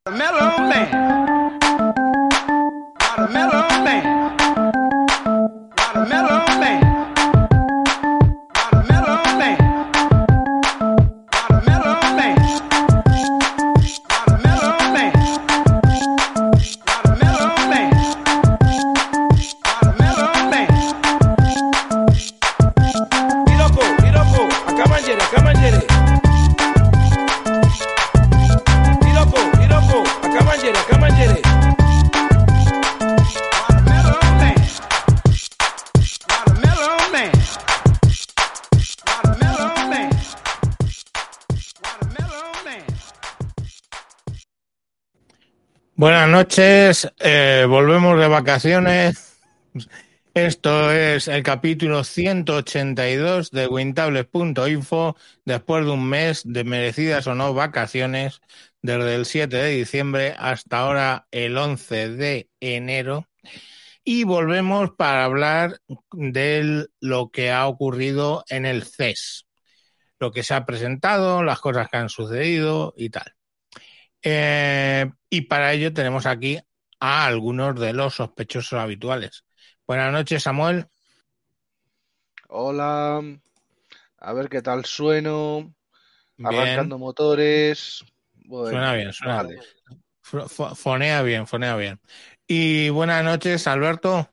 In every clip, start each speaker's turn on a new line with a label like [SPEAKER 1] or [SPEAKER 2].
[SPEAKER 1] Mellow man, not a mellow man, not a mellow man, not a mellow man, not a mellow man, not a mellow man, not a mellow man, not a mellow man. Iroko, akamangere. Akamangere.
[SPEAKER 2] Buenas noches, volvemos de vacaciones. Esto es el capítulo 182 de Wintables.info, después de un mes de merecidas o no vacaciones, desde el 7 de diciembre hasta ahora el 11 de enero. Y volvemos para hablar de lo que ha ocurrido en el CES, lo que se ha presentado, las cosas que han sucedido y tal. Y para ello tenemos aquí a algunos de los sospechosos habituales. Buenas noches, Samuel.
[SPEAKER 3] Hola, a ver qué tal sueno,
[SPEAKER 2] Bien.
[SPEAKER 3] Arrancando motores. Bueno,
[SPEAKER 2] Suena bien,
[SPEAKER 3] vale.
[SPEAKER 2] Fonea bien. Y buenas noches, Alberto.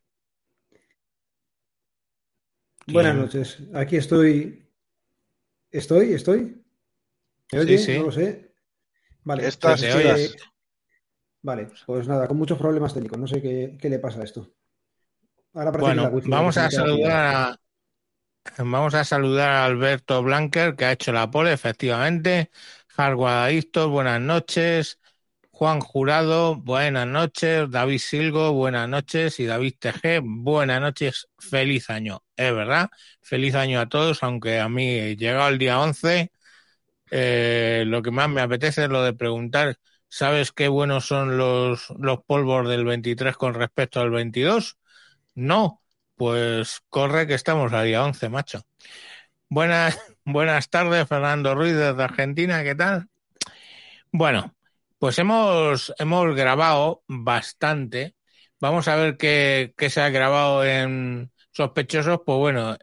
[SPEAKER 4] Buenas noches, aquí estoy. ¿Estoy? ¿Me oye?
[SPEAKER 2] Sí.
[SPEAKER 4] No lo sé. Vale,
[SPEAKER 3] Estás,
[SPEAKER 2] te oyes.
[SPEAKER 4] Vale, pues nada, con muchos problemas técnicos. No sé qué le pasa a esto. Ahora parece que
[SPEAKER 2] Bueno,
[SPEAKER 4] la wifi
[SPEAKER 2] vamos
[SPEAKER 4] se me
[SPEAKER 2] a
[SPEAKER 4] queda
[SPEAKER 2] saludar a Alberto Blanquer, que ha hecho la pole, efectivamente. Hardwareadictos, buenas noches. Juan Jurado, buenas noches. David Silgo, buenas noches. Y David TG, buenas noches. Feliz año. Es verdad, feliz año a todos, aunque a mí, llegado el día 11, lo que más me apetece es lo de preguntar, ¿sabes qué buenos son los polvos del 23 con respecto al 22? No, pues corre que estamos a día 11, macho. Buenas tardes, Fernando Ruiz desde Argentina, ¿qué tal? Bueno, pues hemos grabado bastante. Vamos a ver qué se ha grabado en Sospechosos. Pues bueno,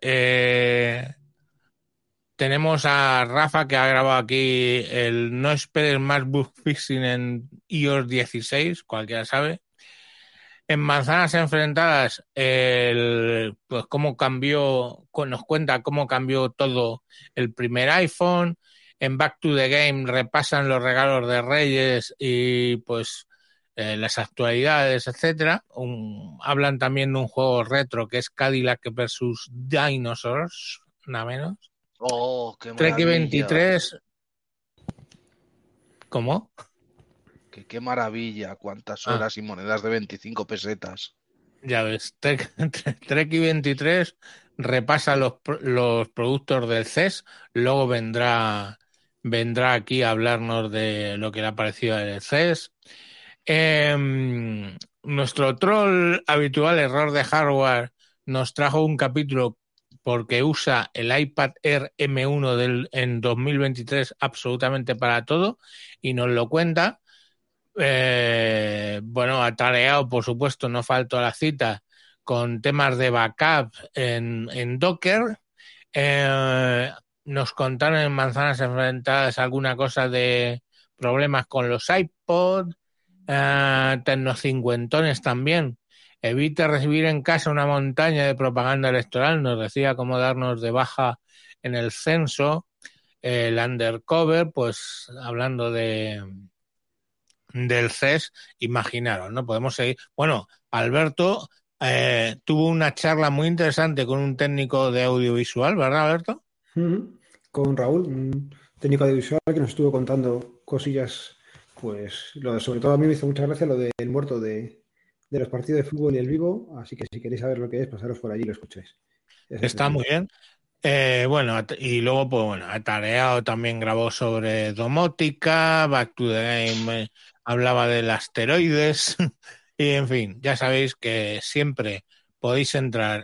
[SPEAKER 2] tenemos a Rafa, que ha grabado aquí el No esperes más bug fixing en iOS 16, cualquiera sabe. En Manzanas Enfrentadas, pues cómo cambió, nos cuenta cómo cambió todo el primer iPhone. En Back to the Game repasan los regalos de Reyes y pues las actualidades, etcétera. Hablan también de un juego retro que es Cadillac versus Dinosaurs, nada menos.
[SPEAKER 3] ¡Oh, qué
[SPEAKER 2] Trek
[SPEAKER 3] maravilla!
[SPEAKER 2] 23. ¿Cómo?
[SPEAKER 3] ¡Qué maravilla! Cuántas horas y monedas de 25 pesetas.
[SPEAKER 2] Ya ves, Trek 23 repasa los productos del CES, luego vendrá aquí a hablarnos de lo que le ha parecido el CES. Nuestro troll habitual, Error de Hardware, nos trajo un capítulo porque usa el iPad Air M1 en 2023 absolutamente para todo y nos lo cuenta. Bueno, atareado, por supuesto, no faltó a la cita con temas de backup en Docker. Nos contaron en Manzanas Enfrentadas alguna cosa de problemas con los iPod, tecnocincuentones también. Evite recibir en casa una montaña de propaganda electoral, nos decía cómo darnos de baja en el censo. El undercover, pues hablando del CES, imaginaros, ¿no? Podemos seguir. Bueno, Alberto tuvo una charla muy interesante con un técnico de audiovisual, ¿verdad, Alberto?
[SPEAKER 4] con Raúl, un técnico audiovisual que nos estuvo contando cosillas, pues sobre todo a mí me hizo mucha gracia lo del muerto de los partidos de fútbol y el vivo, así que si queréis saber lo que es, pasaros por allí y lo escucháis.
[SPEAKER 2] Está muy bien. Bueno, y luego, pues bueno, Atareado también grabó sobre domótica, Back to the Game hablaba del asteroides, y en fin, ya sabéis que siempre podéis entrar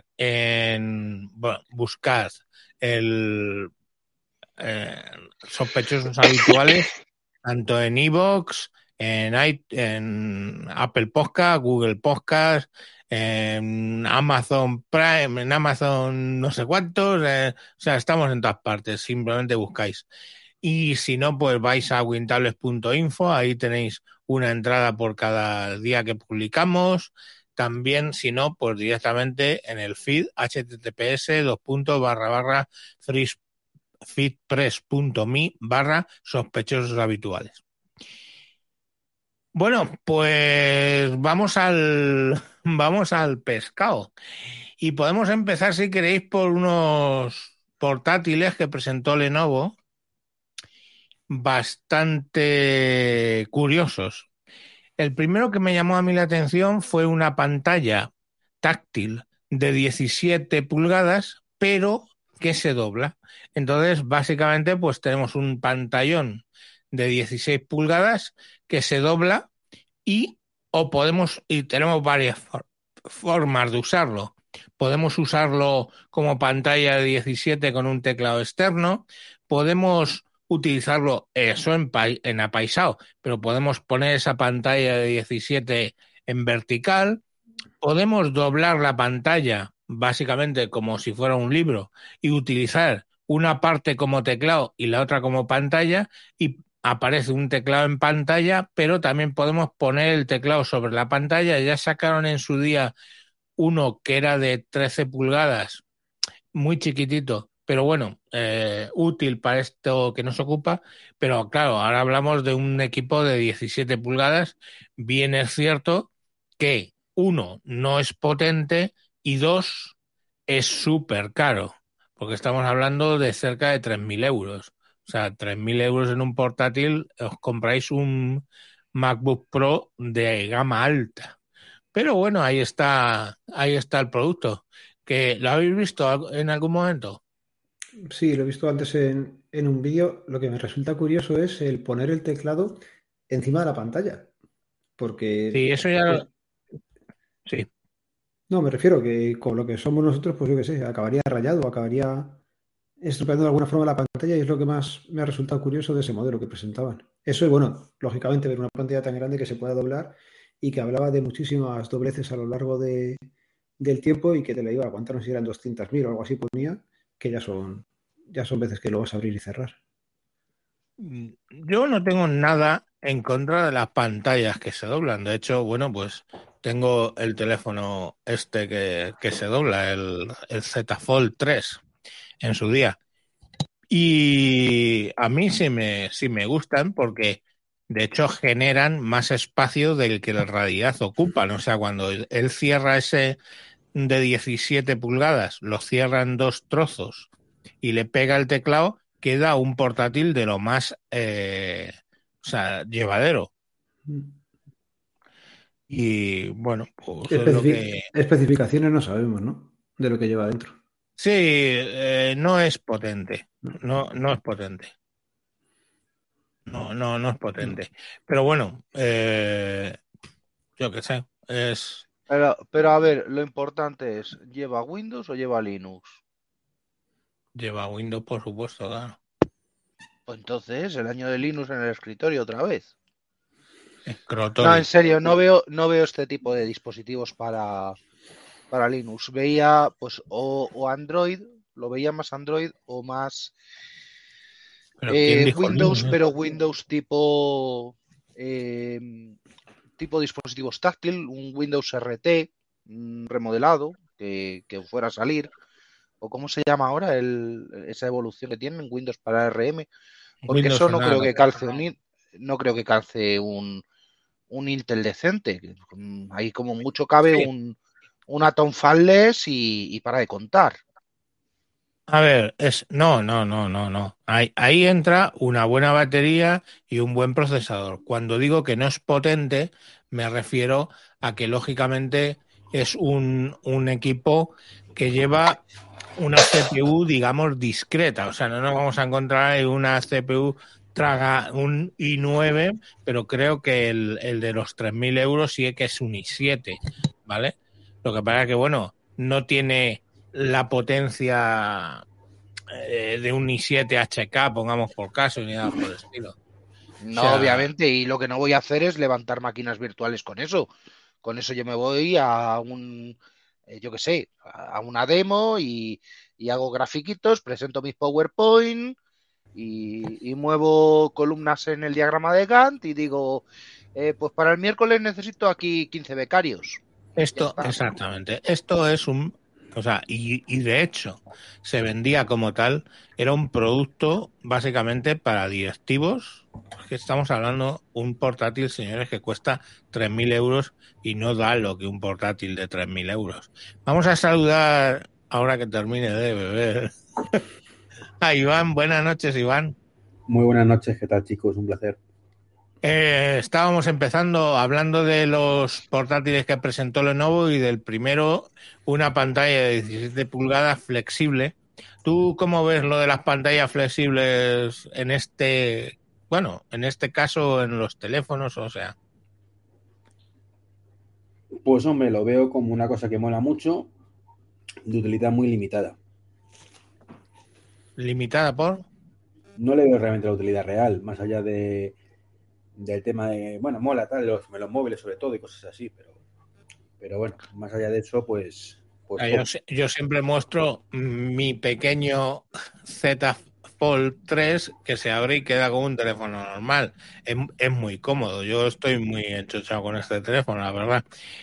[SPEAKER 2] buscar el sospechosos habituales, tanto en iVoox, en Apple Podcast, Google Podcast, en Amazon Prime, en Amazon no sé cuántos, o sea, estamos en todas partes, simplemente buscáis. Y si no, pues vais a wintables.info, ahí tenéis una entrada por cada día que publicamos. También, si no, pues directamente en el feed, https://feedpress.me/sospechosos habituales. Bueno, pues vamos al pescado. Y podemos empezar, si queréis, por unos portátiles que presentó Lenovo, bastante curiosos. El primero que me llamó a mí la atención fue una pantalla táctil de 17 pulgadas, pero que se dobla. Entonces, básicamente, pues tenemos un pantallón de 16 pulgadas que se dobla y tenemos varias formas de usarlo. Podemos usarlo como pantalla de 17 con un teclado externo, podemos utilizarlo eso en apaisado, pero podemos poner esa pantalla de 17 en vertical, podemos doblar la pantalla básicamente como si fuera un libro y utilizar una parte como teclado y la otra como pantalla y aparece un teclado en pantalla, pero también podemos poner el teclado sobre la pantalla. Ya sacaron en su día uno que era de 13 pulgadas, muy chiquitito, pero bueno, útil para esto que nos ocupa. Pero claro, ahora hablamos de un equipo de 17 pulgadas. Bien es cierto que uno, no es potente y dos, es súper caro, porque estamos hablando de cerca de 3.000 euros. O sea, 3.000 euros en un portátil, os compráis un MacBook Pro de gama alta. Pero bueno, ahí está el producto. ¿Que lo habéis visto en algún momento?
[SPEAKER 4] Sí, lo he visto antes en un vídeo. Lo que me resulta curioso es el poner el teclado encima de la pantalla. Porque,
[SPEAKER 2] Sí, eso
[SPEAKER 4] pues,
[SPEAKER 2] ya... Sí.
[SPEAKER 4] no, me refiero que con lo que somos nosotros, pues yo qué sé, acabaría rayado, acabaría estropeando de alguna forma la pantalla y es lo que más me ha resultado curioso de ese modelo que presentaban. Eso y bueno, lógicamente ver una pantalla tan grande que se pueda doblar y que hablaba de muchísimas dobleces a lo largo del tiempo y que te la iba a aguantar, no sé si eran 200.000 o algo así ponía, que ya son veces que lo vas a abrir y cerrar.
[SPEAKER 2] Yo no tengo nada en contra de las pantallas que se doblan. De hecho, bueno, pues tengo el teléfono este que se dobla, el Z Fold 3 en su día. Y a mí sí me gustan porque de hecho generan más espacio del que la realidad ocupan. O sea, cuando él cierra ese de 17 pulgadas, lo cierra en dos trozos y le pega el teclado, queda un portátil de lo más o sea, llevadero. Y bueno, pues es lo que...
[SPEAKER 4] Especificaciones no sabemos, ¿no? De lo que lleva dentro.
[SPEAKER 2] Sí, no es potente. No es potente. No es potente. Pero bueno, yo qué sé,
[SPEAKER 3] Pero a ver, lo importante es, ¿lleva Windows o lleva Linux?
[SPEAKER 2] lleva Windows, por supuesto, claro.
[SPEAKER 3] Pues entonces, el año de Linux en el escritorio otra vez. No, en
[SPEAKER 2] Crotoris.
[SPEAKER 3] serio, no veo este tipo de dispositivos para Linux. Veía, pues, o Android, lo veía más Android o más
[SPEAKER 2] Pero ¿quién dijo
[SPEAKER 3] Windows,
[SPEAKER 2] Linux?
[SPEAKER 3] pero Windows tipo dispositivos táctil, un Windows RT remodelado que fuera a salir, o cómo se llama ahora esa evolución que tienen Windows para RM, porque
[SPEAKER 2] Windows
[SPEAKER 3] eso
[SPEAKER 2] on ARM.
[SPEAKER 3] no creo que calce un Intel decente. Ahí como mucho cabe
[SPEAKER 2] Sí.
[SPEAKER 3] un Atom Fathomless y para de contar.
[SPEAKER 2] A ver, no. Ahí entra una buena batería y un buen procesador. Cuando digo que no es potente, me refiero a que lógicamente es un equipo que lleva una CPU, digamos, discreta. O sea, no nos vamos a encontrar en una CPU traga un i9, pero creo que el de los 3.000 euros sí que es un i7, ¿vale? Lo que pasa es que, bueno, no tiene la potencia de un i7 HK, pongamos por caso, ni nada por el estilo.
[SPEAKER 3] No,
[SPEAKER 2] O sea,
[SPEAKER 3] obviamente, y lo que no voy a hacer es levantar máquinas virtuales con eso. Con eso yo me voy a yo qué sé, a una demo y hago grafiquitos, presento mis PowerPoint y muevo columnas en el diagrama de Gantt y digo, pues para el miércoles necesito aquí 15 becarios. Ya
[SPEAKER 2] esto,
[SPEAKER 3] está.
[SPEAKER 2] exactamente, esto es o sea, y de hecho se vendía como tal, era un producto básicamente para directivos, porque estamos hablando un portátil, señores, que cuesta 3.000 euros y no da lo que un portátil de 3.000 euros. Vamos a saludar, ahora que termine de beber, a Iván. Buenas noches, Iván.
[SPEAKER 5] Muy buenas noches, ¿qué tal, chicos? Un placer.
[SPEAKER 2] Estábamos empezando hablando de los portátiles que presentó Lenovo y del primero, una pantalla de 17 pulgadas flexible. ¿Tú cómo ves lo de las pantallas flexibles en en este caso en los teléfonos? O sea,
[SPEAKER 5] Pues hombre, lo veo como una cosa que mola mucho, de utilidad muy limitada.
[SPEAKER 2] limitada por...
[SPEAKER 5] No le veo realmente la utilidad real, más allá del tema de, bueno, mola tal, los móviles sobre todo y cosas así, pero bueno, más allá de eso, pues
[SPEAKER 2] Yo siempre muestro mi pequeño Z Fold 3 que se abre y queda como un teléfono normal. Es muy cómodo. Yo estoy muy enchochado con este teléfono, la verdad.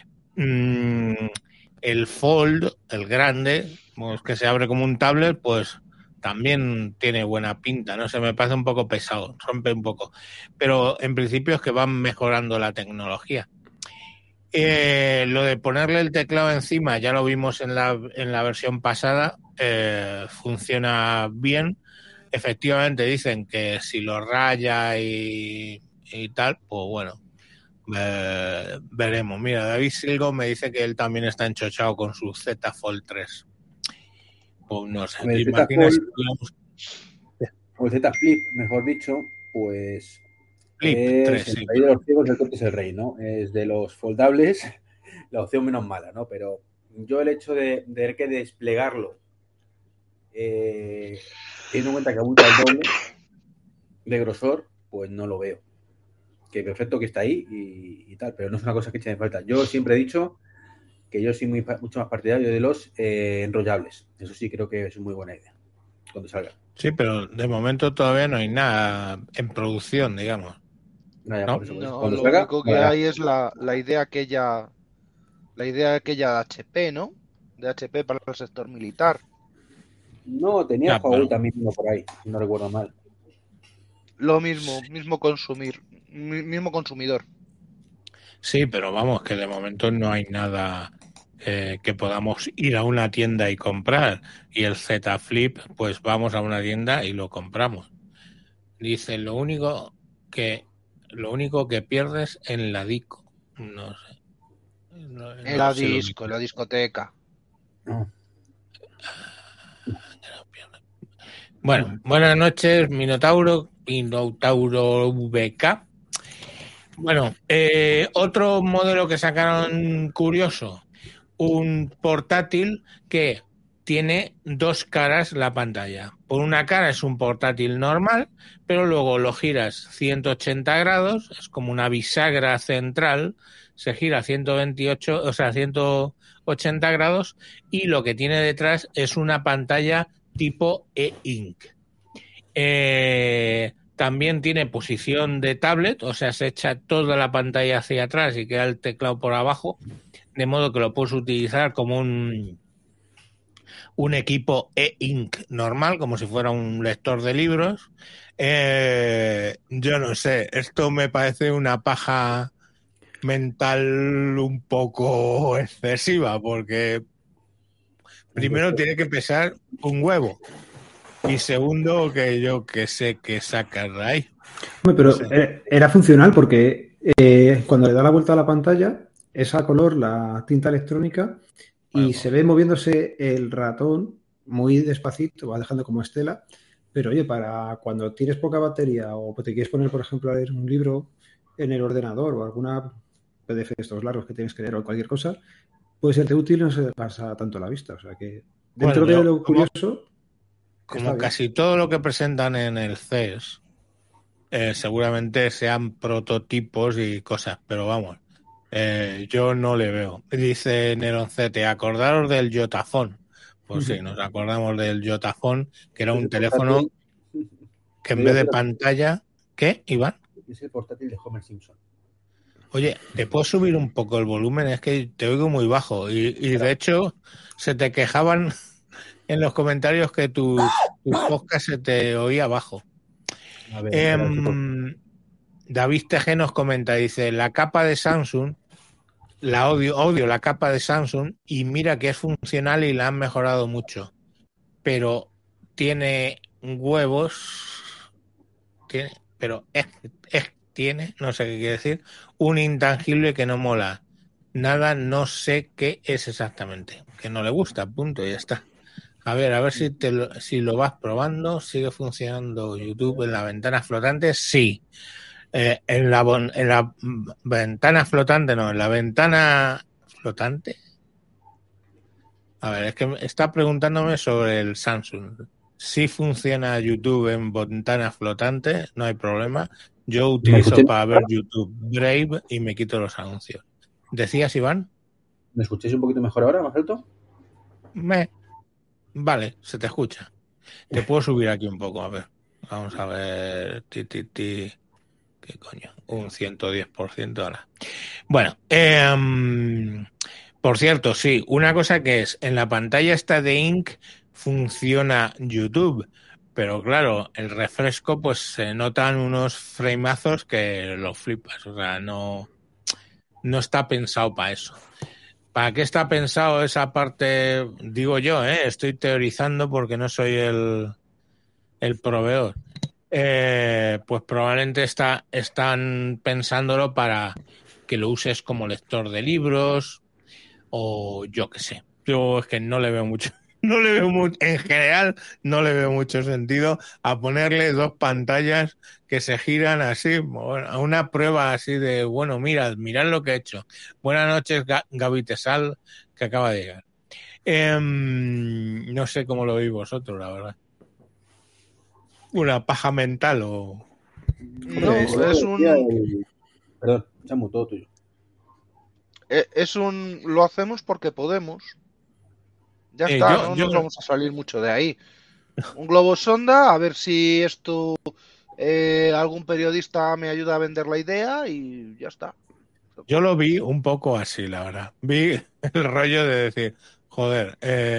[SPEAKER 2] El Fold, el grande, pues, que se abre como un tablet, pues también tiene buena pinta, no sé, me parece un poco pesado, rompe un poco, pero en principio es que van mejorando la tecnología. Lo de ponerle el teclado encima, ya lo vimos en la versión pasada, funciona bien. Efectivamente dicen que si lo raya y tal, pues bueno, veremos. Mira, David Silgo me dice que él también está enchochado con su Z Fold 3. Pues no sé,
[SPEAKER 5] a ver,
[SPEAKER 2] ¿te
[SPEAKER 5] el Z
[SPEAKER 2] imaginas?
[SPEAKER 5] Fold o el Z Flip, mejor dicho, pues
[SPEAKER 2] Flip
[SPEAKER 5] es
[SPEAKER 2] 3,
[SPEAKER 5] el
[SPEAKER 2] sí.
[SPEAKER 5] rey de los ciegos, el tonto es el rey, ¿no? Es de los foldables la opción menos mala, ¿no? Pero yo el hecho de tener que desplegarlo, teniendo en cuenta que abulta el doble de grosor, pues no lo veo. Que perfecto que está ahí y tal, pero no es una cosa que eche de falta. Yo siempre he dicho que yo soy mucho más partidario de los enrollables. Eso sí creo que es muy buena idea cuando salga.
[SPEAKER 2] Sí, pero de momento todavía no hay nada en producción, digamos.
[SPEAKER 5] No, ya,
[SPEAKER 2] ¿No?
[SPEAKER 5] por eso.
[SPEAKER 3] No,
[SPEAKER 5] Cuando
[SPEAKER 3] lo
[SPEAKER 5] salga,
[SPEAKER 3] único que
[SPEAKER 5] molará.
[SPEAKER 3] hay es la idea aquella de HP, ¿no? De HP para el sector militar.
[SPEAKER 5] No, tenía
[SPEAKER 2] Ya,
[SPEAKER 5] Huawei
[SPEAKER 2] pero
[SPEAKER 5] también uno por ahí, si no recuerdo mal.
[SPEAKER 3] Lo mismo, mismo consumidor.
[SPEAKER 2] sí, pero vamos, que de momento no hay nada que podamos ir a una tienda y comprar. Y el Z Flip, pues vamos a una tienda y lo compramos. Dice, lo único que pierdes en la disco. No sé.
[SPEAKER 3] En
[SPEAKER 2] No
[SPEAKER 3] la
[SPEAKER 2] sé lo
[SPEAKER 3] disco,
[SPEAKER 2] que
[SPEAKER 3] en la discoteca.
[SPEAKER 5] No.
[SPEAKER 2] Bueno, buenas noches, Minotauro VK. Bueno, otro modelo que sacaron curioso, un portátil que tiene dos caras la pantalla. Por una cara es un portátil normal, pero luego lo giras 180 grados, es como una bisagra central, se gira 128, o sea, 180 grados y lo que tiene detrás es una pantalla tipo e-ink. También tiene posición de tablet, o sea, se echa toda la pantalla hacia atrás y queda el teclado por abajo, de modo que lo puedes utilizar como un equipo e-ink normal, como si fuera un lector de libros. Yo no sé, esto me parece una paja mental un poco excesiva, porque primero tiene que pesar un huevo. Y segundo, que yo que sé que sacas de ahí.
[SPEAKER 4] Hombre, pero
[SPEAKER 2] Sí.
[SPEAKER 4] era funcional porque cuando le da la vuelta a la pantalla, es a color la tinta electrónica y
[SPEAKER 2] Bueno,
[SPEAKER 4] se ve moviéndose el ratón muy despacito, va dejando como estela. Pero oye, para cuando tienes poca batería o te quieres poner, por ejemplo, a leer un libro en el ordenador o alguna PDF de estos largos que tienes que leer o cualquier cosa, puede serte útil y no se te pasa tanto la vista. O sea que
[SPEAKER 2] bueno,
[SPEAKER 4] dentro de lo curioso, está
[SPEAKER 2] como
[SPEAKER 4] bien.
[SPEAKER 2] casi todo lo que presentan en el CES, seguramente sean prototipos y cosas, pero vamos, yo no le veo. Dice Neroncete, acordaros del Yotafone. Pues sí, nos acordamos del Yotafone, que era un teléfono que en vez de pantalla... ¿Qué, Iván?
[SPEAKER 5] Es el portátil de Homer Simpson.
[SPEAKER 2] Oye, ¿te puedo subir un poco el volumen? Es que te oigo muy bajo y de hecho se te quejaban en los comentarios que tus podcasts se te oía bajo.
[SPEAKER 5] A ver,
[SPEAKER 2] David TG nos comenta, dice, la capa de Samsung, la odio la capa de Samsung y mira que es funcional y la han mejorado mucho, pero tiene huevos, tiene, no sé qué quiere decir, un intangible que no mola. Nada, no sé qué es exactamente, que no le gusta, punto, y ya está. A ver si lo vas probando. ¿Sigue funcionando YouTube en la ventana flotante? Sí. En la ventana flotante, no, en la ventana flotante. A ver, es que está preguntándome sobre el Samsung. Si funciona YouTube en ventana flotante, no hay problema. Yo utilizo para ver YouTube Brave y me quito los anuncios. ¿Decías, Iván?
[SPEAKER 5] ¿Me escucháis un poquito mejor ahora, más alto?
[SPEAKER 2] Vale, se te escucha. Te puedo subir aquí un poco, a ver. Vamos a ver. ¿Qué coño? Un 110% ahora. Bueno, por cierto, sí, una cosa que es, en la pantalla esta de Ink funciona YouTube, pero claro, el refresco pues se notan unos framazos que los flipas, o sea, no está pensado para eso. ¿Para qué está pensado esa parte? Digo yo, estoy teorizando porque no soy el proveedor. Pues probablemente están pensándolo para que lo uses como lector de libros o yo qué sé. Yo es que no le veo mucho, en general no le veo mucho sentido a ponerle dos pantallas que se giran así, a una prueba así de, bueno, mirad lo que he hecho. Buenas noches, Gaby Tesal, que acaba de llegar. No sé cómo lo veis vosotros, la verdad. Una paja mental o...
[SPEAKER 3] No, es un...
[SPEAKER 5] Perdón, Chamu, todo tuyo.
[SPEAKER 3] Es un... Lo hacemos porque podemos. Ya está, no nos vamos a salir mucho de ahí. Un globo sonda, a ver si esto algún periodista me ayuda a vender la idea y ya está.
[SPEAKER 2] Yo lo vi un poco así, la verdad. Vi el rollo de decir, joder,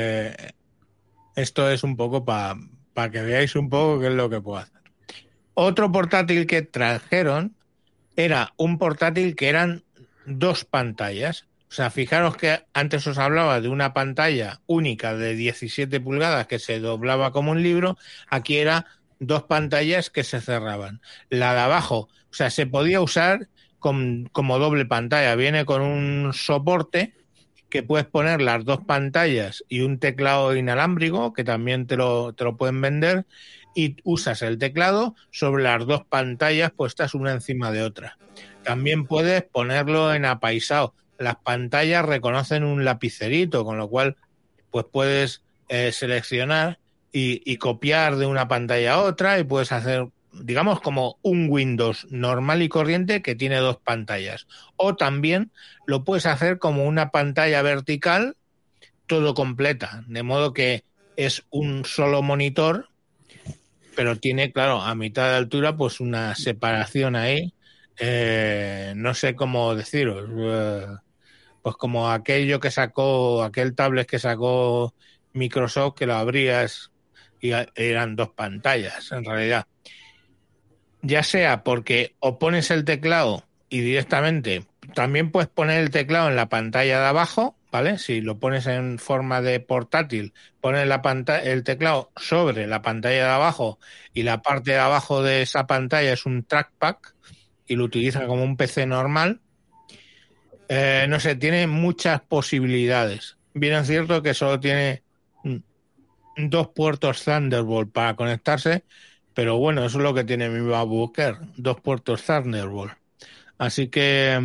[SPEAKER 2] esto es un poco para que veáis un poco qué es lo que puedo hacer. Otro portátil que trajeron era un portátil que eran dos pantallas. O sea, fijaros que antes os hablaba de una pantalla única de 17 pulgadas que se doblaba como un libro. Aquí era dos pantallas que se cerraban. La de abajo, o sea, se podía usar como doble pantalla. Viene con un soporte que puedes poner las dos pantallas y un teclado inalámbrico, que también te lo pueden vender, y usas el teclado sobre las dos pantallas puestas una encima de otra. También puedes ponerlo en apaisado. Las pantallas reconocen un lapicerito, con lo cual pues puedes seleccionar y copiar de una pantalla a otra y puedes hacer, digamos, como un Windows normal y corriente que tiene dos pantallas. O también lo puedes hacer como una pantalla vertical, todo completa, de modo que es un solo monitor, pero tiene, claro, a mitad de altura, pues una separación ahí. No sé cómo deciros. Pues como aquel tablet que sacó Microsoft, que lo abrías y eran dos pantallas, en realidad. Ya sea porque o pones el teclado y directamente, también puedes poner el teclado en la pantalla de abajo, ¿vale? Si lo pones en forma de portátil, pones el teclado sobre la pantalla de abajo y la parte de abajo de esa pantalla es un trackpad y lo utiliza como un PC normal. No sé, tiene muchas posibilidades. Bien es cierto que solo tiene dos puertos Thunderbolt para conectarse, pero bueno, eso es lo que tiene mi MacBook Air, dos puertos Thunderbolt. Así que,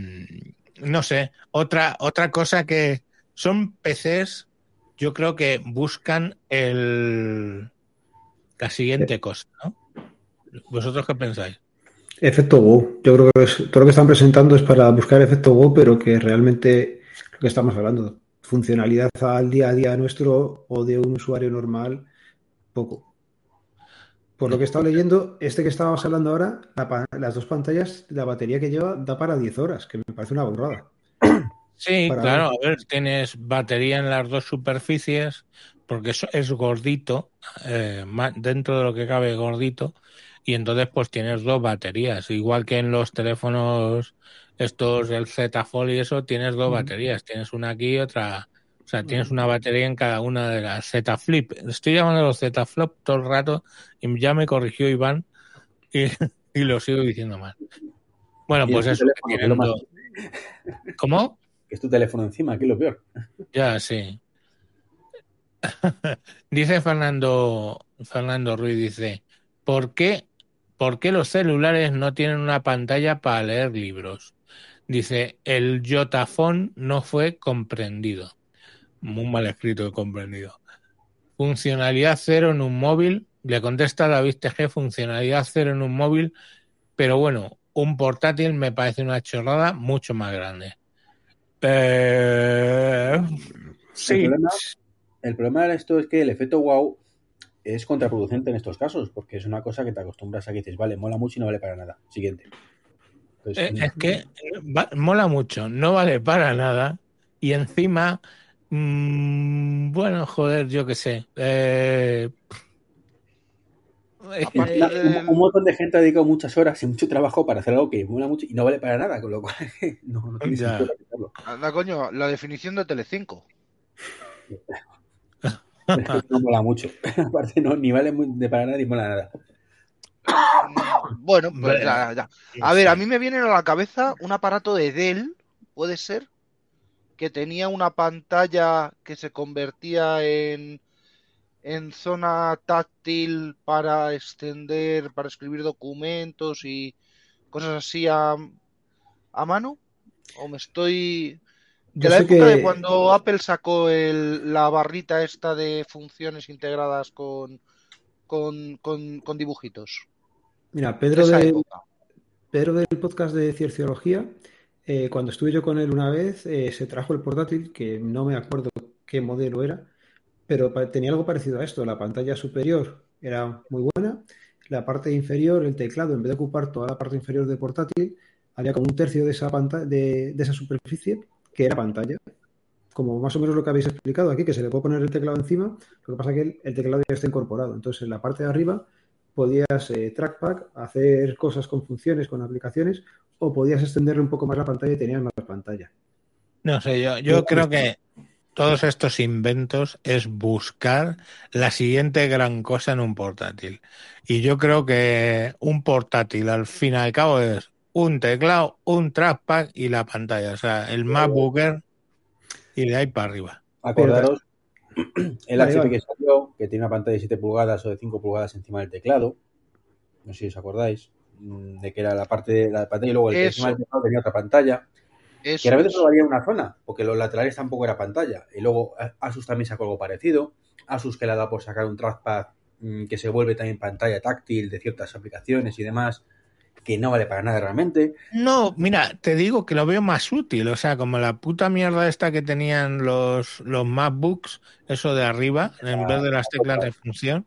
[SPEAKER 2] no sé, otra cosa que son PCs, yo creo que buscan la siguiente cosa, ¿no? ¿Vosotros qué pensáis?
[SPEAKER 4] Efecto Wow. Yo creo que todo lo que están presentando es para buscar efecto Wow, pero que realmente lo que estamos hablando, funcionalidad al día a día nuestro o de un usuario normal, poco. Por lo que he estado leyendo, este que estábamos hablando ahora, las dos pantallas, la batería que lleva da para 10 horas, que me parece una burrada.
[SPEAKER 2] Sí,
[SPEAKER 4] Para
[SPEAKER 2] claro,
[SPEAKER 4] ver.
[SPEAKER 2] a ver, tienes batería en las dos superficies, porque eso es gordito, dentro de lo que cabe gordito, y entonces pues tienes dos baterías, igual que en los teléfonos estos, el Z Fold y eso, tienes dos baterías, tienes una aquí y otra, o sea, tienes una batería en cada una de las Z Flip. Estoy llamando a los Z Flip todo el rato y ya me corrigió Iván y, y lo sigo diciendo mal. Bueno,
[SPEAKER 5] Tienes
[SPEAKER 2] pues
[SPEAKER 5] tu
[SPEAKER 2] eso, que
[SPEAKER 5] teléfono, que es lo
[SPEAKER 2] tienen
[SPEAKER 5] más.
[SPEAKER 2] dos. ¿Cómo?
[SPEAKER 5] Que es tu teléfono encima, que es lo peor.
[SPEAKER 2] Ya, sí. Dice Fernando Ruiz, dice, ¿por qué los celulares no tienen una pantalla para leer libros? Dice, el Yotafone no fue comprendido. Muy mal escrito, comprendido. Funcionalidad cero en un móvil. Le contesta David TG, funcionalidad cero en un móvil, pero bueno, un portátil me parece una chorrada mucho más grande.
[SPEAKER 5] El
[SPEAKER 2] Sí.
[SPEAKER 5] problema, el problema de esto es que el efecto wow es contraproducente en estos casos, porque es una cosa que te acostumbras a que dices, vale, mola mucho y no vale para nada. Siguiente. Entonces,
[SPEAKER 2] Es que mola mucho, no vale para nada y encima, bueno, joder, yo qué sé.
[SPEAKER 3] Aparte
[SPEAKER 5] un
[SPEAKER 3] del...
[SPEAKER 5] montón de gente ha dedicado muchas horas y mucho trabajo para hacer algo que mola mucho y no vale para nada, con lo cual no tiene sentido
[SPEAKER 2] Ya.
[SPEAKER 5] hacerlo.
[SPEAKER 3] Anda, coño, la definición de Telecinco.
[SPEAKER 5] Pero es que no mola mucho. Aparte, no, ni vale para nada ni mola nada.
[SPEAKER 3] Bueno, pues ya, ya.
[SPEAKER 2] No
[SPEAKER 3] A ver, a
[SPEAKER 2] sé.
[SPEAKER 3] mí me viene a la cabeza un aparato de Dell, puede ser, que tenía una pantalla que se convertía en zona táctil para extender, para escribir documentos y cosas así a mano. O me estoy... De
[SPEAKER 4] Yo
[SPEAKER 3] la
[SPEAKER 4] sé
[SPEAKER 3] época de
[SPEAKER 4] que,
[SPEAKER 3] cuando Apple sacó la barrita esta de funciones integradas con dibujitos.
[SPEAKER 4] mira,
[SPEAKER 3] De esa época.
[SPEAKER 4] Pedro del podcast de Cienciología, cuando estuve yo con él una vez, se trajo el portátil, que no me acuerdo qué modelo era, pero tenía algo parecido a esto. La pantalla superior era muy buena, la parte inferior, el teclado, en vez de ocupar toda la parte inferior del portátil, había como un tercio de esa pantalla, de esa superficie que era pantalla. Como más o menos lo que habéis explicado aquí, que se le puede poner el teclado encima, lo que pasa es que el teclado ya está incorporado. Entonces, en la parte de arriba podías trackpad, hacer cosas con funciones, con aplicaciones, o podías extenderle un poco más la pantalla y tenías más pantalla.
[SPEAKER 2] No sé, yo creo que todos estos inventos es buscar la siguiente gran cosa en un portátil. Y yo creo que un portátil al fin y al cabo es un teclado, un trackpad y la pantalla. O sea, el MacBook Air y de ahí para arriba.
[SPEAKER 4] Pero
[SPEAKER 5] Acordaros, el
[SPEAKER 4] vale,
[SPEAKER 5] HP
[SPEAKER 4] vale.
[SPEAKER 5] que salió, que tiene una pantalla de 7 pulgadas o de 5 pulgadas encima del teclado, no sé si os acordáis, de que era la parte de la pantalla y luego el que encima del
[SPEAKER 3] Eso,
[SPEAKER 5] teclado tenía otra pantalla, que
[SPEAKER 3] eso
[SPEAKER 5] realmente solo
[SPEAKER 3] es.
[SPEAKER 5] valía una zona, porque los laterales tampoco era pantalla. Y luego Asus también sacó algo parecido, Asus que le ha dado por sacar un trackpad que se vuelve también pantalla táctil de ciertas aplicaciones y demás, que no vale para nada realmente.
[SPEAKER 2] No, mira, te digo que lo veo más útil, o sea, como la puta mierda esta que tenían los MacBooks, eso de arriba, en vez de las teclas de función,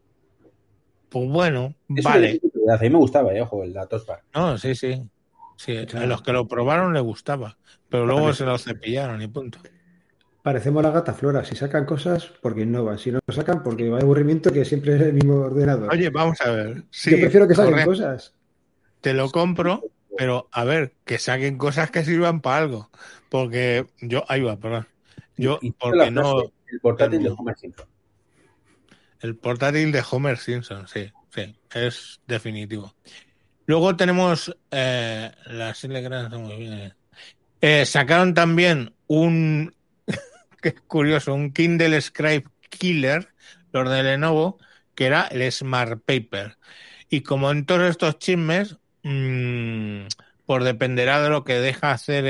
[SPEAKER 2] pues bueno,
[SPEAKER 5] Eso le dio
[SPEAKER 2] vale.
[SPEAKER 5] utilidad. A mí me gustaba, ojo, la touchpad.
[SPEAKER 2] No, sí, sí. Sí,
[SPEAKER 4] O
[SPEAKER 2] a
[SPEAKER 4] sea,
[SPEAKER 2] los que lo probaron les gustaba, pero luego se lo cepillaron y punto.
[SPEAKER 4] parecemos la gata Flora. Si sacan cosas, porque innovan. Si no sacan, porque va de aburrimiento que siempre es el mismo ordenador.
[SPEAKER 2] Oye, vamos a ver.
[SPEAKER 4] Yo
[SPEAKER 2] Sí,
[SPEAKER 4] prefiero que saquen
[SPEAKER 2] correcto,
[SPEAKER 4] cosas.
[SPEAKER 2] te lo compro, pero a ver, que saquen cosas que sirvan para algo. Porque yo, ahí va, perdón. Yo,
[SPEAKER 5] Insisto en la
[SPEAKER 2] porque
[SPEAKER 5] frase,
[SPEAKER 2] no
[SPEAKER 5] el portátil de
[SPEAKER 2] termino.
[SPEAKER 5] Homer Simpson.
[SPEAKER 2] El portátil de Homer Simpson, sí, sí, es definitivo. Luego tenemos las Telegram, está muy bien. Sacaron también un, que es curioso, un Kindle Scribe Killer, los de Lenovo, que era el Smart Paper. Y como en todos estos chismes, pues dependerá de lo que deja hacer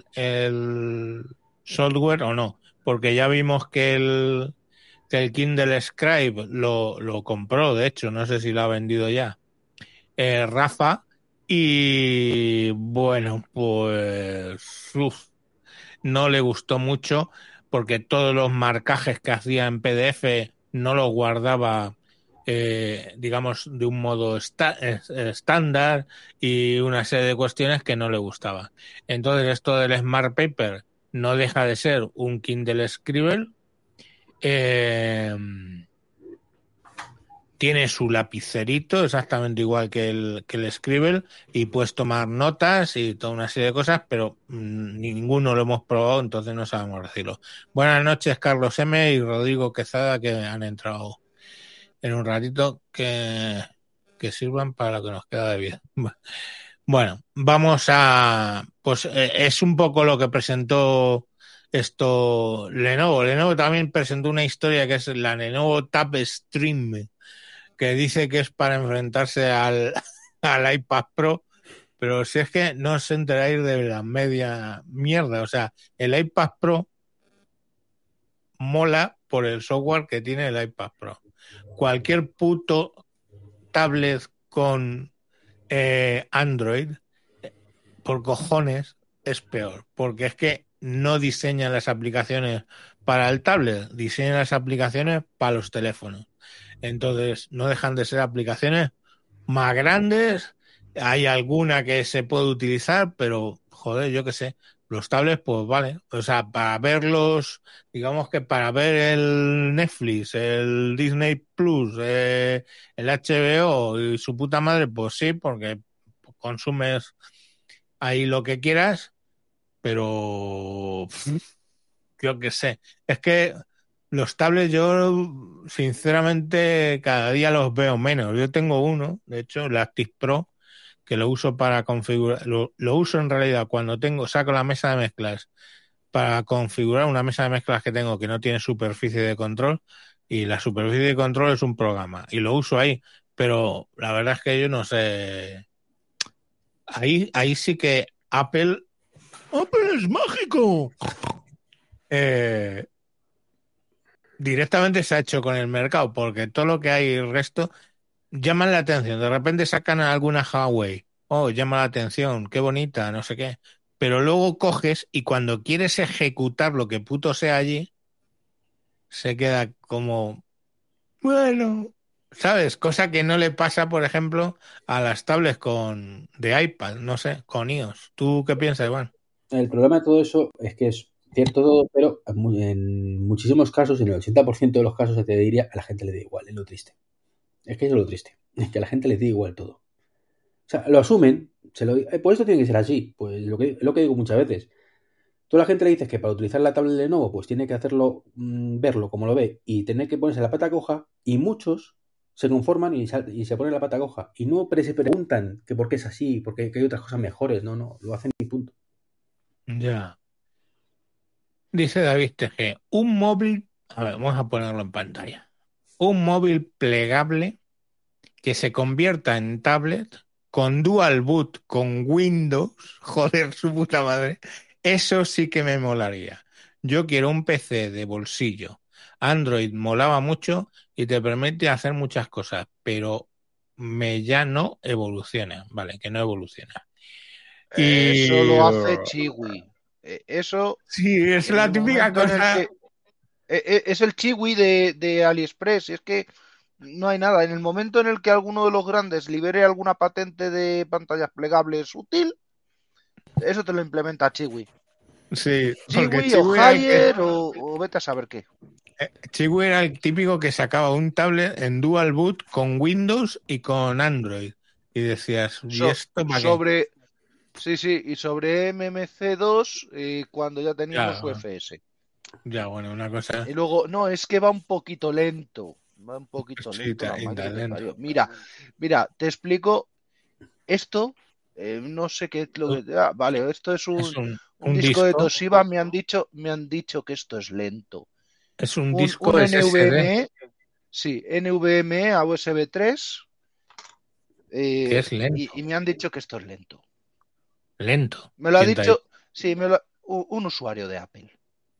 [SPEAKER 2] el software o no. Porque ya vimos que el Kindle Scribe lo compró, de hecho, no sé si lo ha vendido ya. Rafa, y bueno, pues no le gustó mucho porque todos los marcajes que hacía en PDF no los guardaba, digamos, de un modo estándar, y una serie de cuestiones que no le gustaba. Entonces, esto del Smart Paper no deja de ser un Kindle Scribble. Tiene su lapicerito exactamente igual que el Scribble, y puedes tomar notas y toda una serie de cosas, pero ninguno lo hemos probado, entonces no sabemos decirlo. Buenas noches, Carlos M. y Rodrigo Quezada, que han entrado en un ratito, que sirvan para lo que nos queda de vida. Bueno, vamos a... Pues es un poco lo que presentó esto Lenovo. Lenovo también presentó una historia que es la Lenovo Tab Stream, que dice que es para enfrentarse al iPad Pro, pero si es que no os enteráis de la media mierda. O sea, el iPad Pro mola por el software que tiene el iPad Pro. Cualquier puto tablet con Android, por cojones, es peor, porque es que no diseñan las aplicaciones para el tablet, diseñan las aplicaciones para los teléfonos. Entonces, no dejan de ser aplicaciones más grandes. Hay alguna que se puede utilizar, pero, joder, yo qué sé, los tablets, pues vale. O sea, para verlos, digamos que para ver el Netflix, el Disney Plus, el HBO y su puta madre, pues sí, porque consumes ahí lo que quieras, pero yo qué sé. Es que los tablets yo, sinceramente, cada día los veo menos. Yo tengo uno, de hecho, el Active Pro, que lo uso para configurar, lo uso en realidad cuando saco la mesa de mezclas para configurar una mesa de mezclas que tengo que no tiene superficie de control, y la superficie de control es un programa, y lo uso ahí, pero la verdad es que yo no sé. Ahí sí que Apple es mágico. Directamente se ha hecho con el mercado, porque todo lo que hay el resto llaman la atención. De repente sacan alguna Huawei. Oh, llama la atención, qué bonita, no sé qué. Pero luego coges y cuando quieres ejecutar lo que puto sea allí, se queda como, bueno, ¿sabes? Cosa que no le pasa, por ejemplo, a las tablets de iPad, no sé, con iOS. ¿Tú qué piensas, Iván?
[SPEAKER 5] El problema de todo eso es que es cierto todo, pero en muchísimos casos, en el 80% de los casos, te diría, a la gente le da igual, es lo triste. Es que eso es lo triste, es que a la gente le da igual todo. O sea, lo asumen, por esto tiene que ser así, pues lo que digo muchas veces. Toda la gente le dices que para utilizar la tablet de Lenovo, pues tiene que hacerlo, verlo como lo ve y tener que ponerse la pata coja, y muchos se conforman y se ponen la pata coja y no se preguntan que por qué es así, porque hay otras cosas mejores, no, lo hacen y punto.
[SPEAKER 2] Ya. Dice David TG, un móvil, a ver, vamos a ponerlo en pantalla. Un móvil plegable que se convierta en tablet con dual boot con Windows, joder, su puta madre, eso sí que me molaría. Yo quiero un PC de bolsillo. Android molaba mucho y te permite hacer muchas cosas, pero ya no evoluciona, vale, que no evoluciona.
[SPEAKER 3] Eso
[SPEAKER 2] Y
[SPEAKER 3] lo hace Chiwi. Eso,
[SPEAKER 2] sí, es
[SPEAKER 3] en
[SPEAKER 2] la
[SPEAKER 3] el
[SPEAKER 2] típica
[SPEAKER 3] momento en el
[SPEAKER 2] cosa.
[SPEAKER 3] que... Es el Chiwi de AliExpress. Y es que no hay nada. En el momento en el que alguno de los grandes libere alguna patente de pantallas plegables útil, eso te lo implementa Chiwi.
[SPEAKER 2] Sí, porque
[SPEAKER 3] Chiwi o Haier o vete a saber qué.
[SPEAKER 2] Chiwi era el típico que sacaba un tablet en dual boot con Windows y con Android. Y decías, ¿y esto para qué?
[SPEAKER 3] Sobre... Sí, sí, y sobre MMC2 cuando ya teníamos
[SPEAKER 2] Ya,
[SPEAKER 3] UFS.
[SPEAKER 2] ya, bueno, una cosa.
[SPEAKER 3] Y luego, no, es que va un poquito lento. Va un poquito
[SPEAKER 2] Sí,
[SPEAKER 3] lento la madre que
[SPEAKER 2] lento.
[SPEAKER 3] parió. Mira, te explico esto. No sé qué es lo que. Vale, esto es
[SPEAKER 2] Es
[SPEAKER 3] un
[SPEAKER 2] un
[SPEAKER 3] disco de
[SPEAKER 2] disco,
[SPEAKER 3] Toshiba. Me han dicho que esto es lento.
[SPEAKER 2] es un
[SPEAKER 3] Un
[SPEAKER 2] disco SSD,
[SPEAKER 3] NVMe, sí, NVMe a USB 3.
[SPEAKER 2] que es
[SPEAKER 3] Y me han dicho que esto es lento.
[SPEAKER 2] lento.
[SPEAKER 3] Me lo ha
[SPEAKER 2] ¿Quién te ha dicho?
[SPEAKER 3] dicho, sí, un usuario de Apple.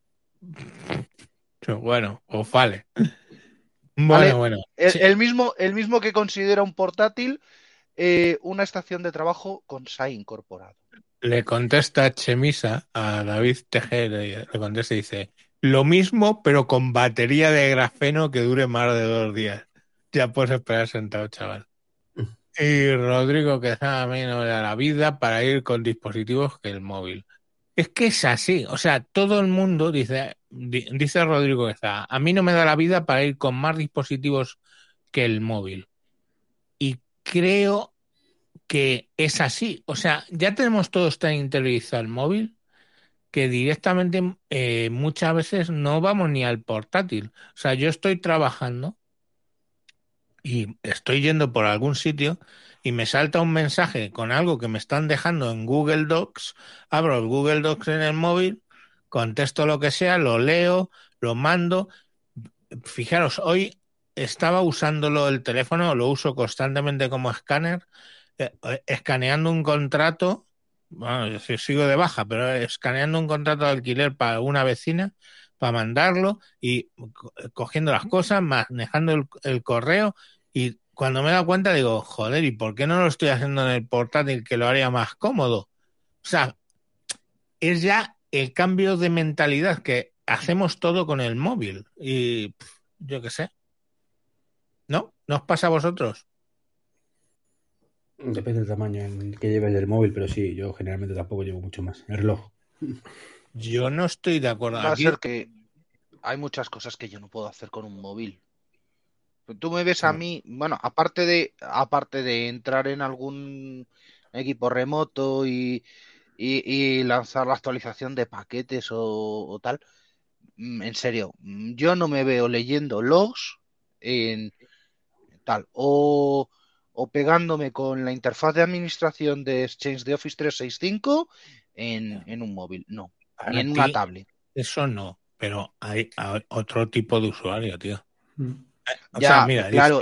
[SPEAKER 2] Bueno, pues vale.
[SPEAKER 3] ¿Vale?
[SPEAKER 2] Bueno,
[SPEAKER 3] El,
[SPEAKER 2] sí,
[SPEAKER 3] el mismo que considera un portátil una estación de trabajo con SAI incorporado.
[SPEAKER 2] Le contesta Chemisa a David Tejera, le contesta y dice, lo mismo, pero con batería de grafeno que dure más de 2 días. Ya puedes esperar sentado, chaval. Y Rodrigo que a mí no me da la vida para ir con dispositivos que el móvil. Es que es así, o sea, todo el mundo dice Rodrigo que a mí no me da la vida para ir con más dispositivos que el móvil. Y creo que es así, o sea, ya tenemos todos tan interiorizado el móvil que directamente muchas veces no vamos ni al portátil. O sea, yo estoy trabajando y estoy yendo por algún sitio y me salta un mensaje con algo que me están dejando en Google Docs, abro el Google Docs en el móvil, contesto lo que sea, lo leo, lo mando. Fijaros, hoy estaba usándolo el teléfono, lo uso constantemente como escáner, escaneando un contrato, bueno, yo sigo de baja, pero escaneando un contrato de alquiler para una vecina, para mandarlo y cogiendo las cosas, manejando el correo, y cuando me he dado cuenta digo, joder, ¿y por qué no lo estoy haciendo en el portátil que lo haría más cómodo? O sea, es ya el cambio de mentalidad que hacemos todo con el móvil y yo qué sé. ¿No? ¿No os pasa a vosotros?
[SPEAKER 5] Depende del tamaño en que lleves del móvil, pero sí, yo generalmente tampoco llevo mucho más. El reloj.
[SPEAKER 2] Yo no estoy de acuerdo.
[SPEAKER 3] Va a
[SPEAKER 2] Aquí,
[SPEAKER 3] ser que hay muchas cosas que yo no puedo hacer con un móvil. Tú me ves a mí, bueno, aparte de entrar en algún equipo remoto y lanzar la actualización de paquetes o tal, en serio, yo no me veo leyendo logs en tal o pegándome con la interfaz de administración de Exchange de Office 365 en un móvil, no, ni
[SPEAKER 2] para
[SPEAKER 3] en una
[SPEAKER 2] ti,
[SPEAKER 3] tablet.
[SPEAKER 2] eso no, pero hay otro tipo de usuario, tío. O sea,
[SPEAKER 3] Ya,
[SPEAKER 2] mira, dice,
[SPEAKER 3] claro,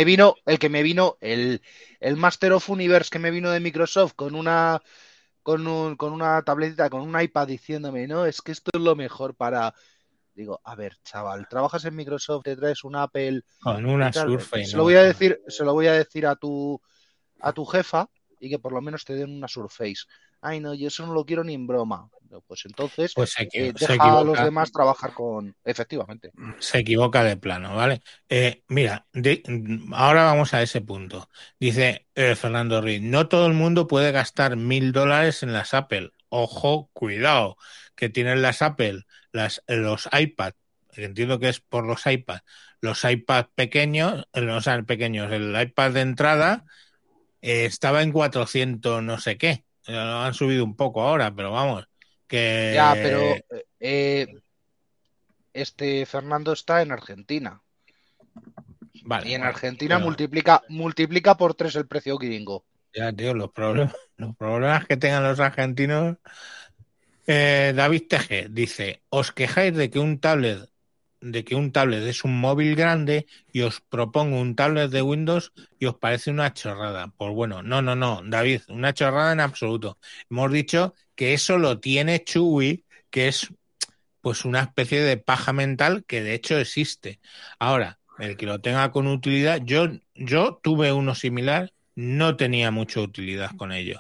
[SPEAKER 3] el Master of Universe que me vino de Microsoft con una tabletita, con un iPad diciéndome, no, es que esto es lo mejor para. Digo, a ver, chaval, trabajas en Microsoft, te traes un Apple
[SPEAKER 2] con
[SPEAKER 3] y
[SPEAKER 2] una
[SPEAKER 3] tal.
[SPEAKER 2] Surface, no me jodas.
[SPEAKER 3] Se lo voy a decir a tu jefa y que por lo menos te den una Surface. Ay, no, yo eso no lo quiero ni en broma. No, pues entonces,
[SPEAKER 2] Pues se
[SPEAKER 3] deja a los
[SPEAKER 2] equivoca.
[SPEAKER 3] demás trabajar efectivamente.
[SPEAKER 2] Se equivoca de plano, ¿vale? Mira, ahora vamos a ese punto. Dice Fernando Ruiz, no todo el mundo puede gastar $1.000 en las Apple. Ojo, cuidado, que tienen las Apple, los iPad, que entiendo que es por los iPad pequeños, o sea, pequeños, el iPad de entrada estaba en 400 no sé qué. Lo han subido un poco ahora, pero vamos,
[SPEAKER 3] Ya, pero
[SPEAKER 2] que...
[SPEAKER 3] Fernando está en Argentina.
[SPEAKER 2] Vale,
[SPEAKER 3] Y en
[SPEAKER 2] bueno,
[SPEAKER 3] Argentina
[SPEAKER 2] pero...
[SPEAKER 3] multiplica por 3 el precio gringo.
[SPEAKER 2] Ya, tío, los problemas que tengan los argentinos. David Teje dice, os quejáis de que un tablet es un móvil grande y os propongo un tablet de Windows y os parece una chorrada. Pues bueno, no, David, una chorrada en absoluto. Hemos dicho que eso lo tiene Chewy, que es pues una especie de paja mental que de hecho existe. Ahora, el que lo tenga con utilidad, yo tuve uno similar, no tenía mucha utilidad con ello.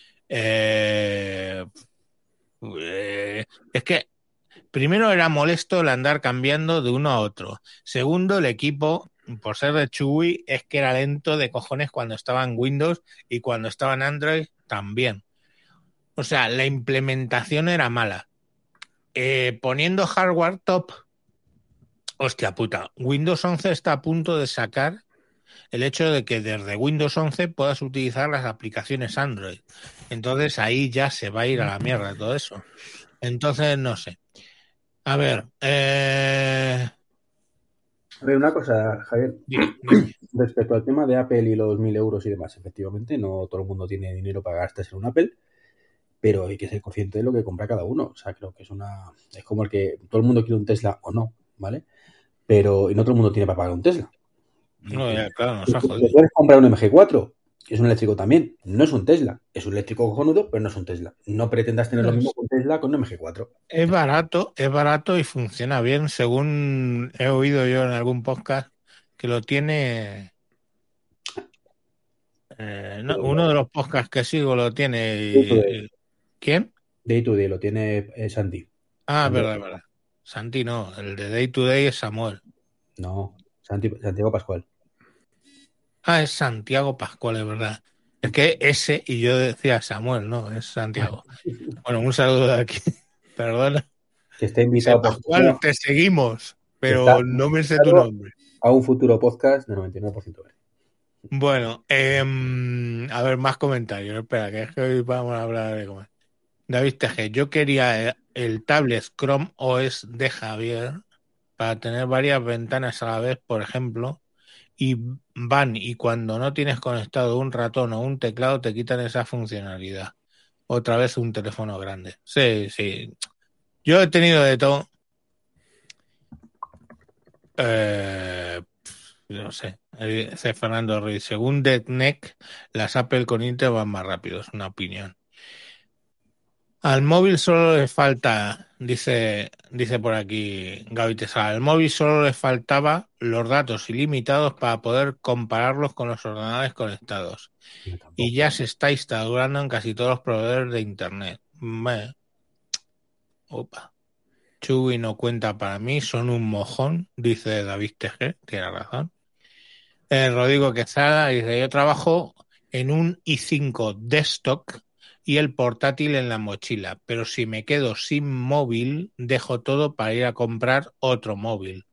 [SPEAKER 2] Es que primero era molesto el andar cambiando de uno a otro. Segundo, el equipo, por ser de Chewy, es que era lento de cojones cuando estaba en Windows y cuando estaba en Android también. O sea, la implementación era mala. Poniendo hardware top, hostia puta, Windows 11 está a punto de sacar el hecho de que desde Windows 11 puedas utilizar las aplicaciones Android. Entonces ahí ya se va a ir a la mierda todo eso. Entonces, no sé. A ver,
[SPEAKER 5] A ver, una cosa, Javier,
[SPEAKER 2] dime.
[SPEAKER 5] respecto al tema de Apple y los 1.000 euros y demás, efectivamente, no todo el mundo tiene dinero para gastarse en un Apple, pero hay que ser consciente de lo que compra cada uno. O sea, creo que es como el que todo el mundo quiere un Tesla o no, ¿vale? Pero y no todo el mundo tiene para pagar un Tesla.
[SPEAKER 2] No, ya, claro, nos ha
[SPEAKER 5] Te
[SPEAKER 2] jodido.
[SPEAKER 5] puedes comprar un MG4, que es un eléctrico también. No es un Tesla. Es un eléctrico cojonudo, pero no es un Tesla. No pretendas tener lo mismo con Tesla con un MG4.
[SPEAKER 2] Es barato y funciona bien, según he oído yo en algún podcast, que lo tiene No, uno de los podcasts que sigo lo tiene.
[SPEAKER 5] Day to Day.
[SPEAKER 2] ¿Quién?
[SPEAKER 5] Day to Day lo tiene Santi.
[SPEAKER 2] Ah, verdad. Santi no, el de Day to Day es Samuel.
[SPEAKER 5] No, Santiago Pascual.
[SPEAKER 2] Ah, es Santiago Pascual, es verdad. Es que ese, y yo decía Samuel, no, es Santiago. Bueno, un saludo de aquí. Perdona.
[SPEAKER 5] Que está
[SPEAKER 2] Dice,
[SPEAKER 5] invitado por
[SPEAKER 2] Pascual, te seguimos, pero
[SPEAKER 5] está
[SPEAKER 2] no me sé tu
[SPEAKER 5] invitado
[SPEAKER 2] nombre.
[SPEAKER 5] a un futuro podcast de 99% verde.
[SPEAKER 2] Bueno, a ver, más comentarios. Espera, que es que hoy vamos a hablar de comer. David Teje, yo quería el tablet Chrome OS de Javier para tener varias ventanas a la vez, por ejemplo, y cuando no tienes conectado un ratón o un teclado te quitan esa funcionalidad. Otra vez un teléfono grande. Sí. Yo he tenido de todo. No sé. Dice Fernando Ruiz. Según DeckNeck, las Apple con Intel van más rápido. Es una opinión. Al móvil solo le falta, dice por aquí Gaby Tesala, al móvil solo le faltaba los datos ilimitados para poder compararlos con los ordenadores conectados. Y ya se está instalando en casi todos los proveedores de internet. Opa. Chuy no cuenta para mí, son un mojón, dice David TG, tiene razón. Rodrigo Quezada dice, yo trabajo en un i5 desktop y el portátil en la mochila, pero si me quedo sin móvil, dejo todo para ir a comprar otro móvil.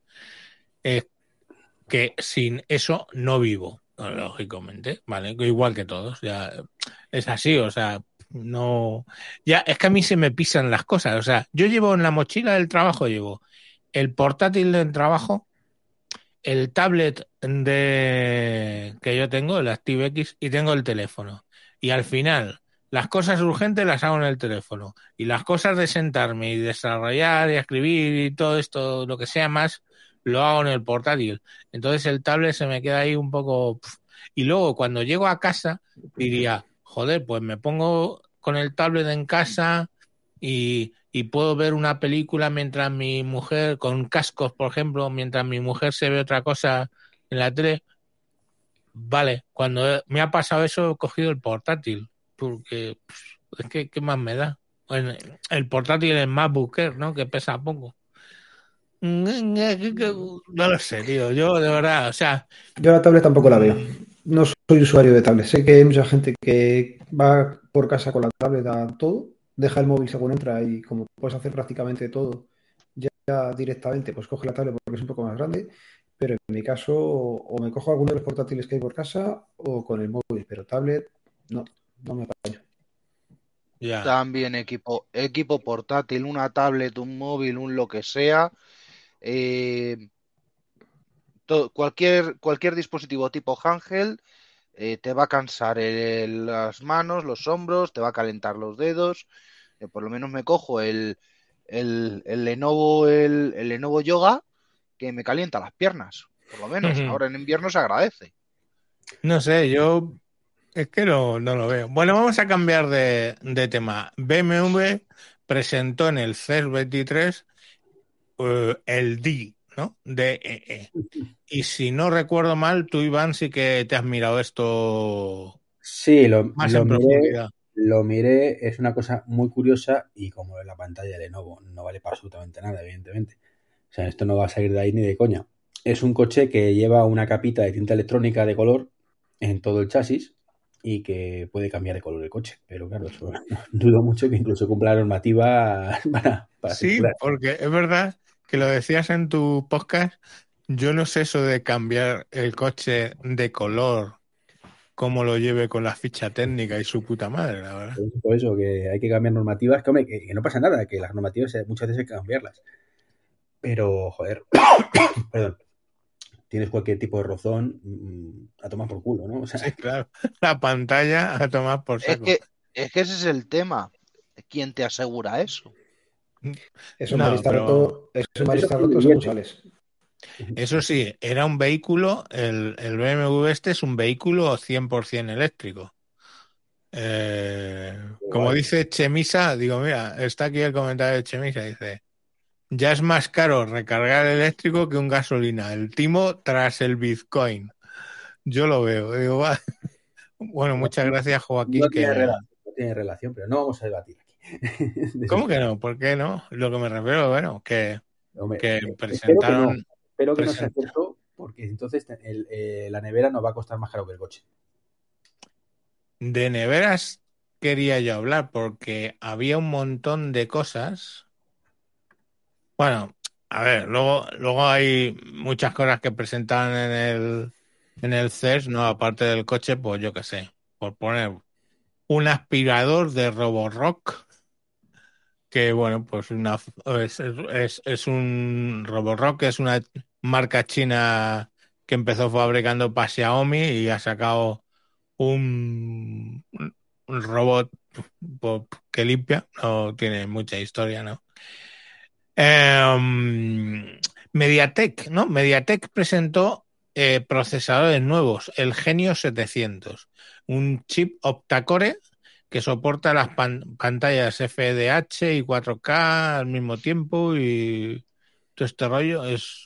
[SPEAKER 2] Que sin eso no vivo, lógicamente, ¿vale? Igual que todos, ya es así, o sea, no... Ya, es que a mí se me pisan las cosas, o sea, yo llevo en la mochila del trabajo, llevo el portátil del trabajo, el tablet que yo tengo, el ActiveX, y tengo el teléfono. Y al final, las cosas urgentes las hago en el teléfono. Y las cosas de sentarme y desarrollar y escribir y todo esto, lo que sea más, lo hago en el portátil. Entonces el tablet se me queda ahí un poco... Y luego cuando llego a casa, diría, joder, pues me pongo con el tablet en casa y puedo ver una película mientras mi mujer, con cascos, por ejemplo, mientras mi mujer se ve otra cosa en la tele. Vale, cuando me ha pasado eso he cogido el portátil, porque es que ¿qué más me da? Bueno, el portátil es MacBook Air, ¿no? Que pesa poco. No lo sé, tío, yo de verdad, o sea...
[SPEAKER 4] Yo la tablet tampoco la veo. No soy usuario de tablet. Sé que hay mucha gente que va por casa con la tablet a todo, deja el móvil según entra y como puedes hacer prácticamente todo ya directamente, pues coge la tablet porque es un poco más grande. Pero en mi caso, o me cojo alguno de los portátiles que hay por casa o con el móvil, pero tablet no me apaño.
[SPEAKER 2] Ya.
[SPEAKER 3] También equipo portátil, una tablet, un móvil, un lo que sea. Cualquier dispositivo tipo handheld te va a cansar las manos, los hombros, te va a calentar los dedos. Por lo menos me cojo el Lenovo Yoga, que me calienta las piernas. Por lo menos. Ahora en invierno se agradece.
[SPEAKER 2] No sé, yo es que no lo veo. Bueno, vamos a cambiar de tema. BMW presentó en el CES 23 el D, ¿no? DEE. Y si no recuerdo mal, tú, Iván, sí que te has mirado esto
[SPEAKER 5] Sí,
[SPEAKER 2] más en profundidad.
[SPEAKER 5] lo miré, es una cosa muy curiosa y como es la pantalla de Lenovo, no vale para absolutamente nada, evidentemente. O sea, esto no va a salir de ahí ni de coña. Es un coche que lleva una capita de tinta electrónica de color en todo el chasis y que puede cambiar de color el coche. Pero claro, eso dudo mucho que incluso cumpla la normativa para
[SPEAKER 2] Sí,
[SPEAKER 5] circular.
[SPEAKER 2] porque es verdad que lo decías en tu podcast. Yo no sé eso de cambiar el coche de color, cómo lo lleve con la ficha técnica y su puta madre, la verdad.
[SPEAKER 5] Por eso que hay que cambiar normativas, que, hombre, que no pasa nada, que las normativas muchas veces hay que cambiarlas. Pero, joder, perdón, tienes cualquier tipo de rozón, a tomar por culo, ¿no? O sea,
[SPEAKER 2] Sí, claro. La pantalla a tomar por
[SPEAKER 3] Es
[SPEAKER 2] saco.
[SPEAKER 3] que, es que ese es el tema. ¿Quién te asegura eso?
[SPEAKER 4] Eso mal
[SPEAKER 2] No,
[SPEAKER 4] está
[SPEAKER 2] pero
[SPEAKER 4] roto, eso mal
[SPEAKER 5] eso
[SPEAKER 4] está
[SPEAKER 5] es un
[SPEAKER 4] roto según
[SPEAKER 5] billete.
[SPEAKER 4] sales.
[SPEAKER 2] eso sí, era un vehículo, el BMW este es un vehículo 100% eléctrico. Como
[SPEAKER 5] Guay.
[SPEAKER 2] dice Chemisa, digo, mira, está aquí el comentario de Chemisa, dice, ya es más caro recargar eléctrico que un gasolina. El timo tras el Bitcoin. Yo lo veo, digo, va, Bueno, muchas gracias, Joaquín.
[SPEAKER 5] No tiene relación, pero no vamos a debatir aquí.
[SPEAKER 2] ¿Cómo que no? ¿Por qué no? Lo que me refiero, bueno, que
[SPEAKER 5] Hombre,
[SPEAKER 2] presentaron...
[SPEAKER 5] espero que no sea cierto, porque entonces la nevera nos va a costar más caro que el coche.
[SPEAKER 2] De neveras quería yo hablar, porque había un montón de cosas. Bueno, a ver, luego hay muchas cosas que presentaban en el CES, ¿no? Aparte del coche, pues yo qué sé, por poner un aspirador de Roborock, que bueno, pues es un Roborock, es una marca china que empezó fabricando para Xiaomi y ha sacado un robot que limpia, no tiene mucha historia, ¿no? MediaTek, ¿no? MediaTek presentó procesadores nuevos, el Genio 700, un chip octa-core que soporta las pantallas FDH y 4K al mismo tiempo y todo este rollo es,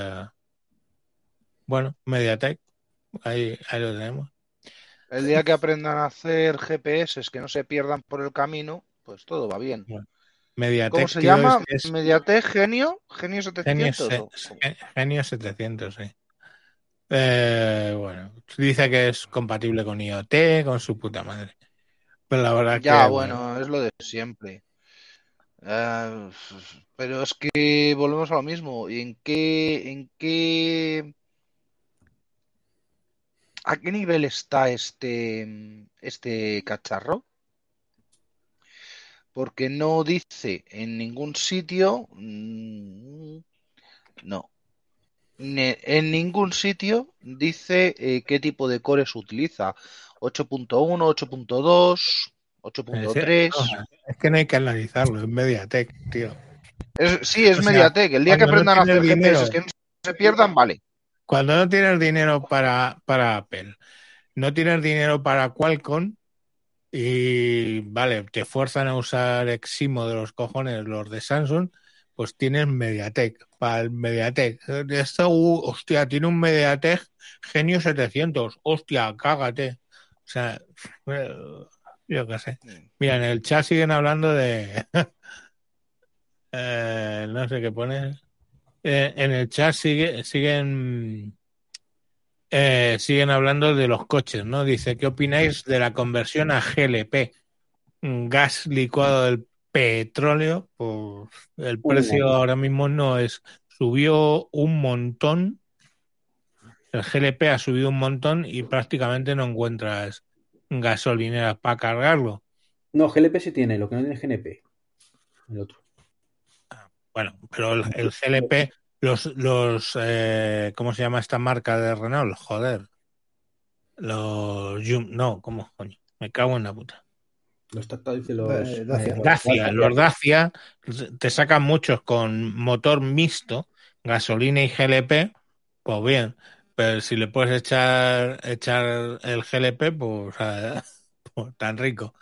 [SPEAKER 2] bueno, MediaTek, ahí lo tenemos.
[SPEAKER 3] El día que aprendan a hacer GPS que no se pierdan por el camino, pues todo va bien.
[SPEAKER 2] Bueno, MediaTek,
[SPEAKER 3] ¿cómo se
[SPEAKER 2] tío,
[SPEAKER 3] llama? ¿MediaTek Genio? ¿Genio 700?
[SPEAKER 2] Genio 700, sí. Bueno, dice que es compatible con IoT, con su puta madre. Pero la verdad
[SPEAKER 3] Ya,
[SPEAKER 2] que,
[SPEAKER 3] bueno, es lo de siempre. Pero es que volvemos a lo mismo. ¿A qué nivel está este cacharro? Porque no dice en ningún sitio, no, en ningún sitio dice qué tipo de cores utiliza. 8.1, 8.2, 8.3.
[SPEAKER 2] es que no hay que analizarlo, es MediaTek, tío.
[SPEAKER 3] Sí, es
[SPEAKER 2] O sea,
[SPEAKER 3] MediaTek. El día que
[SPEAKER 2] cuando no
[SPEAKER 3] aprendan a
[SPEAKER 2] tienes
[SPEAKER 3] hacer
[SPEAKER 2] dinero,
[SPEAKER 3] GPS que no se pierdan, vale.
[SPEAKER 2] cuando no tienes dinero para Apple, no tienes dinero para Qualcomm y, vale, te fuerzan a usar Eximo de los cojones, los de Samsung, pues tienes MediaTek, para el MediaTek. Esto, hostia, tiene un MediaTek Genio 700, hostia, cágate. O sea, yo qué sé. Mira, en el chat siguen hablando de... no sé qué pones. En el chat siguen hablando de los coches, ¿no? Dice, ¿qué opináis de la conversión a GLP? Gas licuado del petróleo, pues el precio ahora mismo no es, subió un montón, el GLP ha subido un montón y prácticamente no encuentras gasolineras para cargarlo.
[SPEAKER 5] No, GLP sí tiene, lo que no tiene es GNP. El otro.
[SPEAKER 2] Bueno, pero el GLP, ¿cómo se llama esta marca de Renault? Joder. No, ¿cómo coño? Me cago en la puta.
[SPEAKER 5] Los dice los
[SPEAKER 4] Dacia.
[SPEAKER 2] Los Dacia te sacan muchos con motor mixto, gasolina y GLP, pues bien, pero si le puedes echar el GLP, pues, pues tan rico.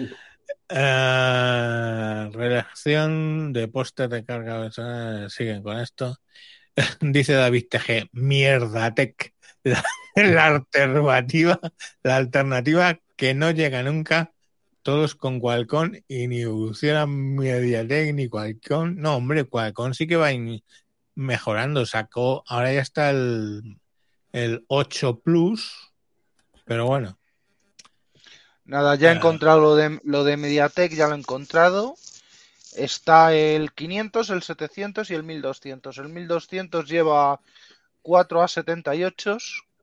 [SPEAKER 2] Redacción de póster de carga, siguen con esto. Dice David TG, mierda tech. La alternativa que no llega nunca, todos con Qualcomm y ni evoluciona MediaTek ni Qualcomm. No, hombre, Qualcomm sí que va mejorando. Sacó, ahora ya está el 8 Plus, pero bueno.
[SPEAKER 3] Nada, ya he encontrado lo de MediaTek, ya lo he encontrado. Está el 500, el 700 y el 1200. El 1200 lleva 4 A78,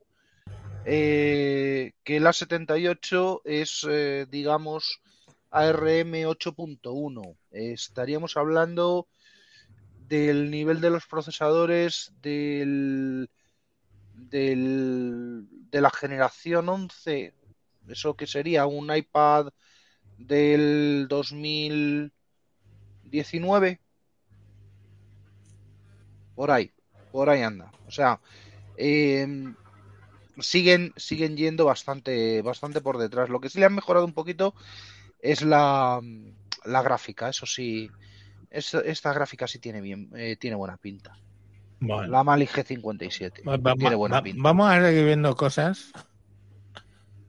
[SPEAKER 3] que el A78 es, digamos, ARM 8.1. Estaríamos hablando del nivel de los procesadores de la generación 11. Eso que sería un iPad del 2019. Por ahí anda. O sea, siguen yendo bastante por detrás. Lo que sí le han mejorado un poquito es la gráfica. Eso sí, esta gráfica sí tiene buena pinta.
[SPEAKER 2] Bueno,
[SPEAKER 3] La Mali G57 tiene buena pinta.
[SPEAKER 2] Vamos a seguir viendo cosas.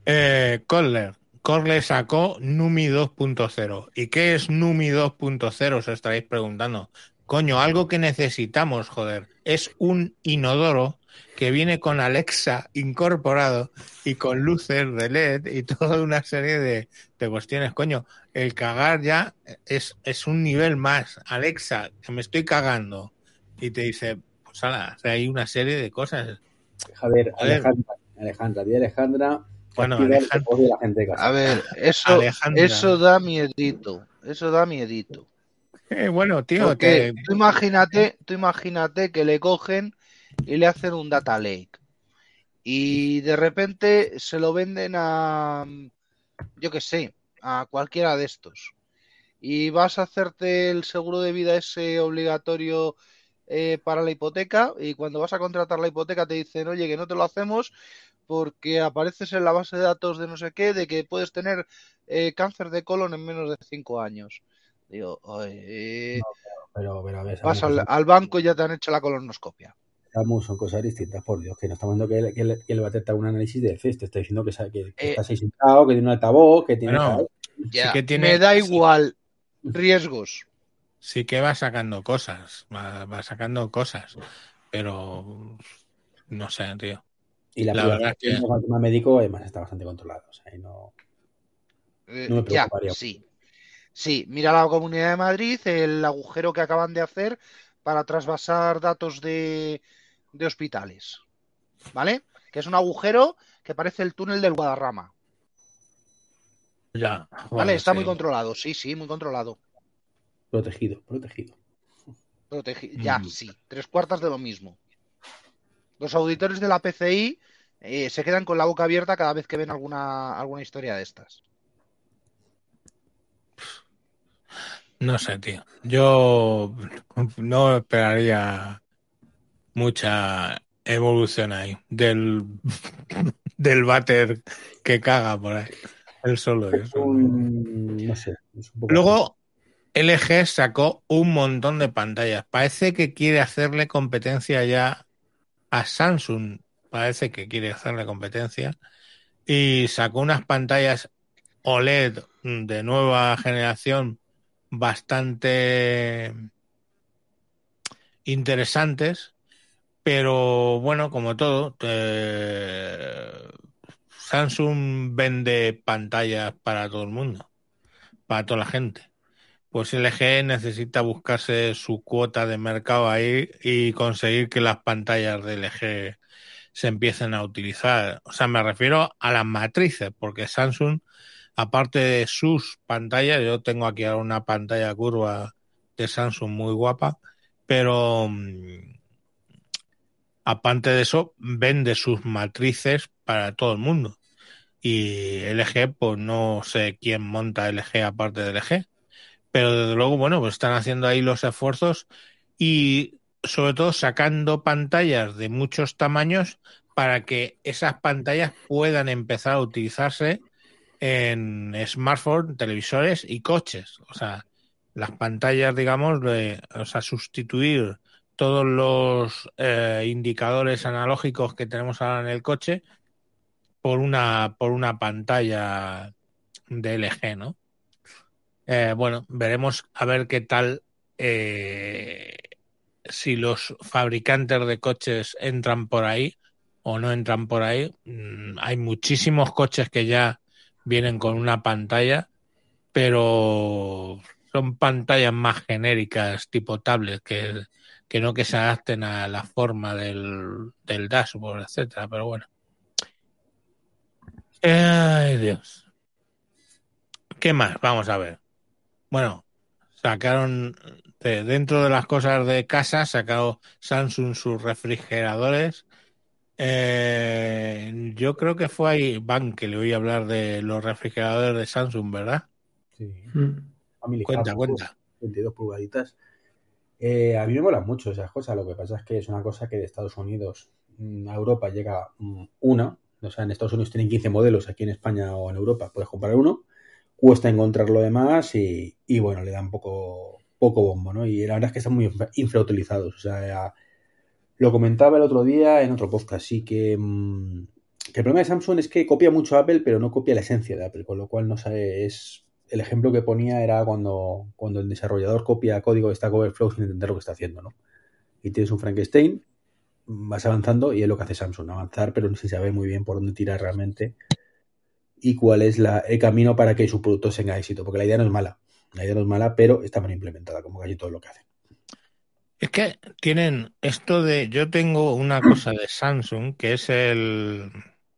[SPEAKER 2] Corler sacó Numi 2.0. ¿Y qué es Numi 2.0? Os estaréis preguntando. Coño, algo que necesitamos, joder. Es un inodoro que viene con Alexa incorporado y con luces de LED y toda una serie de cuestiones. Coño, el cagar ya es un nivel más. Alexa, que me estoy cagando. Y te dice, pues ala, hay una serie de cosas.
[SPEAKER 5] Joder,
[SPEAKER 2] Joder.
[SPEAKER 5] Alejandra, di Alejandra, que
[SPEAKER 2] Bueno,
[SPEAKER 5] activa el
[SPEAKER 2] Alejandra.
[SPEAKER 5] soporte de la gente de casa.
[SPEAKER 3] A ver,
[SPEAKER 2] Alejandra.
[SPEAKER 3] eso da miedito. Eso da miedito.
[SPEAKER 2] Bueno, tío,
[SPEAKER 3] Porque tú imagínate que le cogen y le hacen un data lake. Y de repente se lo venden a, yo qué sé, a cualquiera de estos. Y vas a hacerte el seguro de vida ese obligatorio para la hipoteca, y cuando vas a contratar la hipoteca te dicen, oye, que no te lo hacemos porque apareces en la base de datos de no sé qué, de que puedes tener cáncer de colon en menos de 5 años. Digo,
[SPEAKER 5] Pero a ver,
[SPEAKER 3] vas
[SPEAKER 5] Samu,
[SPEAKER 3] al banco y ya te han hecho la colonoscopia.
[SPEAKER 5] Samu, son cosas distintas, por Dios, que no estamos viendo que le va a tratar un análisis de FES, te está diciendo que está así sentado, que tiene un altavoz, que tiene...
[SPEAKER 2] Bueno,
[SPEAKER 3] Ya,
[SPEAKER 2] sí que tiene,
[SPEAKER 3] me da igual. Riesgos.
[SPEAKER 2] sí que va sacando cosas, va sacando cosas, pero no sé, tío.
[SPEAKER 5] Y la
[SPEAKER 2] verdad
[SPEAKER 5] privacidad
[SPEAKER 2] es que
[SPEAKER 5] del tema médico, además, está bastante controlado. O sea, no me
[SPEAKER 3] Ya,
[SPEAKER 5] preocuparía.
[SPEAKER 3] sí. Sí, mira la Comunidad de Madrid, el agujero que acaban de hacer para trasvasar datos de hospitales. ¿Vale? Que es un agujero que parece el túnel del Guadarrama.
[SPEAKER 2] ya,
[SPEAKER 3] ¿Vale?
[SPEAKER 2] joder,
[SPEAKER 3] Está muy
[SPEAKER 2] sí.
[SPEAKER 3] controlado. Sí, muy controlado.
[SPEAKER 5] Protegido.
[SPEAKER 3] Ya, sí. 3/4 de lo mismo. Los auditores de la PCI se quedan con la boca abierta cada vez que ven alguna historia de estas.
[SPEAKER 2] No sé, tío. Yo no esperaría mucha evolución ahí del váter que caga por ahí. El solo eso.
[SPEAKER 5] No sé, es un poco...
[SPEAKER 2] Luego, LG sacó un montón de pantallas. Parece que quiere hacerle competencia ya a Samsung. Parece que quiere hacerle competencia. Y sacó unas pantallas OLED de nueva generación bastante interesantes. Pero bueno, como todo, Samsung vende pantallas para todo el mundo, para toda la gente. Pues LG necesita buscarse su cuota de mercado ahí y conseguir que las pantallas de LG se empiecen a utilizar. O sea, me refiero a las matrices, porque Samsung, aparte de sus pantallas, yo tengo aquí ahora una pantalla curva de Samsung muy guapa, pero aparte de eso, vende sus matrices para todo el mundo. Y LG, pues no sé quién monta LG aparte de LG. Pero desde luego, bueno, pues están haciendo ahí los esfuerzos y sobre todo sacando pantallas de muchos tamaños para que esas pantallas puedan empezar a utilizarse en smartphones, televisores y coches. O sea, las pantallas, digamos, o sea, sustituir todos los indicadores analógicos que tenemos ahora en el coche por una pantalla de LG, ¿no? Bueno, veremos a ver qué tal si los fabricantes de coches entran por ahí o no entran por ahí. Hay muchísimos coches que ya vienen con una pantalla, pero son pantallas más genéricas tipo tablet que no que se adapten a la forma del dashboard, etcétera. Pero bueno. Ay, Dios. ¿Qué más? Vamos a ver. Bueno, sacaron dentro de las cosas de casa, sacado Samsung sus refrigeradores. Yo creo que fue a Iván que le oí hablar de los refrigeradores de Samsung, ¿verdad?
[SPEAKER 5] Sí.
[SPEAKER 4] Mm.
[SPEAKER 5] Family
[SPEAKER 2] Cuenta,
[SPEAKER 5] Hub,
[SPEAKER 2] cuenta.
[SPEAKER 5] 22 pulgaditas. A mí me molan mucho esas cosas. Lo que pasa es que es una cosa que de Estados Unidos a Europa llega una. O sea, en Estados Unidos tienen 15 modelos, aquí en España o en Europa puedes comprar uno. Cuesta encontrar lo demás y bueno, le dan poco bombo, ¿no? Y la verdad es que están muy infrautilizados. O sea, lo comentaba el otro día en otro podcast, sí que Que el problema de Samsung es que copia mucho a Apple, pero no copia la esencia de Apple, con lo cual no sabe, es... El ejemplo que ponía era cuando el desarrollador copia código de Stack Overflow sin entender lo que está haciendo, ¿no? Y tienes un Frankenstein, vas avanzando y es lo que hace Samsung, avanzar, pero no se sabe muy bien por dónde tirar realmente y cuál es el camino para que su producto tenga éxito, porque la idea no es mala. La idea no es mala, pero está mal implementada, como casi todo lo que hacen.
[SPEAKER 2] Es que tienen esto de... Yo tengo una cosa de Samsung que es el...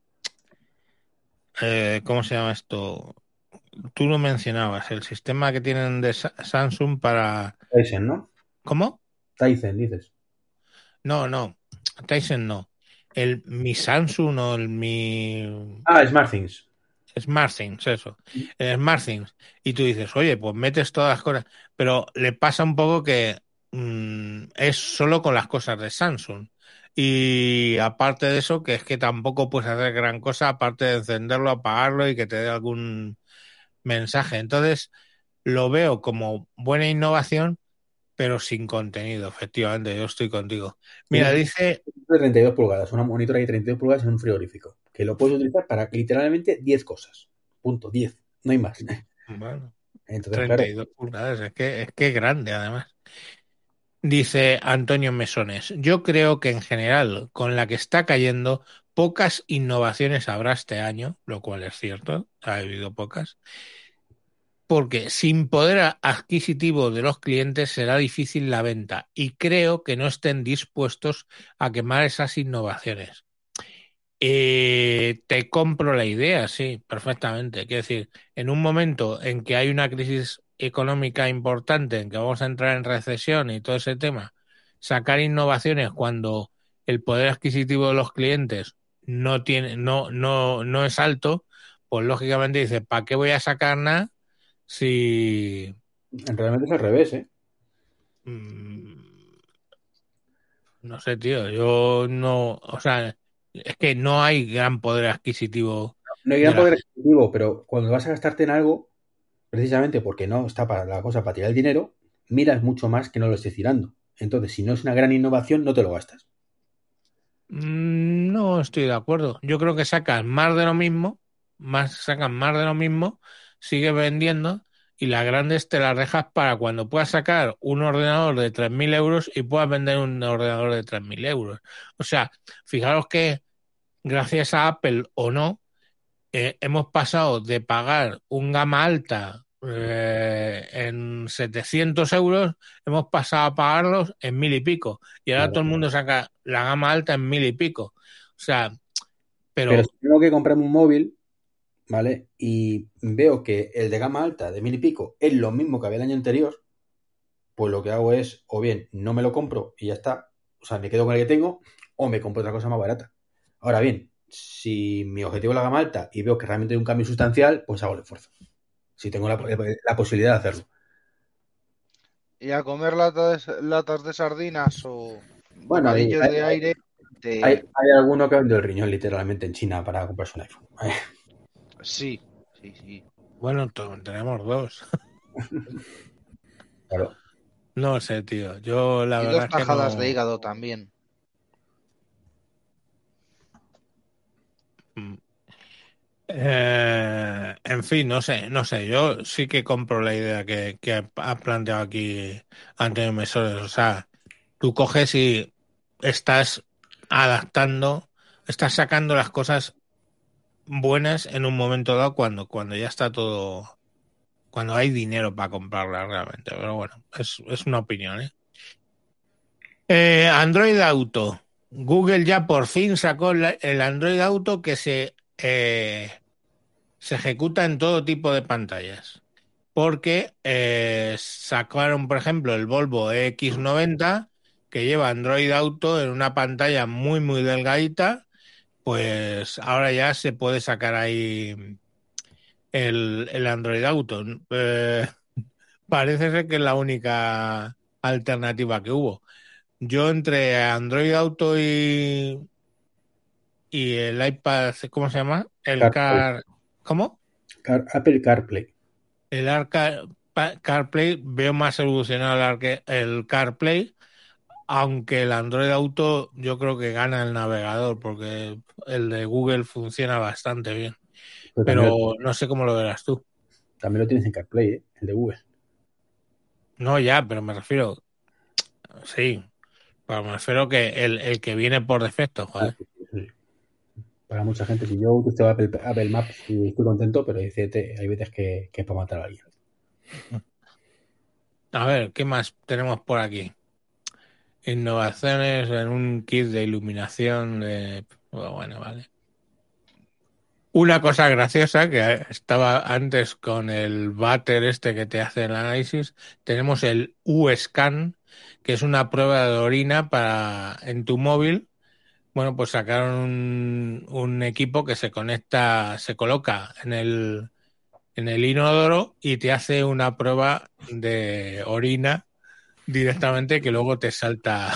[SPEAKER 2] ¿cómo se llama esto? Tú lo mencionabas, el sistema que tienen de Samsung para...
[SPEAKER 5] Tyson, ¿no?
[SPEAKER 2] ¿Cómo?
[SPEAKER 5] Tyson, dices.
[SPEAKER 2] No, Tyson no. El Mi Samsung o el Mi
[SPEAKER 5] Ah, SmartThings.
[SPEAKER 2] SmartThings, eso. El SmartThings. Y tú dices, oye, pues metes todas las cosas, pero le pasa un poco que es solo con las cosas de Samsung. Y aparte de eso, que es que tampoco puedes hacer gran cosa aparte de encenderlo, apagarlo y que te dé algún mensaje. Entonces, lo veo como buena innovación, pero sin contenido, efectivamente, yo estoy contigo. Mira,
[SPEAKER 5] Tienes
[SPEAKER 2] dice,
[SPEAKER 5] de 32 pulgadas, una monitora de 32 pulgadas en un frigorífico, que lo puedes utilizar para literalmente 10 cosas. Punto, 10. No hay más.
[SPEAKER 2] bueno,
[SPEAKER 5] Entonces, claro,
[SPEAKER 2] 32 pulgadas, es que es grande además. Dice Antonio Mesones, yo creo que en general, con la que está cayendo, pocas innovaciones habrá este año, lo cual es cierto, ha habido pocas, porque sin poder adquisitivo de los clientes será difícil la venta y creo que no estén dispuestos a quemar esas innovaciones. Te compro la idea, sí, perfectamente. Quiero decir, en un momento en que hay una crisis económica importante, en que vamos a entrar en recesión y todo ese tema, sacar innovaciones cuando el poder adquisitivo de los clientes no es alto, pues lógicamente dice, ¿para qué voy a sacar nada si
[SPEAKER 5] realmente es al revés, ¿eh?
[SPEAKER 2] mm, no sé, tío, yo no, o sea, es que no hay gran poder adquisitivo
[SPEAKER 5] No hay
[SPEAKER 2] de
[SPEAKER 5] gran
[SPEAKER 2] la
[SPEAKER 5] poder
[SPEAKER 2] gente.
[SPEAKER 5] adquisitivo, pero cuando vas a gastarte en algo, precisamente porque no está para la cosa para tirar el dinero, miras mucho más que no lo estés tirando. Entonces, si no es una gran innovación, no te lo gastas.
[SPEAKER 2] No estoy de acuerdo. Yo creo que sacan más de lo mismo, sacan más de lo mismo, sigue vendiendo y las grandes te las dejas para cuando puedas sacar un ordenador de 3.000 euros y puedas vender un ordenador de 3.000 euros. O sea, fijaros que gracias a Apple o no, hemos pasado de pagar un gama alta en 700 euros, hemos pasado a pagarlos en 1.000 y pico. Y ahora
[SPEAKER 5] Claro.
[SPEAKER 2] todo el mundo saca la gama alta en 1.000 y pico. O sea,
[SPEAKER 5] Pero si
[SPEAKER 2] pero
[SPEAKER 5] tengo que comprarme un móvil, ¿vale? Y veo que el de gama alta, de 1000 y pico, es lo mismo que había el año anterior, pues lo que hago es, o bien no me lo compro y ya está, o sea, me quedo con el que tengo, o me compro otra cosa más barata. Ahora bien, si mi objetivo es la gama alta y veo que realmente hay un cambio sustancial, pues hago el esfuerzo. Si tengo la posibilidad de hacerlo.
[SPEAKER 3] Y a comer latas de sardinas o
[SPEAKER 5] Bueno,
[SPEAKER 3] bocadillos de aire.
[SPEAKER 5] hay alguno que ha vendido el riñón literalmente en China para comprarse un iPhone.
[SPEAKER 3] Sí, sí, sí.
[SPEAKER 2] bueno, tenemos dos.
[SPEAKER 5] Claro.
[SPEAKER 2] No sé, tío. Yo la
[SPEAKER 3] Y
[SPEAKER 2] verdad
[SPEAKER 3] dos
[SPEAKER 2] es que
[SPEAKER 3] tajadas de
[SPEAKER 2] no.
[SPEAKER 3] hígado también.
[SPEAKER 2] Mm. En fin, no sé. Yo sí que compro la idea que ha planteado aquí Antonio Mesores. O sea, tú coges y estás adaptando, estás sacando las cosas buenas en un momento dado cuando ya está todo, cuando hay dinero para comprarlas realmente. Pero bueno, es una opinión, ¿eh? Android Auto. Google ya por fin sacó el Android Auto que se ejecuta en todo tipo de pantallas. Porque sacaron, por ejemplo, el Volvo EX90 que lleva Android Auto en una pantalla muy, muy delgadita. Pues ahora ya se puede sacar ahí el Android Auto. Parece ser que es la única alternativa que hubo. Yo entre Android Auto y el iPad, ¿cómo se llama?
[SPEAKER 5] CarPlay.
[SPEAKER 2] ¿Cómo?
[SPEAKER 5] Apple CarPlay.
[SPEAKER 2] CarPlay, veo más evolucionado el CarPlay, aunque el Android Auto yo creo que gana el navegador, porque el de Google funciona bastante bien. Pero no sé cómo lo verás tú.
[SPEAKER 5] También lo tienes en CarPlay, ¿eh? El de Google.
[SPEAKER 2] No, ya, pero me refiero, sí, pero me refiero que el que viene por defecto, joder.
[SPEAKER 5] Sí. Para mucha gente, si yo utilizo Apple Maps y estoy contento, pero hay veces que es para matar a alguien.
[SPEAKER 2] A ver, ¿qué más tenemos por aquí? Innovaciones en un kit de iluminación de... Bueno, vale. Una cosa graciosa que estaba antes con el váter este que te hace el análisis, tenemos el U-Scan, que es una prueba de orina para en tu móvil. Bueno, pues sacaron un equipo que se conecta, se coloca en el inodoro y te hace una prueba de orina directamente que luego te salta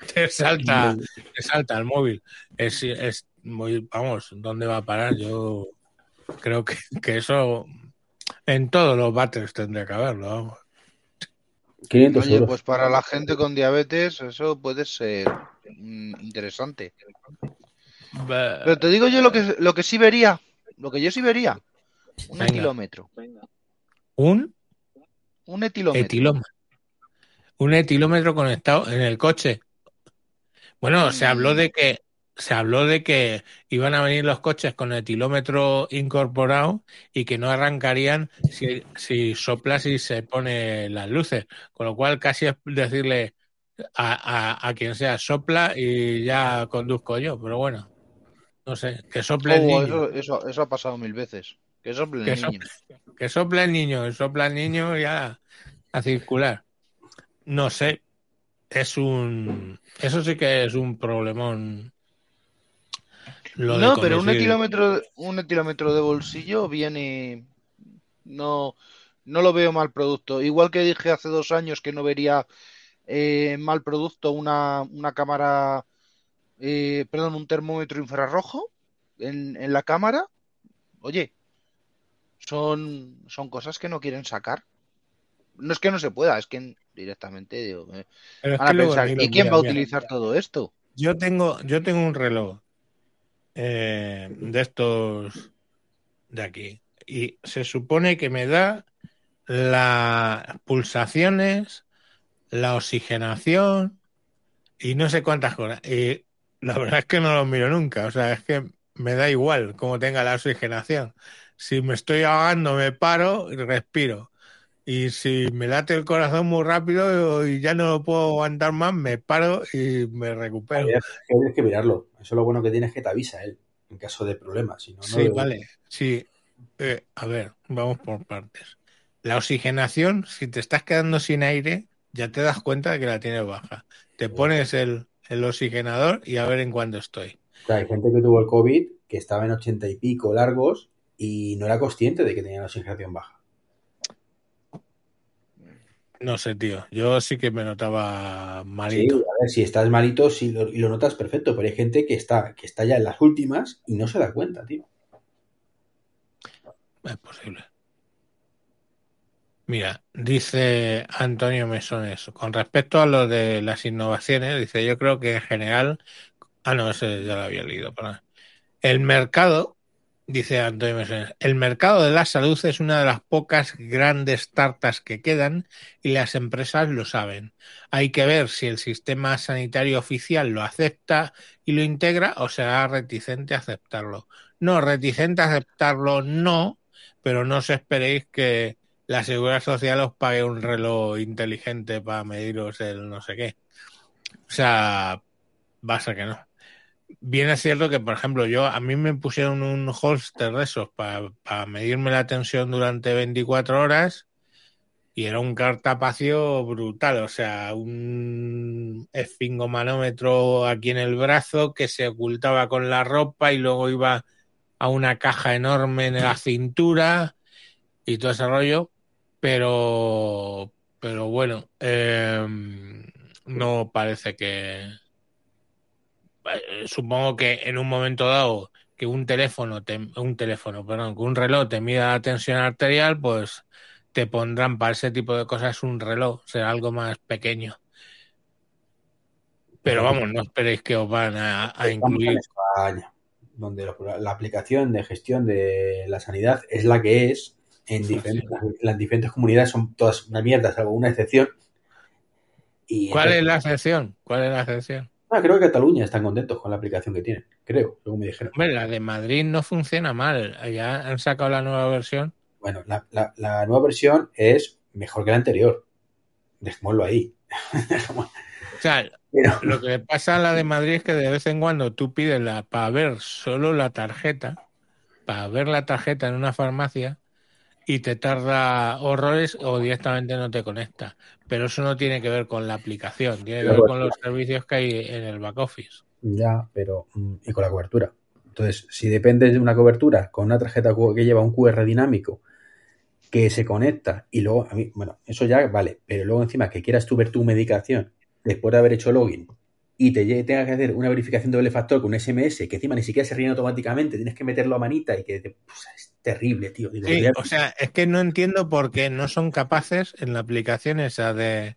[SPEAKER 2] al móvil. Es muy, vamos, ¿dónde va a parar? Yo creo que eso en todos los váteres tendría que haberlo, vamos.
[SPEAKER 5] 500
[SPEAKER 3] Oye,
[SPEAKER 5] euros.
[SPEAKER 3] pues para la gente con diabetes eso puede ser interesante. Pero te digo yo lo que sí vería, lo que yo sí vería, un
[SPEAKER 2] Venga.
[SPEAKER 3] etilómetro.
[SPEAKER 2] Un
[SPEAKER 3] etilómetro.
[SPEAKER 2] Un etilómetro conectado en el coche. Bueno, se habló de que iban a venir los coches con etilómetro incorporado y que no arrancarían si soplas y se pone las luces. Con lo cual casi es decirle a quien sea, sopla y ya conduzco yo. Pero bueno, no sé, que sople el niño.
[SPEAKER 3] Eso ha pasado 1000 veces. Que sople el niño.
[SPEAKER 2] Que sople el niño, sopla el niño ya a circular. No sé, eso sí que es un problemón.
[SPEAKER 3] No, pero un etilómetro de bolsillo viene. No, no lo veo mal producto. Igual que dije hace 2 años que no vería mal producto una cámara, perdón, un termómetro infrarrojo en la cámara. Oye, son cosas que no quieren sacar. No es que no se pueda, es que directamente digo,
[SPEAKER 2] Pero es
[SPEAKER 3] van
[SPEAKER 2] que
[SPEAKER 3] a
[SPEAKER 2] luego,
[SPEAKER 3] pensar, ¿y quién va a utilizar todo esto?
[SPEAKER 2] Yo tengo un reloj de estos de aquí y se supone que me da las pulsaciones, la oxigenación y no sé cuántas cosas. Y la verdad es que no lo miro nunca, o sea, es que me da igual cómo tenga la oxigenación. Si me estoy ahogando, me paro y respiro. Y si me late el corazón muy rápido y ya no lo puedo aguantar más, me paro y me recupero.
[SPEAKER 5] Tienes que mirarlo. Eso es lo bueno que tienes, que te avisa él en caso de problemas. Si no,
[SPEAKER 2] Sí, vale. Sí. A ver, vamos por partes. La oxigenación, si te estás quedando sin aire, ya te das cuenta de que la tienes baja. Te pones el oxigenador y a ver en cuándo estoy.
[SPEAKER 5] O sea, hay gente que tuvo el COVID que estaba en 80 y pico largos y no era consciente de que tenía la oxigenación baja.
[SPEAKER 2] No sé, tío. Yo sí que me notaba malito.
[SPEAKER 5] Sí, a ver, si estás malito y lo notas perfecto, pero hay gente que está ya en las últimas y no se da cuenta, tío.
[SPEAKER 2] Es posible. Mira, dice Antonio Mesones, con respecto a lo de las innovaciones, dice, yo creo que en general... Ah, no, ese ya lo había leído, perdón. El mercado, dice Antonio Mesones, el mercado de la salud es una de las pocas grandes tartas que quedan y las empresas lo saben. Hay que ver si el sistema sanitario oficial lo acepta y lo integra o será reticente a aceptarlo. No, reticente a aceptarlo no, pero no os esperéis que la Seguridad Social os pague un reloj inteligente para mediros el no sé qué. O sea, va a ser que no. Bien es cierto que, por ejemplo, a mí me pusieron un holster de esos para medirme la tensión durante 24 horas y era un cartapacio brutal, o sea, un esfingomanómetro aquí en el brazo que se ocultaba con la ropa y luego iba a una caja enorme en la cintura y todo ese rollo, pero bueno, no parece que... Supongo que en un momento dado que perdón, que un reloj te mida la tensión arterial, pues te pondrán para ese tipo de cosas un reloj, será algo más pequeño. Pero vamos, no esperéis que os van a
[SPEAKER 5] Estamos en
[SPEAKER 2] incluir.
[SPEAKER 5] España, donde la aplicación de gestión de la sanidad es la que es. Las diferentes comunidades son todas una mierda, salvo una excepción. Y
[SPEAKER 2] ¿Cuál es
[SPEAKER 5] entonces,
[SPEAKER 2] la excepción? ¿Cuál es la excepción?
[SPEAKER 5] creo que Cataluña están contentos con la aplicación que tienen, creo, según me dijeron.
[SPEAKER 2] Hombre, la de Madrid no funciona mal. Ya han sacado la nueva versión.
[SPEAKER 5] Bueno, la nueva versión es mejor que la anterior. Dejémoslo ahí.
[SPEAKER 2] O sea,
[SPEAKER 5] Pero,
[SPEAKER 2] lo que le pasa a la de Madrid es que de vez en cuando tú pides para ver solo la tarjeta, para ver la tarjeta en una farmacia, y te tarda horrores o directamente no te conecta. Pero eso no tiene que ver con la aplicación, tiene que ver con los servicios que hay en el back office.
[SPEAKER 5] ya, pero y con la cobertura. Entonces, si dependes de una cobertura con una tarjeta que lleva un QR dinámico que se conecta y luego, a mí, bueno, eso ya vale, pero luego encima que quieras tú ver tu medicación después de haber hecho login y tengas que hacer una verificación de doble factor con un SMS que encima ni siquiera se rellena automáticamente, tienes que meterlo a manita y que pues, es terrible, tío. Digo,
[SPEAKER 2] Sí, o sea, es que no entiendo por qué no son capaces en la aplicación esa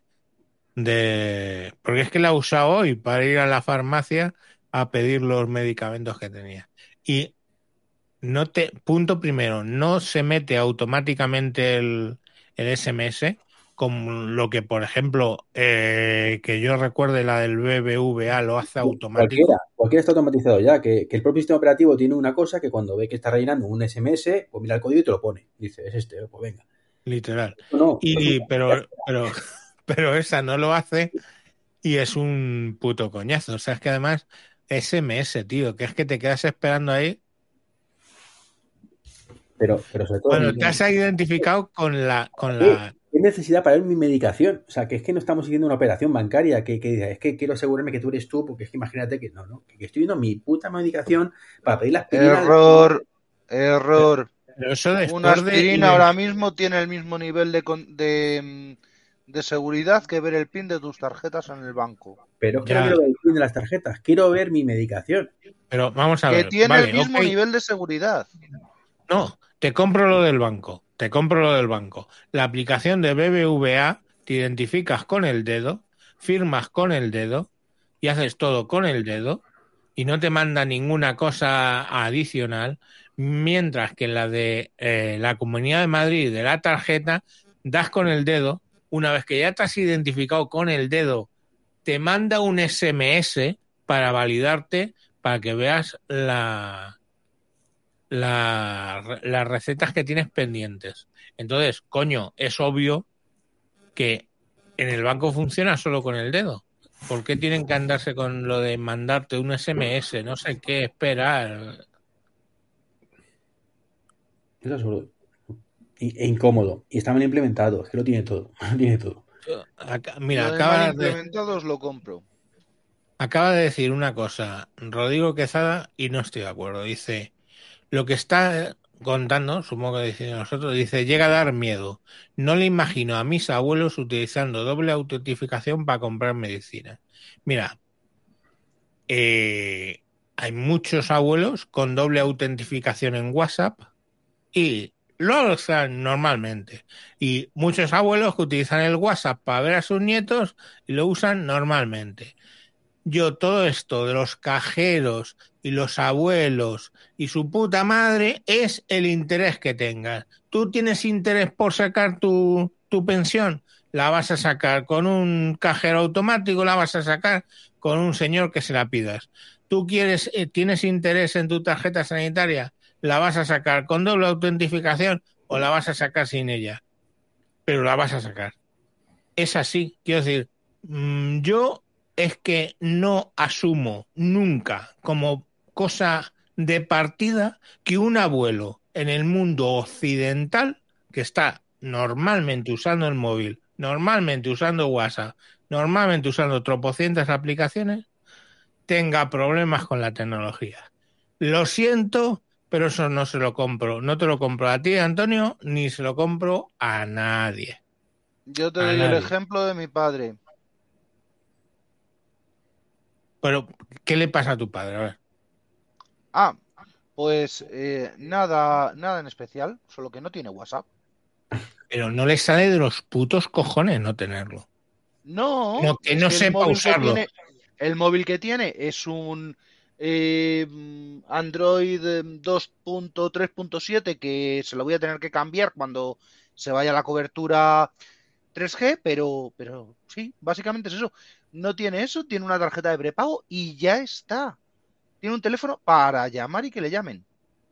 [SPEAKER 2] porque es que la he usado hoy para ir a la farmacia a pedir los medicamentos que tenía. Y punto primero, no se mete automáticamente el SMS, con lo que, por ejemplo, que yo recuerde la del BBVA lo hace automático.
[SPEAKER 5] Cualquiera está automatizado ya, que el propio sistema operativo tiene una cosa que cuando ve que está rellenando un SMS, pues mira el código y te lo pone. Dice, es este, pues venga.
[SPEAKER 2] Literal.
[SPEAKER 5] No,
[SPEAKER 2] Pero esa no lo hace y es un puto coñazo. O sea, es que además SMS, tío, que es que te quedas esperando ahí.
[SPEAKER 5] pero sobre todo...
[SPEAKER 2] Bueno, te has identificado con la...
[SPEAKER 5] ¿Qué necesidad para ver mi medicación? O sea, que es que no estamos siguiendo una operación bancaria que diga, es que quiero asegurarme que tú eres tú, porque es que imagínate que que estoy viendo mi puta medicación para pedir la aspirina.
[SPEAKER 3] Error.
[SPEAKER 2] Pero eso
[SPEAKER 3] Una aspirina ahora mismo tiene el mismo nivel de seguridad que ver el PIN de tus tarjetas en el banco.
[SPEAKER 5] Pero es que no quiero ver el PIN de las tarjetas, quiero ver mi medicación.
[SPEAKER 2] Pero vamos a ver.
[SPEAKER 3] Que tiene el mismo nivel de seguridad.
[SPEAKER 2] No, te compro lo del banco. La aplicación de BBVA te identificas con el dedo, firmas con el dedo y haces todo con el dedo y no te manda ninguna cosa adicional, mientras que en la de la Comunidad de Madrid de la tarjeta das con el dedo, una vez que ya te has identificado con el dedo, te manda un SMS para validarte, para que veas las recetas que tienes pendientes. Entonces, coño, es obvio que en el banco funciona solo con el dedo. ¿Por qué tienen que andarse con lo de mandarte un SMS? No sé qué esperar.
[SPEAKER 5] Es absurdo. E incómodo. Y está mal implementado. Es que lo tiene todo. Tiene todo.
[SPEAKER 2] Mira,
[SPEAKER 3] lo de mal implementado os lo compro.
[SPEAKER 2] Acaba de decir una cosa Rodrigo Quezada y no estoy de acuerdo. Dice, lo que está contando, supongo que dice nosotros, dice, llega a dar miedo. No le imagino a mis abuelos utilizando doble autentificación para comprar medicina. Mira, hay muchos abuelos con doble autentificación en WhatsApp y lo usan normalmente. Y muchos abuelos que utilizan el WhatsApp para ver a sus nietos y lo usan normalmente. Yo todo esto de los cajeros y los abuelos y su puta madre es el interés que tengas. Tú tienes interés por sacar tu pensión, la vas a sacar con un cajero automático, la vas a sacar con un señor que se la pidas. Tú tienes interés en tu tarjeta sanitaria, la vas a sacar con doble autentificación o la vas a sacar sin ella, pero la vas a sacar. Es así, quiero decir, yo es que no asumo nunca como cosa de partida que un abuelo en el mundo occidental, que está normalmente usando el móvil, normalmente usando WhatsApp, normalmente usando tropocientas aplicaciones, tenga problemas con la tecnología. Lo siento, pero eso no se lo compro. No te lo compro a ti, Antonio, ni se lo compro a nadie.
[SPEAKER 3] Yo te doy el ejemplo de mi padre.
[SPEAKER 2] Pero, ¿qué le pasa a tu padre? A ver.
[SPEAKER 3] Pues nada en especial, solo que no tiene WhatsApp.
[SPEAKER 2] Pero no le sale de los putos cojones no tenerlo.
[SPEAKER 3] No,
[SPEAKER 2] que no sepa usarlo.
[SPEAKER 3] El móvil que tiene es un Android 2.3.7 que se lo voy a tener que cambiar cuando se vaya la cobertura 3G, pero sí, básicamente es eso. No tiene eso, tiene una tarjeta de prepago y ya está. Tiene un teléfono para llamar y que le llamen.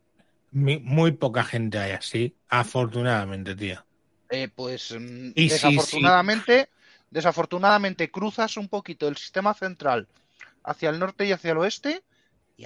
[SPEAKER 2] Muy poca gente hay así, afortunadamente, tío.
[SPEAKER 3] Pues
[SPEAKER 2] Y sí,
[SPEAKER 3] desafortunadamente cruzas un poquito el sistema central hacia el norte y hacia el oeste y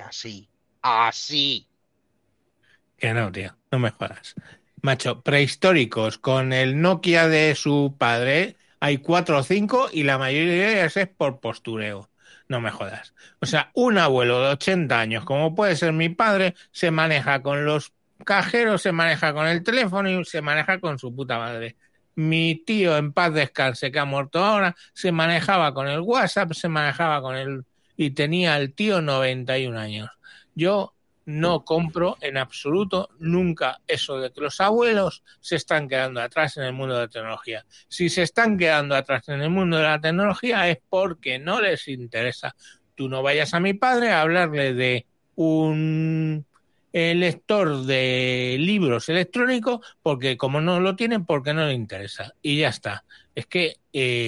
[SPEAKER 3] así.
[SPEAKER 2] que no, tío, no me jodas. Macho, prehistóricos con el Nokia de su padre hay 4 o 5 y la mayoría de ellas es por postureo. No me jodas. O sea, un abuelo de 80 años, como puede ser mi padre, se maneja con los cajeros, se maneja con el teléfono y se maneja con su puta madre. Mi tío, en paz descanse, que ha muerto ahora, se manejaba con el WhatsApp, se manejaba con el... y tenía el tío 91 años. Yo no compro en absoluto nunca eso de que los abuelos se están quedando atrás en el mundo de la tecnología. Si se están quedando atrás en el mundo de la tecnología es porque no les interesa. Tú no vayas a mi padre a hablarle de un lector de libros electrónicos porque como no lo tienen, porque no le interesa. Y ya está. Es que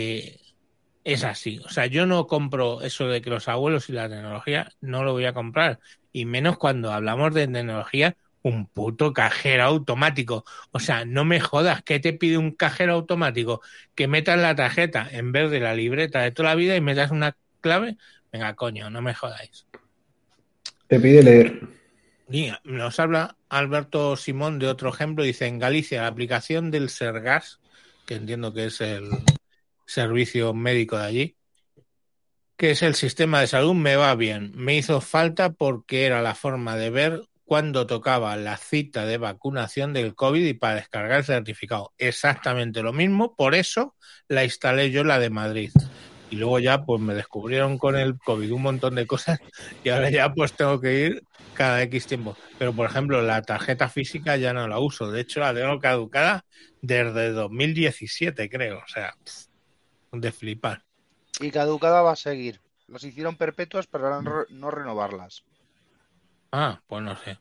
[SPEAKER 2] es así. O sea, yo no compro eso de que los abuelos y la tecnología no lo voy a comprar. Y menos cuando hablamos de tecnología, un puto cajero automático. O sea, no me jodas, ¿qué te pide un cajero automático? Que metas la tarjeta en vez de la libreta de toda la vida y metas una clave. Venga, coño, no me jodáis.
[SPEAKER 4] Te pide leer.
[SPEAKER 2] Y nos habla Alberto Simón de otro ejemplo. Dice, en Galicia, la aplicación del Sergas, que entiendo que es el servicio médico de allí, que es el sistema de salud, me va bien. Me hizo falta porque era la forma de ver cuándo tocaba la cita de vacunación del COVID y para descargar el certificado. Exactamente lo mismo, por eso la instalé yo, la de Madrid. Y luego ya pues me descubrieron con el COVID un montón de cosas y ahora ya pues tengo que ir cada X tiempo. Pero por ejemplo la tarjeta física ya no la uso. De hecho la tengo caducada desde 2017 creo. O sea, de flipar.
[SPEAKER 3] Y caducada va a seguir. Las hicieron perpetuas para no renovarlas.
[SPEAKER 2] Ah, pues no sé.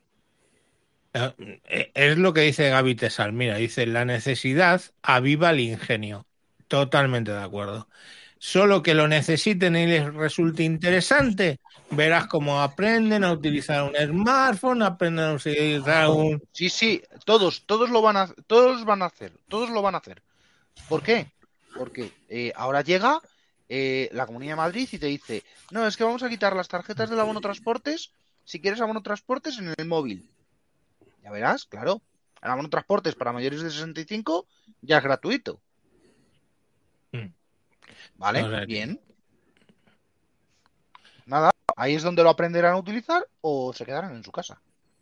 [SPEAKER 2] Es lo que dice Gaby Tesal. Mira, dice, la necesidad aviva el ingenio. Totalmente de acuerdo. Solo que lo necesiten y les resulte interesante, verás cómo aprenden a utilizar un smartphone, aprenden a utilizar un...
[SPEAKER 3] Sí, todos lo van a, todos van a hacer, todos lo van a hacer. ¿Por qué? Porque ahora llega la Comunidad de Madrid y te dice, no, es que vamos a quitar las tarjetas del abono transportes, si quieres abono transportes en el móvil. Ya verás, claro. El abono transportes para mayores de 65 ya es gratuito. ¿Vale?
[SPEAKER 2] O sea,
[SPEAKER 3] Bien. Nada, ahí es donde lo aprenderán a utilizar o se quedarán en su casa.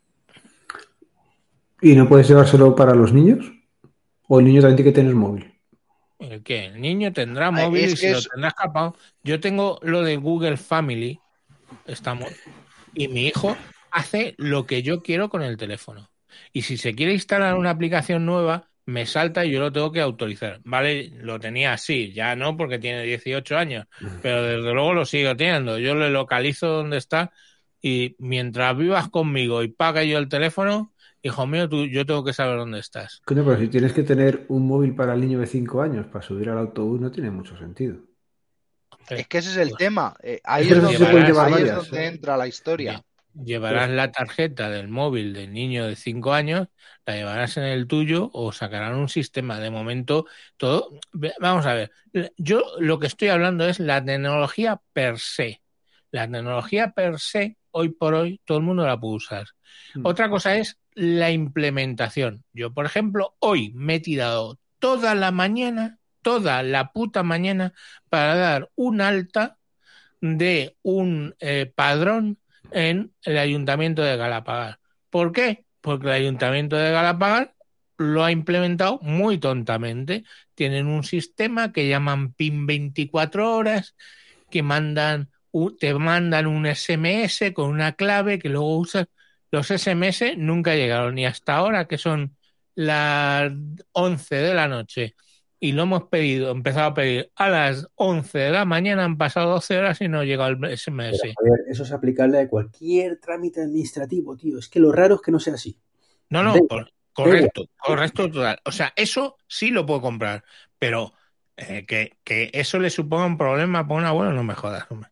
[SPEAKER 4] ¿Y no puedes llevárselo para los niños? ¿O el niño también tiene que tener móvil?
[SPEAKER 2] ¿Qué? El niño tendrá móvil y se lo tendrá escapado. Yo tengo lo de Google Family, estamos, y mi hijo hace lo que yo quiero con el teléfono. Y si se quiere instalar una aplicación nueva, me salta y yo lo tengo que autorizar. Vale, lo tenía así, ya no porque tiene 18 años, pero desde luego lo sigo teniendo. Yo le localizo donde está y mientras vivas conmigo y pague yo el teléfono, hijo mío, yo tengo que saber dónde estás.
[SPEAKER 4] Coño, pero si tienes que tener un móvil para el niño de 5 años para subir al autobús, no tiene mucho sentido.
[SPEAKER 3] Es que ese es el
[SPEAKER 2] Pues,
[SPEAKER 3] tema.
[SPEAKER 4] Es que no se pueden llevar
[SPEAKER 3] ahí es
[SPEAKER 4] varias.
[SPEAKER 3] donde entra la historia.
[SPEAKER 2] Llevarás la tarjeta del móvil del niño de 5 años, la llevarás en el tuyo o sacarán un sistema. De momento, todo. Vamos a ver, yo lo que estoy hablando es la tecnología per se. La tecnología per se, hoy por hoy, todo el mundo la puede usar. Otra cosa es la implementación. Yo, por ejemplo, hoy me he tirado toda la puta mañana, para dar un alta de un padrón en el Ayuntamiento de Galapagar. ¿Por qué? Porque el Ayuntamiento de Galapagar lo ha implementado muy tontamente. Tienen un sistema que llaman PIN 24 horas, que te mandan un SMS con una clave que luego usas. Los SMS nunca llegaron ni hasta ahora, que son las 11 de la noche, y lo hemos empezado a pedir a las 11 de la mañana, han pasado 12 horas y no llega el SMS.
[SPEAKER 5] Pero, joder, eso es aplicable a cualquier trámite administrativo, tío. Es que lo raro es que no sea así.
[SPEAKER 2] No,
[SPEAKER 5] Da igual,
[SPEAKER 2] correcto total. O sea, eso sí lo puedo comprar, pero que eso le suponga un problema para un abuelo, no me jodas, hombre.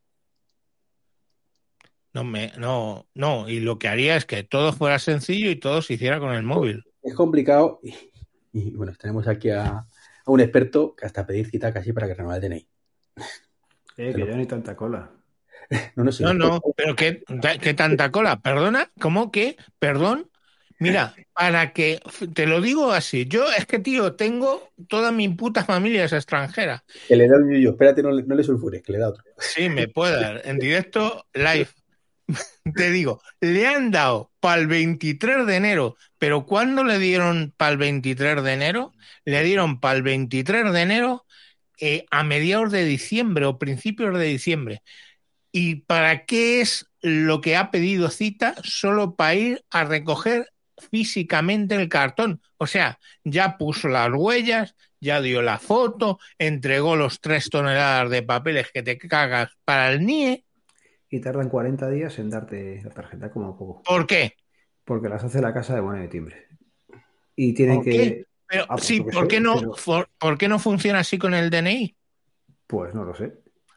[SPEAKER 2] No, y lo que haría es que todo fuera sencillo y todo se hiciera con el móvil.
[SPEAKER 5] Es complicado y bueno, tenemos aquí a un experto que hasta pedir cita casi para que renueve el DNI.
[SPEAKER 4] Que ya no hay tanta cola.
[SPEAKER 2] Pero ¿qué tanta cola? ¿Perdona? ¿Cómo que? ¿Perdón? Mira, para que, te lo digo así, yo es que, tío, tengo toda mi puta familia es extranjera.
[SPEAKER 5] Que le da un yuyo, espérate, no le sulfures, que le da otro.
[SPEAKER 2] Sí, me puede dar, en directo, live. Te digo, le han dado para el 23 de enero, pero ¿cuándo le dieron para el 23 de enero? Le dieron para el 23 de enero a mediados de diciembre o principios de diciembre. ¿Y para qué es lo que ha pedido cita? Solo para ir a recoger físicamente el cartón. O sea, ya puso las huellas, ya dio la foto, entregó los 3 toneladas de papeles que te cagas para el NIE.
[SPEAKER 4] Y tardan 40 días en darte la tarjeta, como poco.
[SPEAKER 2] ¿Por qué?
[SPEAKER 4] Porque las hace la casa de moneda de timbre. Y tienen
[SPEAKER 2] ¿Por qué?
[SPEAKER 4] que...
[SPEAKER 2] Pero,
[SPEAKER 4] pues
[SPEAKER 2] sí,
[SPEAKER 4] yo qué
[SPEAKER 2] ¿por
[SPEAKER 4] sé,
[SPEAKER 2] qué no,
[SPEAKER 4] pero-
[SPEAKER 2] por qué no funciona así con el DNI?
[SPEAKER 4] Pues no lo sé.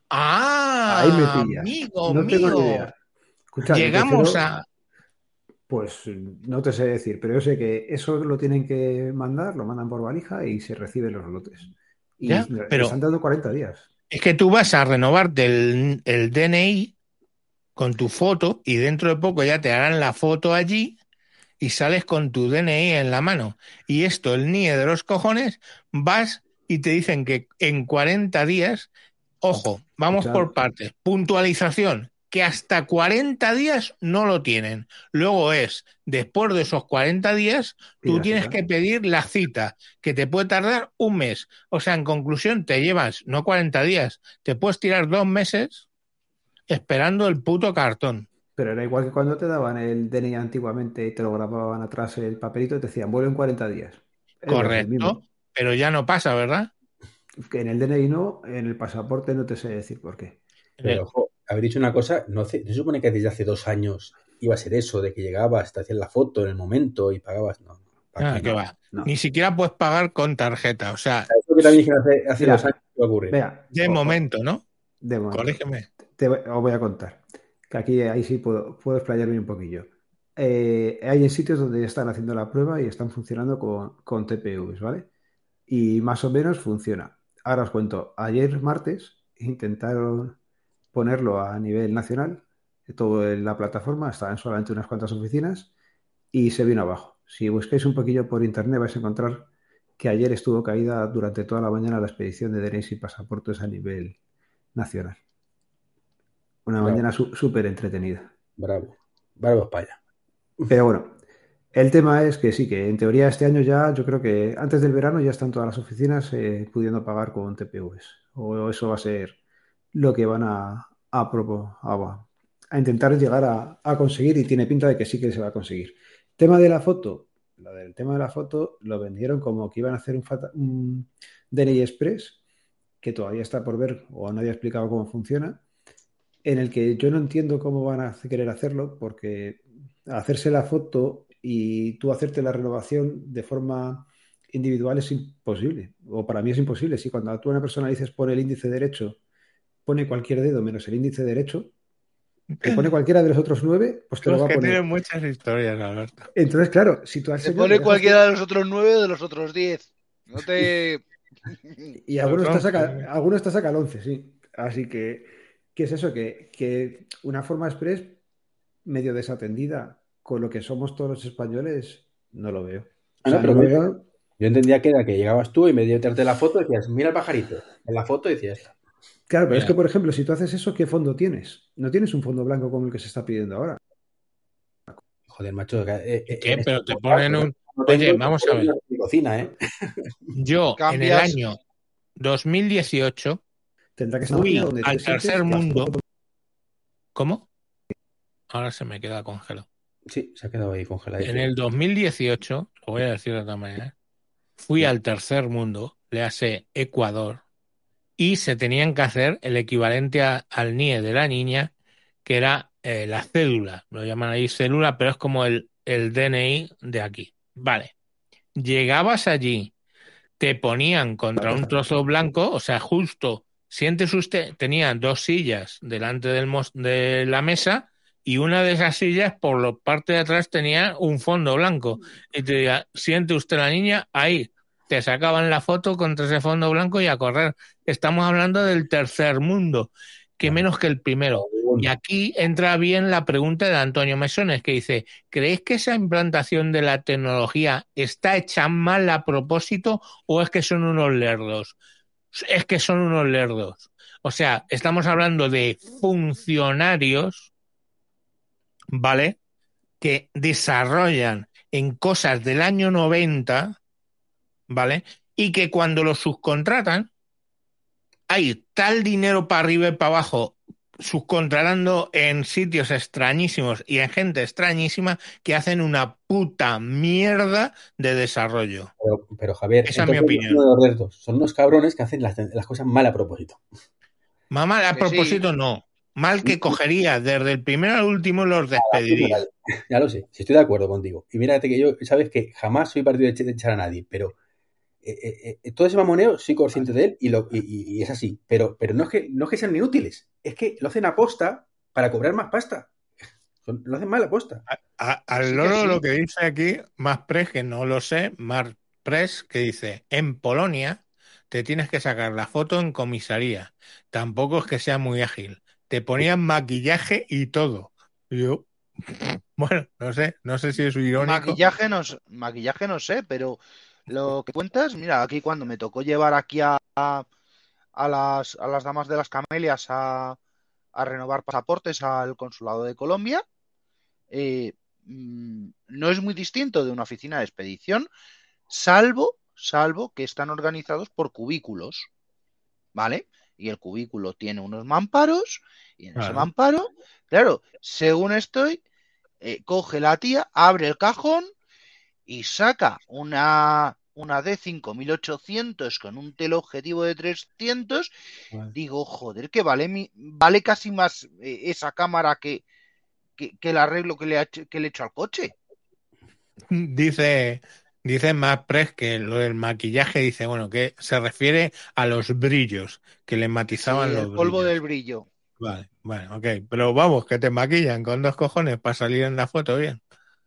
[SPEAKER 4] Ahí me
[SPEAKER 2] Ah,
[SPEAKER 4] pillas.
[SPEAKER 2] amigo
[SPEAKER 4] No tengo ni
[SPEAKER 2] mío.
[SPEAKER 4] idea. Escucha, yo
[SPEAKER 2] Llegamos
[SPEAKER 4] prefiero...
[SPEAKER 2] a...
[SPEAKER 4] Pues no te sé decir, pero yo sé que eso lo tienen que mandar, lo mandan por valija y se reciben los lotes. Y
[SPEAKER 2] Ya,
[SPEAKER 4] les
[SPEAKER 2] pero
[SPEAKER 4] han dado 40 días.
[SPEAKER 2] es que tú vas a renovarte el DNI con tu foto y dentro de poco ya te harán la foto allí y sales con tu DNI en la mano. Y esto, el NIE de los cojones, vas y te dicen que en 40 días, ojo, vamos
[SPEAKER 4] Escucha,
[SPEAKER 2] por partes, puntualización, que hasta 40 días no lo tienen. Luego es, después de esos 40 días,
[SPEAKER 4] y
[SPEAKER 2] tú
[SPEAKER 4] la
[SPEAKER 2] tienes
[SPEAKER 4] cita.
[SPEAKER 2] que pedir la cita, que te puede tardar un mes. O sea, en conclusión, te llevas, no 40 días, te puedes tirar 2 meses esperando el puto cartón.
[SPEAKER 4] Pero era igual que cuando te daban el DNI antiguamente y te lo grababan atrás el papelito y te decían, vuelve en 40 días. Igual es el
[SPEAKER 2] Correcto,
[SPEAKER 4] mismo.
[SPEAKER 2] pero ya no pasa, ¿verdad?
[SPEAKER 4] Que en el DNI no, en el pasaporte no te sé decir por qué.
[SPEAKER 5] Pero, ojo, haber dicho una cosa, no se supone que desde hace 2 años iba a ser eso, de que llegabas, te hacías la foto en el momento y pagabas. No, aquí
[SPEAKER 2] ¿Qué
[SPEAKER 5] no.
[SPEAKER 2] va?
[SPEAKER 4] No.
[SPEAKER 2] Ni siquiera puedes pagar con tarjeta. O sea,
[SPEAKER 5] Eso que también dijeron hace
[SPEAKER 4] Mira,
[SPEAKER 5] 2 años que iba a ocurrir.
[SPEAKER 4] Vea,
[SPEAKER 2] de momento, ¿no?
[SPEAKER 4] de momento.
[SPEAKER 2] Corrígeme.
[SPEAKER 4] Os voy a contar. Que aquí ahí sí puedo explayarme un poquillo. Hay en sitios donde ya están haciendo la prueba y están funcionando con TPUs, ¿vale? Y más o menos funciona. Ahora os cuento. Ayer martes intentaron ponerlo a nivel nacional, todo en la plataforma, estaban solamente unas cuantas oficinas y se vino abajo. Si buscáis un poquillo por internet vais a encontrar que ayer estuvo caída durante toda la mañana la expedición de DNIs y pasaportes a nivel nacional. Una
[SPEAKER 5] Bravo.
[SPEAKER 4] mañana súper entretenida.
[SPEAKER 5] Bravo. Bravo España.
[SPEAKER 4] Pero bueno, el tema es que sí, que en teoría este año ya, yo creo que antes del verano ya están todas las oficinas pudiendo pagar con TPVs. O eso va a ser lo que van a intentar llegar a conseguir y tiene pinta de que sí que se va a conseguir. Tema de la foto. Lo del tema de la foto lo vendieron como que iban a hacer un DNI Express, que todavía está por ver o nadie ha explicado cómo funciona, en el que yo no entiendo cómo van a querer hacerlo, porque hacerse la foto y tú hacerte la renovación de forma individual es imposible, o para mí es imposible. Si cuando tú a una persona dices pone el índice derecho, pone cualquier dedo menos el índice derecho, te pone cualquiera de los otros 9, pues te lo va a
[SPEAKER 2] que
[SPEAKER 4] poner.
[SPEAKER 2] tienen muchas historias, Alberto.
[SPEAKER 4] Entonces, claro, si tú al
[SPEAKER 3] Se
[SPEAKER 4] señor
[SPEAKER 3] pone
[SPEAKER 4] le dejas
[SPEAKER 3] cualquiera de los otros 9 o de los otros 10. No te.
[SPEAKER 4] y algunos te saca el 11, sí. Así que, ¿qué es eso? Que una forma express medio desatendida con lo que somos todos los españoles, no lo veo. O sea,
[SPEAKER 5] pero
[SPEAKER 4] no veo.
[SPEAKER 5] yo entendía que era que llegabas tú y en vez de tirarte la foto decías, mira el pajarito. En la foto decías,
[SPEAKER 4] Claro, pero
[SPEAKER 2] Mira.
[SPEAKER 4] es que, por ejemplo, si tú haces eso, ¿qué fondo tienes? No tienes un fondo blanco como el que se está pidiendo ahora.
[SPEAKER 5] joder, macho.
[SPEAKER 2] ¿Qué? Pero te ponen un...
[SPEAKER 5] No
[SPEAKER 2] Oye,
[SPEAKER 5] tengo-
[SPEAKER 2] vamos a ver.
[SPEAKER 5] Mi cocina, ¿eh?
[SPEAKER 2] Yo, en el
[SPEAKER 3] Cambias.
[SPEAKER 2] año 2018,
[SPEAKER 4] Tendrá que ser
[SPEAKER 2] fui
[SPEAKER 4] donde
[SPEAKER 2] al
[SPEAKER 4] te sientes
[SPEAKER 2] tercer
[SPEAKER 4] las
[SPEAKER 2] mundo.
[SPEAKER 4] fotos.
[SPEAKER 2] ¿Cómo? Ahora se me queda congelado.
[SPEAKER 5] Sí, se ha quedado ahí congelado.
[SPEAKER 2] En el 2018, lo voy a decir de otra manera, fui al tercer mundo, léase Ecuador, y se tenían que hacer el equivalente al NIE de la niña, que era la cédula. Lo llaman ahí cédula, pero es como el DNI de aquí. Vale. Llegabas allí, te ponían contra un trozo blanco, o sea, justo, sientes usted, tenía 2 sillas delante de la mesa y una de esas sillas por la parte de atrás tenía un fondo blanco. Y te decía, siente usted la niña, ahí. Te sacaban la foto contra ese fondo blanco y a correr. Estamos hablando del tercer mundo, que menos que el primero. Y aquí entra bien la pregunta de Antonio Mesones, que dice, ¿creéis que esa implantación de la tecnología está hecha mal a propósito o es que son unos lerdos? Es que son unos lerdos. O sea, estamos hablando de funcionarios, ¿vale?, que desarrollan en cosas del año 90, ¿vale?, y que cuando los subcontratan hay tal dinero para arriba y para abajo subcontratando en sitios extrañísimos y en gente extrañísima que hacen una puta mierda de desarrollo.
[SPEAKER 5] Pero Javier,
[SPEAKER 2] esa es mi opinión.
[SPEAKER 5] No son los retos, son unos cabrones que hacen las cosas mal a propósito.
[SPEAKER 2] Mamá, a propósito sí. No. Mal que cogería desde el primero al último los despediría.
[SPEAKER 5] Ya lo sé, si estoy de acuerdo contigo. Y mírate que yo, sabes que jamás soy partido de echar a nadie, pero todo ese mamoneo soy consciente de él y es así. Pero no es que sean inútiles, es que lo hacen a posta para cobrar más pasta. Lo hacen mal a posta.
[SPEAKER 2] Al loro sí. Lo que dice aquí, más Press, que no lo sé, más Press, que dice, en Polonia te tienes que sacar la foto en comisaría. Tampoco es que sea muy ágil. Te ponían maquillaje y todo. Y yo, bueno, no sé si es irónico.
[SPEAKER 3] Maquillaje no sé, pero lo que cuentas, mira, aquí cuando me tocó llevar aquí a las damas de las camelias a renovar pasaportes al consulado de Colombia, no es muy distinto de una oficina de expedición, salvo que están organizados por cubículos, ¿vale? Y el cubículo tiene unos mamparos y en ese mamparo, claro, según estoy, coge la tía, abre el cajón y saca una D5 1800 con un teleobjetivo de 300. Digo, joder, que vale casi más esa cámara que el arreglo que le he hecho al coche.
[SPEAKER 2] Dice Matt Press que lo del maquillaje, dice, bueno, que se refiere a los brillos, que le matizaban los brillos.
[SPEAKER 3] El polvo del brillo.
[SPEAKER 2] Vale, bueno, ok. Pero vamos, que te maquillan con 2 cojones para salir en la foto bien.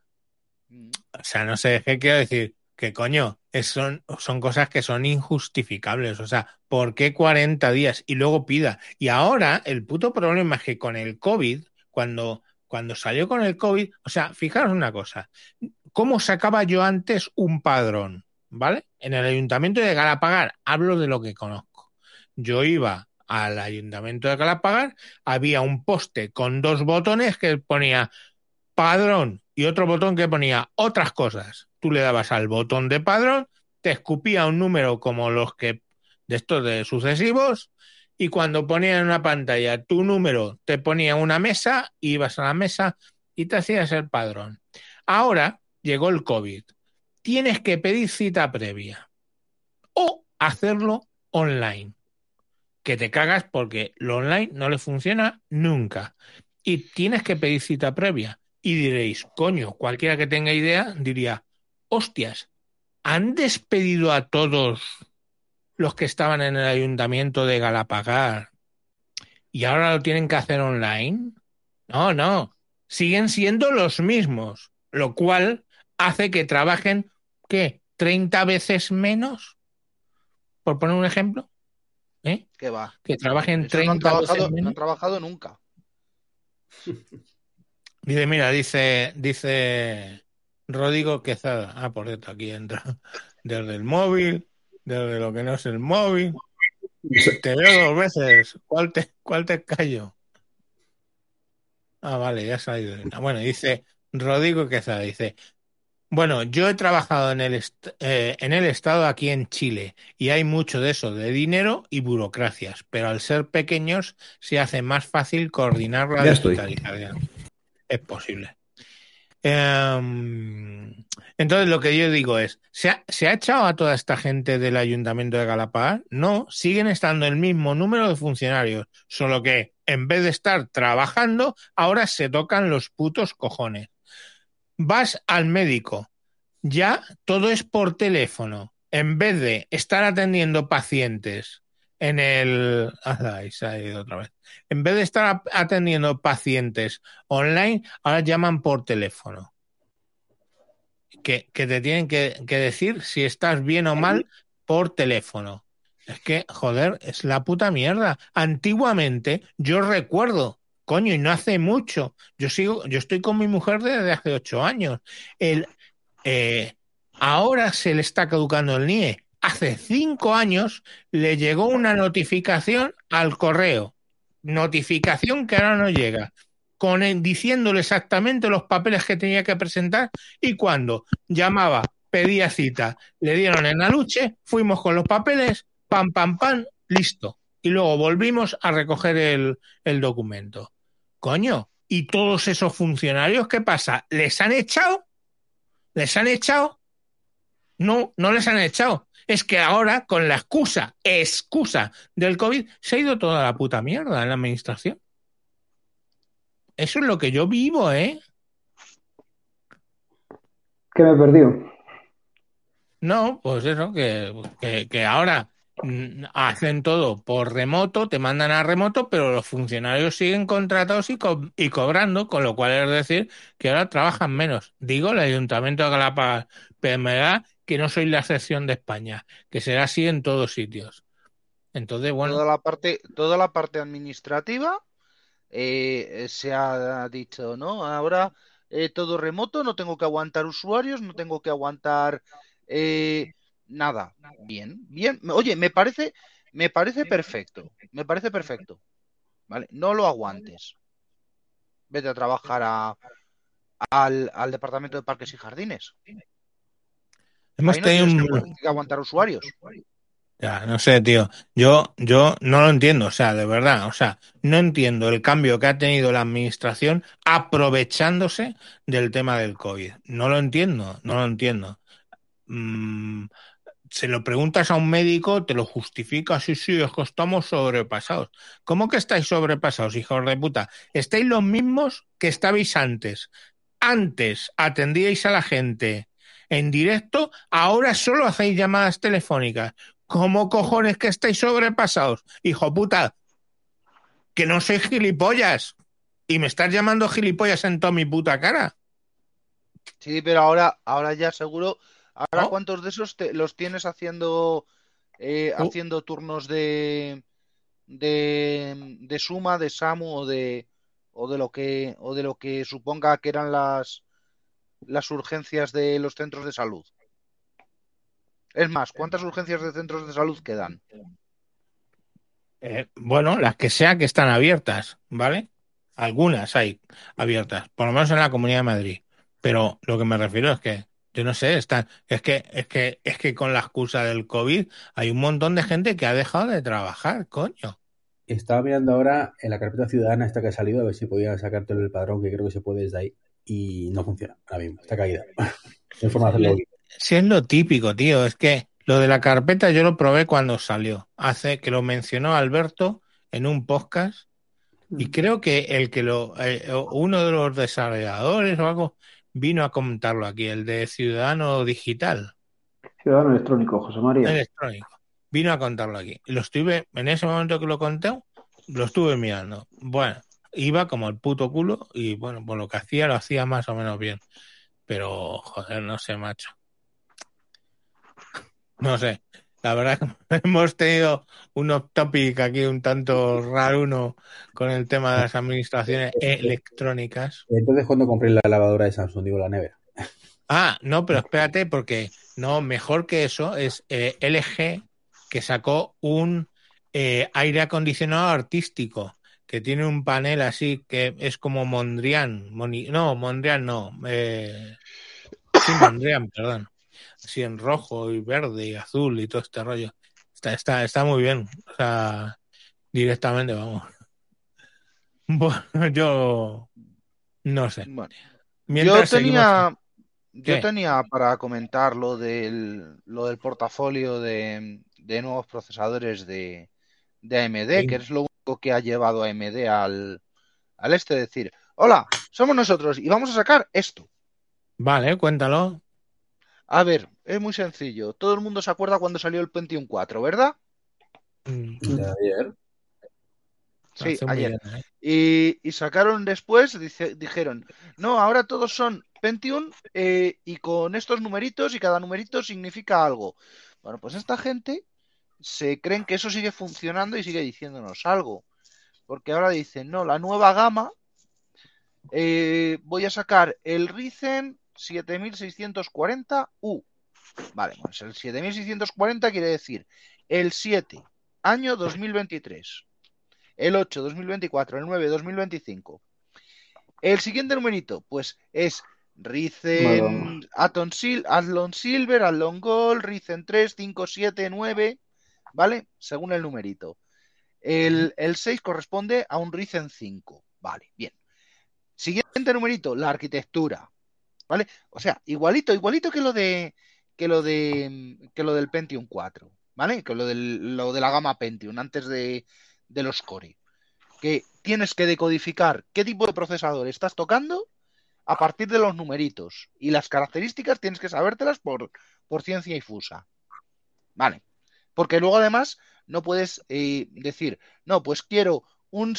[SPEAKER 2] O sea, no sé, ¿qué quiero decir? Que coño, son cosas que son injustificables. O sea, ¿por qué 40 días? Y luego pida. Y ahora el puto problema es que con el COVID, cuando salió con el COVID, o sea, fijaros una cosa, ¿cómo sacaba yo antes un padrón? ¿Vale? En el ayuntamiento de Galapagar, hablo de lo que conozco. Yo iba al ayuntamiento de Galapagar, había un poste con 2 botones que ponía padrón y otro botón que ponía otras cosas. Tú le dabas al botón de padrón, te escupía un número como los que de estos de sucesivos, y cuando ponía en una pantalla tu número, te ponía una mesa, ibas a la mesa y te hacías el padrón. Ahora llegó el COVID. Tienes que pedir cita previa o hacerlo online. Que te cagas porque lo online no le funciona nunca. Y tienes que pedir cita previa. Y diréis, coño, cualquiera que tenga idea diría, hostias, ¿han despedido a todos los que estaban en el ayuntamiento de Galapagar y ahora lo tienen que hacer online? No, siguen siendo los mismos, lo cual hace que trabajen, ¿qué? ¿30 veces menos? Por poner un ejemplo.
[SPEAKER 3] ¿Qué va?
[SPEAKER 2] Que trabajen
[SPEAKER 3] eso
[SPEAKER 2] 30 veces menos.
[SPEAKER 3] No han trabajado nunca.
[SPEAKER 2] Dice Rodrigo Quezada. Por cierto, aquí entra. Desde el móvil, desde lo que no es el móvil. Te veo 2 veces. ¿Cuál te callo? Vale, ya se ha ido. Bueno, dice Rodrigo Quezada, dice, bueno, yo he trabajado en el Estado aquí en Chile y hay mucho de eso, de dinero y burocracias, pero al ser pequeños se hace más fácil coordinar la digitalización. Es posible. Entonces lo que yo digo es, ¿se ha echado a toda esta gente del Ayuntamiento de Galapagar? No, siguen estando el mismo número de funcionarios, solo que en vez de estar trabajando, ahora se tocan los putos cojones. Vas al médico, ya todo es por teléfono. En vez de estar atendiendo pacientes en el... Ahí se ha ido otra vez. En vez de estar atendiendo pacientes online, ahora llaman por teléfono. Que te tienen que decir si estás bien o mal por teléfono. Es que, joder, es la puta mierda. Antiguamente, yo recuerdo, coño, y no hace mucho, yo estoy con mi mujer desde hace 8 años. Ahora se le está caducando el NIE. Hace 5 años le llegó una notificación al correo. Notificación que ahora no llega. Diciéndole exactamente los papeles que tenía que presentar y cuando llamaba, pedía cita, le dieron en Aluche, fuimos con los papeles, pam, pam, pam, listo. Y luego volvimos a recoger el documento. Coño, ¿y todos esos funcionarios qué pasa? ¿Les han echado? ¿Les han echado? No, no les han echado. Es que ahora, con la excusa del COVID, se ha ido toda la puta mierda en la administración. Eso es lo que yo vivo, ¿eh?
[SPEAKER 4] ¿Qué me he perdido?
[SPEAKER 2] No, pues eso, que ahora hacen todo por remoto, te mandan a remoto, pero los funcionarios siguen contratados y cobrando, con lo cual es decir que ahora trabajan menos. Digo, el Ayuntamiento de Galapagar, pero me da que no soy la excepción de España, que será así en todos sitios. Entonces, bueno,
[SPEAKER 3] Toda la parte administrativa se ha dicho, ¿no? Ahora todo remoto, no tengo que aguantar usuarios, no tengo que aguantar eh, nada. Bien, bien. Oye, me parece perfecto. Me parece perfecto. ¿Vale? No lo aguantes. Vete a trabajar al departamento de parques y jardines.
[SPEAKER 2] hemos
[SPEAKER 3] Ahí no
[SPEAKER 2] tenido
[SPEAKER 3] tienes
[SPEAKER 2] un...
[SPEAKER 3] que aguantar usuarios.
[SPEAKER 2] Ya, no sé, tío. Yo no lo entiendo, o sea, de verdad, o sea, no entiendo el cambio que ha tenido la administración aprovechándose del tema del COVID. No lo entiendo, no lo entiendo. Mm, Se lo preguntas a un médico, te lo justifica, sí, sí, es que estamos sobrepasados. ¿Cómo que estáis sobrepasados, hijos de puta? Estáis los mismos que estabais antes. Antes atendíais a la gente en directo, ahora solo hacéis llamadas telefónicas. ¿Cómo cojones que estáis sobrepasados? Hijo puta, que no sois gilipollas. Y me estás llamando gilipollas en toda mi puta cara.
[SPEAKER 3] Sí, pero ahora ya seguro. Ahora,
[SPEAKER 2] ¿No?
[SPEAKER 3] ¿cuántos de esos los tienes
[SPEAKER 2] Uh,
[SPEAKER 3] haciendo turnos de suma, de SAMU o de lo que suponga que eran las urgencias de los centros de salud? Es más, ¿cuántas urgencias de centros de salud quedan?
[SPEAKER 2] bueno, las que sean que están abiertas, ¿vale? Algunas hay abiertas, por lo menos en la Comunidad de Madrid. Pero lo que me refiero es que, yo no sé, es que con la excusa del COVID hay un montón de gente que ha dejado de trabajar, coño.
[SPEAKER 5] Estaba mirando ahora en la carpeta ciudadana esta que ha salido, a ver si podía sacarte el padrón, que creo que se puede desde ahí. Y no funciona, ahora mismo, está caída. No hay forma de hacerlo bien.
[SPEAKER 2] Si es lo típico, tío, es que lo de la carpeta yo lo probé cuando salió, hace que lo mencionó Alberto en un podcast. Y creo que uno de los desarrolladores o algo vino a comentarlo aquí, el de Ciudadano Digital,
[SPEAKER 4] Ciudadano electrónico, José María.
[SPEAKER 2] electrónico, vino a contarlo aquí. En ese momento que lo conté, lo estuve mirando. Bueno, iba como el puto culo y bueno, por lo que hacía, lo hacía más o menos bien. Pero, joder, no sé, macho. No sé. La verdad es que hemos tenido un off topic aquí un tanto raro uno con el tema de las administraciones electrónicas.
[SPEAKER 5] Entonces, cuando compré la lavadora de Samsung, digo la nevera.
[SPEAKER 2] Ah, no, pero espérate, porque no, mejor que eso es LG, que sacó un aire acondicionado artístico, que tiene un panel así que es como Mondrian. No, Mondrian no. Sí, Mondrian, perdón. Así en rojo y verde y azul y todo este rollo. Está muy bien. O sea, directamente, vamos. Bueno, yo no sé.
[SPEAKER 3] Bueno,
[SPEAKER 2] Mientras seguimos.
[SPEAKER 3] Yo
[SPEAKER 2] ¿Qué?
[SPEAKER 3] tenía para comentar lo del portafolio de nuevos procesadores de AMD, que es lo único que ha llevado a AMD al decir, hola, somos nosotros y vamos a sacar esto.
[SPEAKER 2] Vale, cuéntalo.
[SPEAKER 3] A ver, es muy sencillo. Todo el mundo se acuerda cuando salió el Pentium 4, ¿verdad?
[SPEAKER 2] Mm,
[SPEAKER 5] De ayer.
[SPEAKER 3] Sí,
[SPEAKER 2] hace un
[SPEAKER 3] ayer.
[SPEAKER 2] millón, ¿eh?
[SPEAKER 3] Y sacaron después, dijeron, no, ahora todos son Pentium y con estos numeritos y cada numerito significa algo. Bueno, pues esta gente se creen que eso sigue funcionando y sigue diciéndonos algo. Porque ahora dicen, no, la nueva gama, voy a sacar el Ryzen 7640U. Vale, pues el 7640 quiere decir el 7, año 2023. El 8, 2024. El 9, 2025. El siguiente numerito, pues es Ryzen Athlon Silver, Athlon Gold, Ryzen 3, 5, 7, 9, ¿vale? Según el numerito. El 6 corresponde a un Ryzen 5, ¿vale? Bien. Siguiente numerito, la arquitectura, ¿vale? O sea, igualito que lo del Pentium 4, ¿vale? Que lo de la gama Pentium antes de los Core. Que tienes que decodificar qué tipo de procesador estás tocando a partir de los numeritos. Y las características tienes que sabértelas por ciencia infusa. Vale. Porque luego además no puedes decir, no, pues quiero un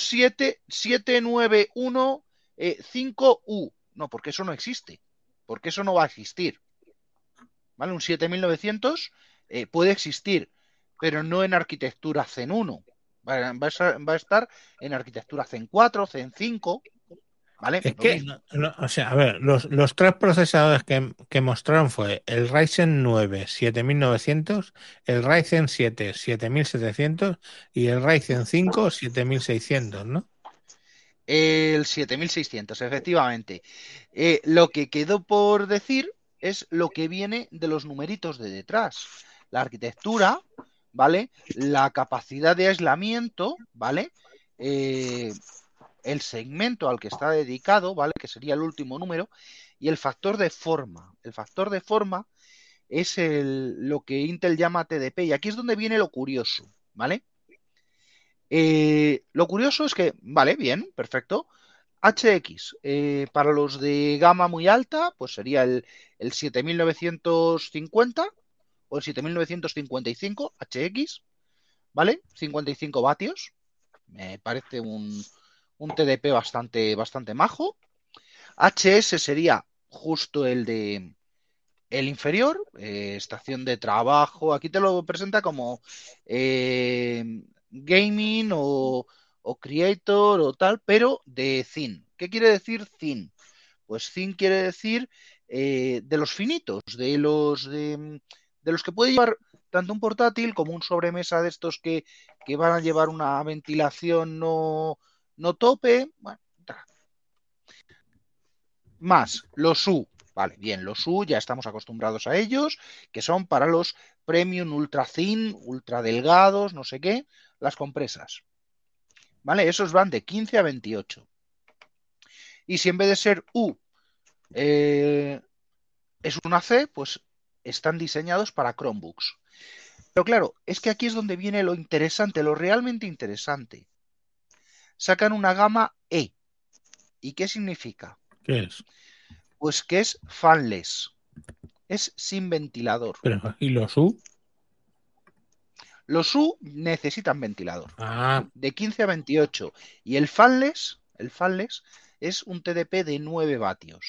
[SPEAKER 3] 791 5U. No, porque eso no existe. Porque eso no va a existir. ¿Vale? Un 7900 puede existir, pero no en arquitectura Zen 1. Va a estar en arquitectura Zen 4, Zen 5, ¿vale?
[SPEAKER 2] Es
[SPEAKER 3] Lo
[SPEAKER 2] que,
[SPEAKER 3] mismo.
[SPEAKER 2] o sea, a ver, los tres procesadores que mostraron fue el Ryzen 9 7900, el Ryzen 7 7700 y el Ryzen 5 7600, ¿no?
[SPEAKER 3] El 7600, efectivamente. Lo que quedó por decir es lo que viene de los numeritos de detrás. La arquitectura, ¿vale? La capacidad de aislamiento, ¿vale? El segmento al que está dedicado, ¿vale? Que sería el último número, y el factor de forma. El factor de forma es lo que Intel llama TDP, y aquí es donde viene lo curioso, ¿vale? Lo curioso es que, vale, bien, perfecto. HX, para los de gama muy alta, pues sería el 7950 o el 7955 HX, ¿vale? 55 vatios. Me parece un TDP bastante majo. HS sería justo el inferior, estación de trabajo. Aquí te lo presenta como gaming o creator o tal, pero de thin. ¿Qué quiere decir thin? Pues thin quiere decir de los finitos, de los que puede llevar tanto un portátil como un sobremesa de estos que van a llevar una ventilación no tope. Bueno, más los U. Vale, bien, los U ya estamos acostumbrados a ellos, que son para los premium ultra thin, ultra delgados, no sé qué, las compresas. ¿Vale? Esos van de 15 a 28. Y si en vez de ser U es una C, pues están diseñados para Chromebooks. Pero claro, es que aquí es donde viene lo interesante, lo realmente interesante. Sacan una gama E. ¿Y qué significa?
[SPEAKER 2] ¿Qué es?
[SPEAKER 3] Pues que es fanless. Es sin ventilador.
[SPEAKER 2] Pero, ¿y los U?
[SPEAKER 3] Los U necesitan ventilador.
[SPEAKER 2] Ah,
[SPEAKER 3] De 15 a 28. Y el fanless es un TDP de 9 vatios.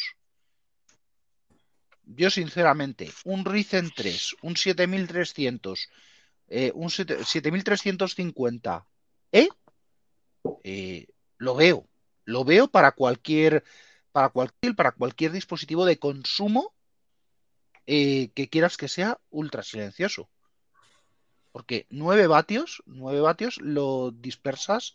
[SPEAKER 3] Yo, sinceramente, un Ryzen 3, un 7300, un 7350, lo veo. Lo veo para cualquier dispositivo de consumo que quieras que sea ultra silencioso. Porque 9 vatios lo dispersas.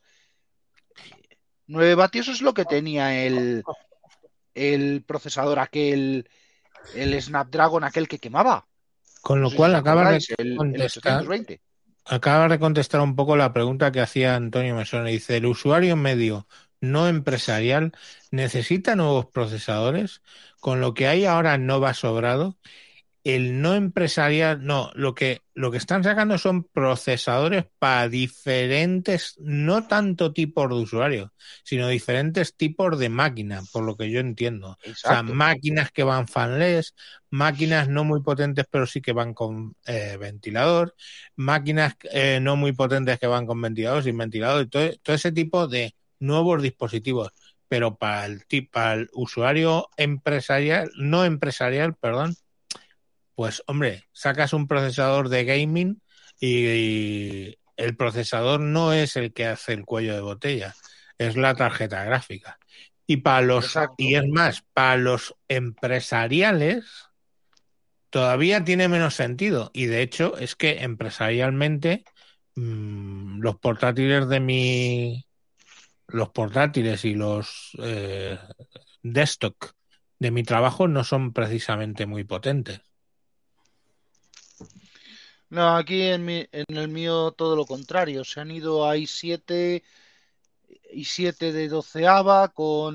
[SPEAKER 3] 9 vatios es lo que tenía el procesador aquel, el Snapdragon aquel que quemaba.
[SPEAKER 2] con
[SPEAKER 3] No
[SPEAKER 2] lo
[SPEAKER 3] sé si
[SPEAKER 2] cual
[SPEAKER 3] os
[SPEAKER 2] acabas de
[SPEAKER 3] acordáis, el
[SPEAKER 2] contestar.
[SPEAKER 3] 820.
[SPEAKER 2] Acaba de contestar un poco la pregunta que hacía Antonio Mesone. Dice, el usuario medio no empresarial, necesita nuevos procesadores. Con lo que hay ahora no va sobrado. El no empresarial, no, lo que están sacando son procesadores para diferentes, no tanto tipos de usuarios, sino diferentes tipos de máquinas, por lo que yo entiendo. O sea,
[SPEAKER 3] Exacto.
[SPEAKER 2] máquinas que van fanless, máquinas no muy potentes, pero sí que van con ventilador, máquinas no muy potentes que van con ventilador, sin ventilador, y todo ese tipo de nuevos dispositivos. Pero para el usuario empresarial, no empresarial, perdón, pues hombre, sacas un procesador de gaming y el procesador no es el que hace el cuello de botella, es la tarjeta gráfica.
[SPEAKER 3] Exacto.
[SPEAKER 2] Y es más, para los empresariales todavía tiene menos sentido. Y de hecho, es que empresarialmente los portátiles los portátiles y los desktop de mi trabajo no son precisamente muy potentes.
[SPEAKER 3] No, aquí en el mío todo lo contrario. Se han ido a i7 de doceava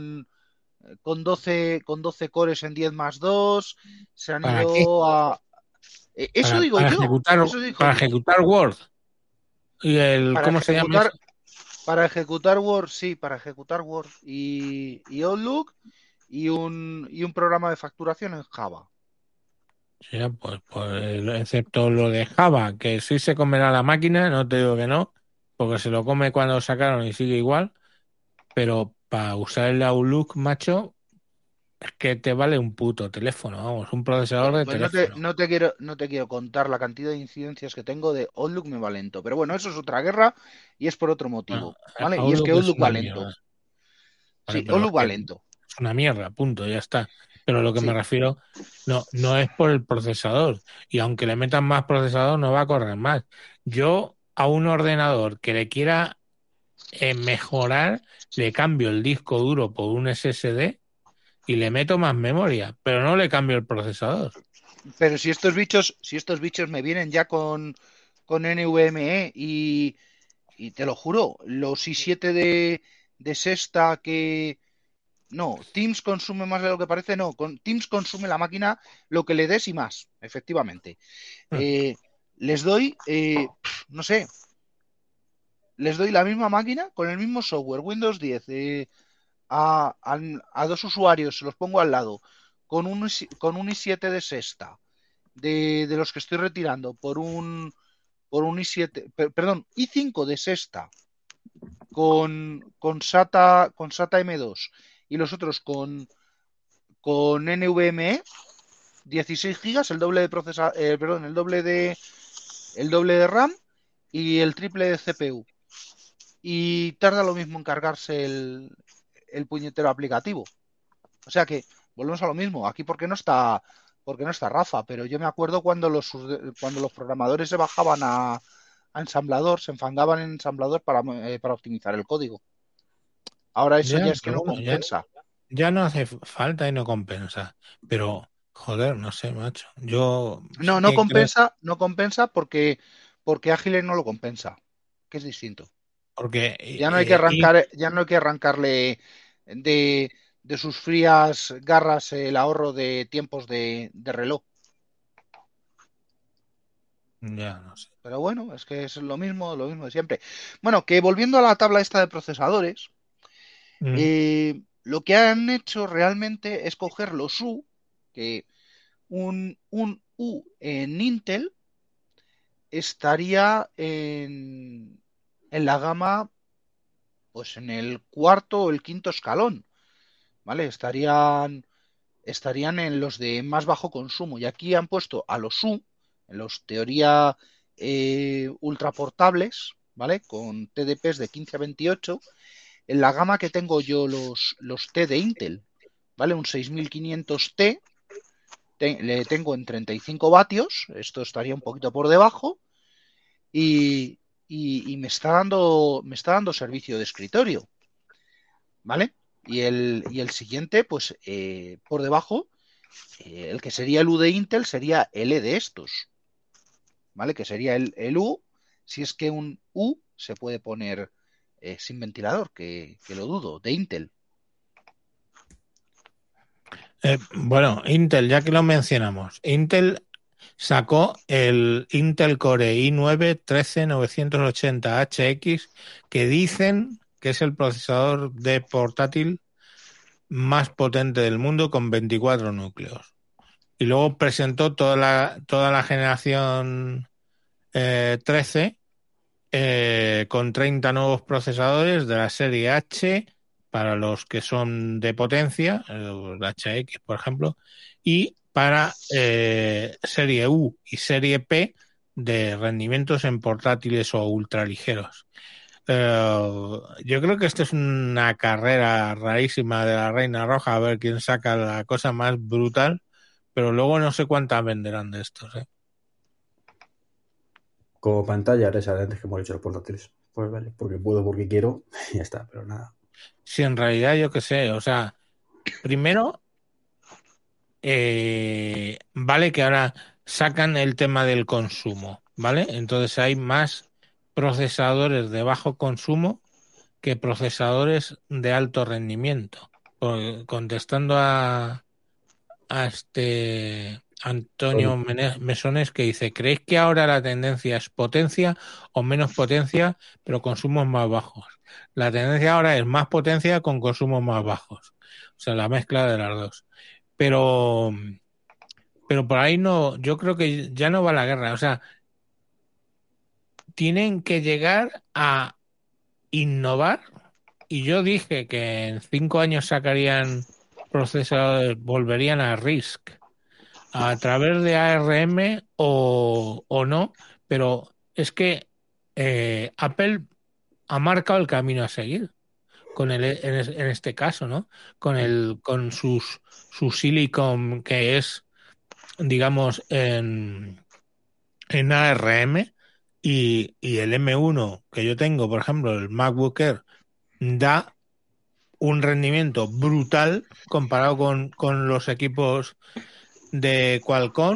[SPEAKER 3] con 12 cores en 10+2. Se han
[SPEAKER 2] ¿Para qué?
[SPEAKER 3] ido a... Eso digo yo, eso digo
[SPEAKER 2] Para
[SPEAKER 3] yo.
[SPEAKER 2] ejecutar Word y
[SPEAKER 3] Para
[SPEAKER 2] ¿cómo se llama eso?
[SPEAKER 3] ejecutar, para ejecutar Word, sí, para ejecutar Word y Outlook y un programa de facturación en Java.
[SPEAKER 2] Sí, pues, excepto lo de Java, que sí se comerá la máquina, no te digo que no, porque se lo come cuando lo sacaron y sigue igual, pero para usar el Outlook, macho, es que te vale un puto teléfono, vamos, un procesador de
[SPEAKER 3] Pues no te,
[SPEAKER 2] teléfono.
[SPEAKER 3] no te quiero, no te quiero contar la cantidad de incidencias que tengo de Outlook me va lento. Pero bueno, eso es otra guerra y es por otro
[SPEAKER 2] Bueno,
[SPEAKER 3] motivo, ¿vale? Y es que
[SPEAKER 2] Outlook es
[SPEAKER 3] Outlook va
[SPEAKER 2] una
[SPEAKER 3] lento.
[SPEAKER 2] mierda, ¿vale?
[SPEAKER 3] Sí,
[SPEAKER 2] Pero es
[SPEAKER 3] Outlook va
[SPEAKER 2] que
[SPEAKER 3] lento.
[SPEAKER 2] es una mierda, punto, ya está. Pero lo que me
[SPEAKER 3] Sí.
[SPEAKER 2] refiero no es por el procesador. Y aunque le metan más procesador, no va a correr más. Yo a un ordenador que le quiera mejorar, le cambio el disco duro por un SSD y le meto más memoria, pero no le cambio el procesador.
[SPEAKER 3] Pero si estos bichos me vienen ya con NVMe y te lo juro, los i7 de sexta que... No, Teams consume más de lo que parece, no. Teams consume la máquina lo que le des y más, efectivamente. Eh, les doy, no sé, les doy la misma máquina con el mismo software, Windows 10, a dos usuarios, se los pongo al lado, con un i7 de sexta, de los que estoy retirando, por un i7, perdón, i5 de sexta, con SATA M2 y los otros con NVMe, 16 gigas, el doble de RAM y el triple de CPU. Y tarda lo mismo en cargarse el puñetero aplicativo. O sea que volvemos a lo mismo. Aquí porque no está Rafa, pero yo me acuerdo cuando los programadores se bajaban a ensamblador, se enfangaban en ensamblador para optimizar el código. Ahora eso
[SPEAKER 2] Ya,
[SPEAKER 3] ya es que
[SPEAKER 2] pero
[SPEAKER 3] no
[SPEAKER 2] bueno,
[SPEAKER 3] compensa.
[SPEAKER 2] ya no hace falta y no compensa. Pero, joder, no sé, macho. Yo,
[SPEAKER 3] No, no
[SPEAKER 2] ¿qué crees?
[SPEAKER 3] compensa, no compensa porque Ágiles no lo compensa, que es distinto.
[SPEAKER 2] Porque
[SPEAKER 3] Ya no hay que arrancarle de sus frías garras el ahorro de tiempos de reloj.
[SPEAKER 2] ya no sé.
[SPEAKER 3] Pero bueno, es que es lo mismo de siempre. Bueno, que volviendo a la tabla esta de procesadores,
[SPEAKER 2] Mm,
[SPEAKER 3] lo que han hecho realmente es coger los U, que un U en Intel estaría en la gama, pues en el cuarto o el quinto escalón, ¿vale? Estarían en los de más bajo consumo. Y aquí han puesto a los U, en los teoría ultraportables, ¿vale? Con TDPs de 15 a 28, en la gama que tengo yo los T de Intel, ¿vale? Un 6500T, le tengo en 35 vatios, esto estaría un poquito por debajo, y me está dando servicio de escritorio, ¿vale? Y el siguiente, pues por debajo, el que sería el U de Intel sería L de estos, ¿vale? Que sería el U, si es que un U se puede poner sin ventilador, que lo dudo, de Intel.
[SPEAKER 2] Bueno, Intel, ya que lo mencionamos, Intel sacó el Intel Core i9-13980HX, que dicen que es el procesador de portátil más potente del mundo con 24 núcleos. Y luego presentó toda la generación 13 con 30 nuevos procesadores de la serie H para los que son de potencia, el HX por ejemplo, y para serie U y serie P de rendimientos en portátiles o ultraligeros. Yo creo que esto es una carrera rarísima de la Reina Roja, a ver quién saca la cosa más brutal, pero luego no sé cuántas venderán de estos, ¿eh?
[SPEAKER 5] Como pantalla, ahora antes que hemos hecho los portátiles. Pues vale, porque puedo, porque quiero, y ya está, pero nada.
[SPEAKER 2] Si en realidad yo qué sé, o sea, primero, vale que ahora sacan el tema del consumo, ¿vale? Entonces hay más procesadores de bajo consumo que procesadores de alto rendimiento. Contestando a este Antonio Mesones, que dice, ¿creéis que ahora la tendencia es potencia o menos potencia, pero consumos más bajos? La tendencia ahora es más potencia con consumos más bajos. O sea, la mezcla de las dos. Pero por ahí no, yo creo que ya no va la guerra. O sea, tienen que llegar a innovar. Y yo dije que en 5 años sacarían procesadores, volverían a RISC a través de ARM o no, pero es que Apple ha marcado el camino a seguir en este caso, ¿no? Con su Silicon, que es, digamos, en ARM, y el M1 que yo tengo, por ejemplo, el MacBook Air, da un rendimiento brutal comparado con los equipos de Qualcomm.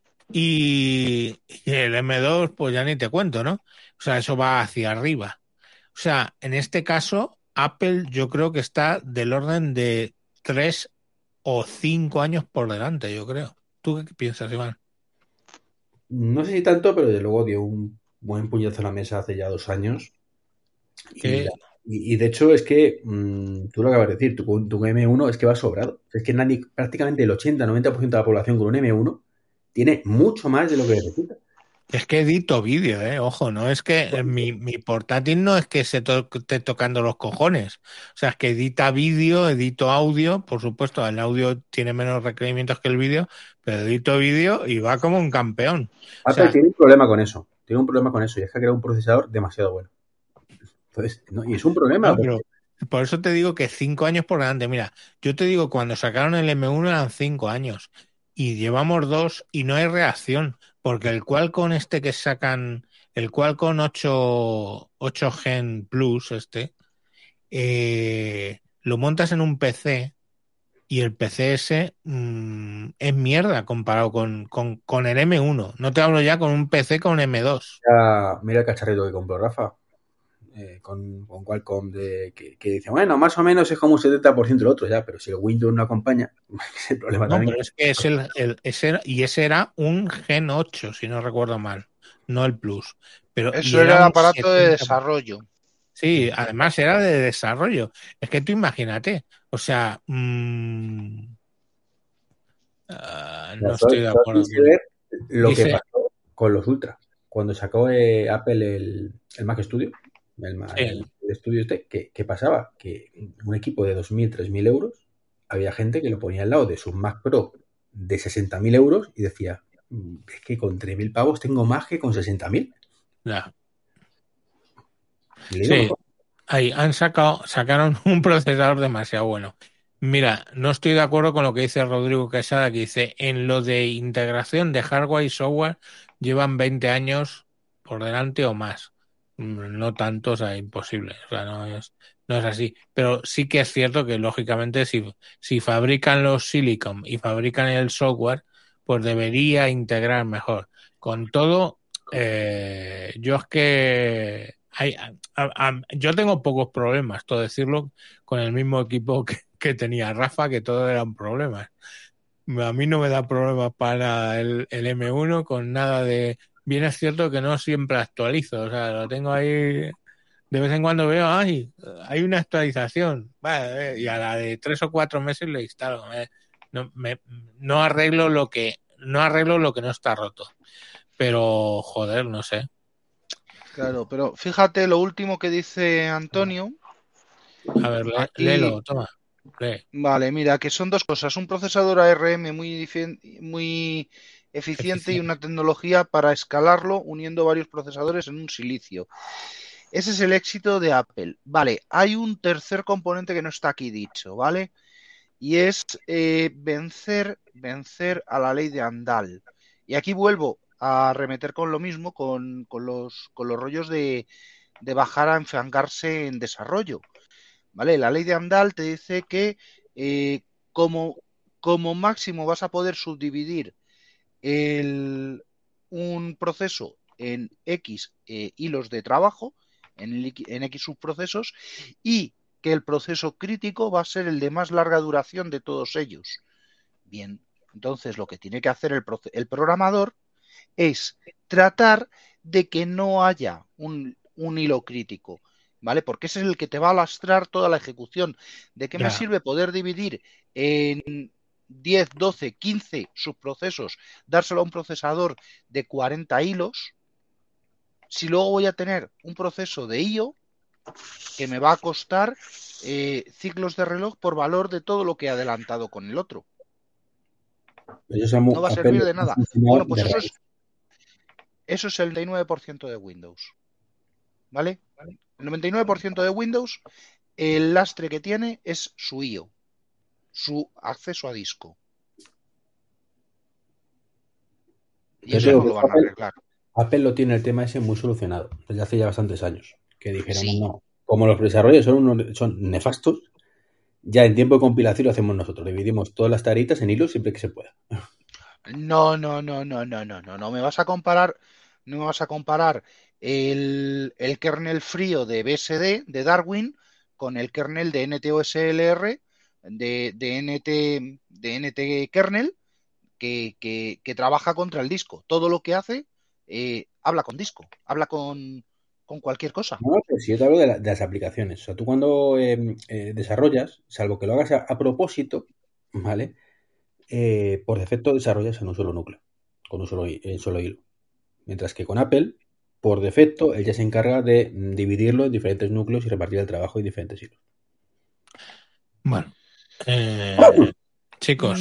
[SPEAKER 2] Y el M2, pues ya ni te cuento, ¿no? O sea, eso va hacia arriba. O sea, en este caso, Apple yo creo que está del orden de 3 o 5 años por delante, yo creo. ¿Tú qué piensas, Iván?
[SPEAKER 5] No sé si tanto, pero desde luego dio un buen puñazo a la mesa hace ya 2 años.
[SPEAKER 2] Que
[SPEAKER 5] Y de hecho es que tú lo acabas de decir, tu M1 es que va sobrado. Es que nadie, prácticamente el 80-90% de la población con un M1 tiene mucho más de lo que necesita.
[SPEAKER 2] Es que edito vídeo, ojo, no es que mi portátil no es que esté tocando los cojones. O sea, es que edita vídeo, edito audio, por supuesto, el audio tiene menos requerimientos que el vídeo, pero edito vídeo y va como un campeón. O
[SPEAKER 5] Apple
[SPEAKER 2] sea,
[SPEAKER 5] tiene un problema con eso. Tiene un problema con eso y es que ha creado un procesador demasiado bueno. Entonces, no, y es un problema.
[SPEAKER 2] no, pero por eso te digo que 5 años por delante. Mira, yo te digo, cuando sacaron el M1 eran 5 años y llevamos 2 y no hay reacción, porque el Qualcomm este que sacan, el Qualcomm 8 Gen Plus lo montas en un PC y el PC ese es mierda comparado con el M1. No te hablo ya con un PC con M2.
[SPEAKER 5] Mira el cacharrito que compró Rafa con Qualcomm que dice, bueno, más o menos es como un 70% el otro ya, pero si el Windows no acompaña, es el problema
[SPEAKER 2] No,
[SPEAKER 5] también.
[SPEAKER 2] pero es que ese era un Gen 8, si no recuerdo mal, no el Plus. Pero, y
[SPEAKER 3] Eso era el
[SPEAKER 2] un
[SPEAKER 3] aparato de
[SPEAKER 2] 70.
[SPEAKER 3] desarrollo.
[SPEAKER 2] Sí, además era de desarrollo. Es que tú imagínate, o sea, no estoy de
[SPEAKER 5] Solo
[SPEAKER 2] acuerdo
[SPEAKER 5] tienes que
[SPEAKER 2] con...
[SPEAKER 5] ver lo que
[SPEAKER 2] Dice,
[SPEAKER 5] pasó con los Ultra. Cuando sacó Apple el Mac Studio,
[SPEAKER 2] sí,
[SPEAKER 5] el Studio ¿qué pasaba? Que un equipo de 2.000, 3.000 euros, había gente que lo ponía al lado de su Mac Pro de 60.000 euros y decía, es que con 3.000 pavos tengo más que con 60.000.
[SPEAKER 2] ya.
[SPEAKER 5] Y le digo
[SPEAKER 2] Sí,
[SPEAKER 5] mejor.
[SPEAKER 2] ahí sacaron un procesador demasiado bueno. Mira, no estoy de acuerdo con lo que dice Rodrigo Quesada, que dice, en lo de integración de hardware y software llevan 20 años por delante o más. No tanto, o sea, imposible. O sea, no es así. Pero sí que es cierto que, lógicamente, si fabrican los silicon y fabrican el software, pues debería integrar mejor. Con todo, yo es que yo tengo pocos problemas, todo decirlo, con el mismo equipo que tenía Rafa, que todos eran problemas. A mí no me da problemas para el M1 con nada de... Bien es cierto que no siempre actualizo, o sea, lo tengo ahí... De vez en cuando veo, hay una actualización, vale, y a la de 3 o 4 meses lo instalo. No arreglo lo que no está roto. Pero, joder, no sé.
[SPEAKER 3] Claro, pero fíjate lo último que dice Antonio.
[SPEAKER 2] A ver,
[SPEAKER 3] Aquí,
[SPEAKER 2] léelo, toma. Lee.
[SPEAKER 3] vale, mira, que son dos cosas. Un procesador ARM muy eficiente y una tecnología para escalarlo uniendo varios procesadores en un silicio. Ese es el éxito de Apple. Vale, hay un tercer componente que no está aquí dicho, ¿vale? Y es vencer a la ley de Andal. Y aquí vuelvo a remeter con lo mismo, con los rollos de bajar a enfangarse en desarrollo. ¿Vale? La ley de Andal te dice que como máximo vas a poder subdividir un proceso en X hilos de trabajo, en X subprocesos, y que el proceso crítico va a ser el de más larga duración de todos ellos. Bien, entonces lo que tiene que hacer el programador es tratar de que no haya un hilo crítico, ¿vale? Porque ese es el que te va a lastrar toda la ejecución. ¿De qué me sirve poder dividir en 10, 12, 15 subprocesos, dárselo a un procesador de 40 hilos, si luego voy a tener un proceso de IO que me va a costar ciclos de reloj por valor de todo lo que he adelantado con el otro? No va a servir de nada. Bueno, pues eso es el 99% de Windows. ¿Vale? El 99% de Windows, el lastre que tiene es su IO, su acceso a disco. Y eso no lo van a arreglar.
[SPEAKER 5] Apple lo tiene el tema ese muy solucionado desde hace ya bastantes años. Que dijéramos, no, como los desarrollos son nefastos, ya en tiempo de compilación lo hacemos nosotros. Dividimos todas las tareitas en hilos siempre que se pueda.
[SPEAKER 3] No me vas a comparar el kernel frío de BSD, de Darwin, con el kernel de NTOSLR, de NT kernel, que trabaja contra el disco. Todo lo que hace habla con disco, habla con cualquier cosa.
[SPEAKER 5] No, pero si yo te hablo de las aplicaciones. O sea, tú cuando desarrollas, salvo que lo hagas a propósito, ¿vale? Por defecto desarrollas en un solo núcleo, con un solo hilo. Mientras que con Apple, por defecto, él ya se encarga de dividirlo en diferentes núcleos y repartir el trabajo en diferentes hilos.
[SPEAKER 2] Bueno, chicos,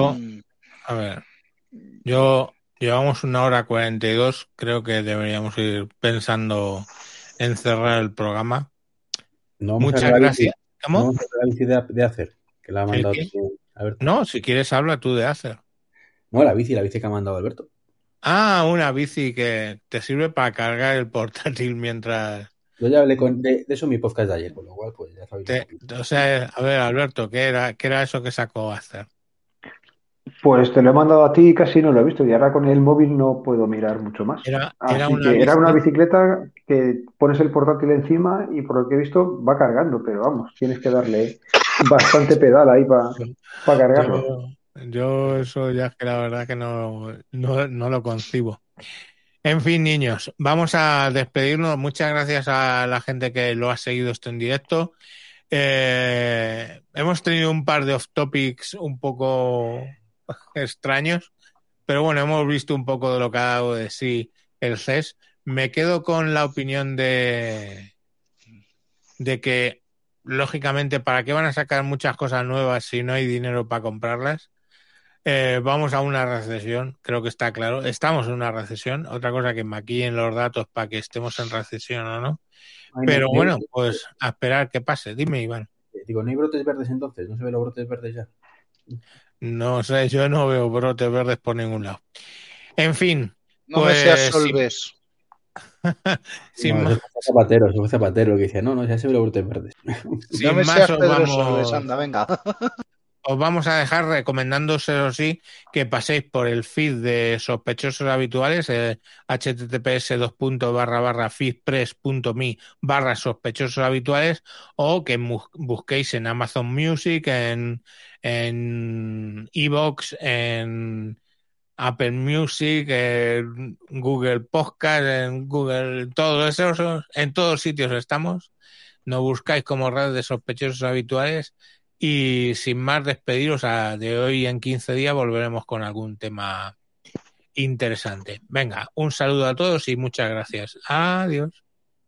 [SPEAKER 2] llevamos 1 hora 42, creo que deberíamos ir pensando en cerrar el programa. Muchas gracias.
[SPEAKER 5] ¿Cómo? Vamos a la bici de Acer, que la ha mandado Alberto.
[SPEAKER 2] No, si quieres habla tú de Acer.
[SPEAKER 5] No, la bici que ha mandado Alberto.
[SPEAKER 2] Ah, una bici que te sirve para cargar el portátil mientras...
[SPEAKER 5] Yo ya hablé de eso en mi podcast de ayer, con lo cual pues ya sabéis.
[SPEAKER 2] O sea, a ver, Alberto, ¿qué era eso que sacó Acer?
[SPEAKER 4] Pues te lo he mandado a ti y casi no lo he visto. Y ahora con el móvil no puedo mirar mucho más.
[SPEAKER 2] Era
[SPEAKER 4] una bicicleta que pones el portátil encima y por lo que he visto va cargando, pero vamos, tienes que darle bastante pedal ahí para cargarlo.
[SPEAKER 2] Yo eso ya es que la verdad que no lo concibo. En fin, niños, vamos a despedirnos. Muchas gracias a la gente que lo ha seguido esto en directo. Hemos tenido un par de off-topics un poco extraños, pero bueno, hemos visto un poco de lo que ha dado de sí el CES. Me quedo con la opinión de que, lógicamente, ¿para qué van a sacar muchas cosas nuevas si no hay dinero para comprarlas? Vamos a una recesión, creo que está claro. Estamos en una recesión. Otra cosa que maquillen los datos para que estemos en recesión o no. Pero bueno, pues a esperar que pase. Dime, Iván.
[SPEAKER 5] Digo, ¿no hay brotes verdes entonces? ¿No se ven los brotes verdes ya?
[SPEAKER 2] No sé, yo no veo brotes verdes por ningún lado. En fin.
[SPEAKER 3] No me seas Solves.
[SPEAKER 5] Eso fue Zapatero que decía, no, ya se ven los brotes verdes.
[SPEAKER 3] No me seas Pedro Solves, anda, venga.
[SPEAKER 2] os vamos a dejar recomendándoos, eso sí, que paséis por el feed de Sospechosos Habituales, https://feedpress.me/sospechosos habituales, o que busquéis en Amazon Music, en iVoox, en Apple Music, en Google Podcast, en Google, todo eso, en todos sitios estamos. Nos buscáis como Red de Sospechosos Habituales. Y sin más, despediros de hoy en 15 días, volveremos con algún tema interesante. Venga, un saludo a todos y muchas gracias. Adiós.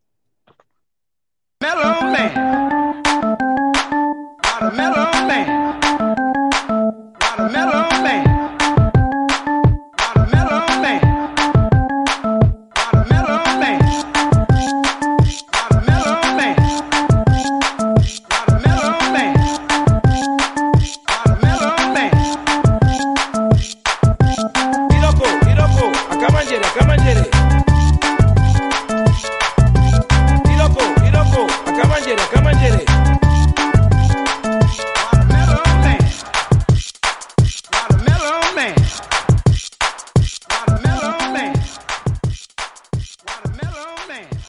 [SPEAKER 1] Mellow man. Not a mellow man. Not a mellow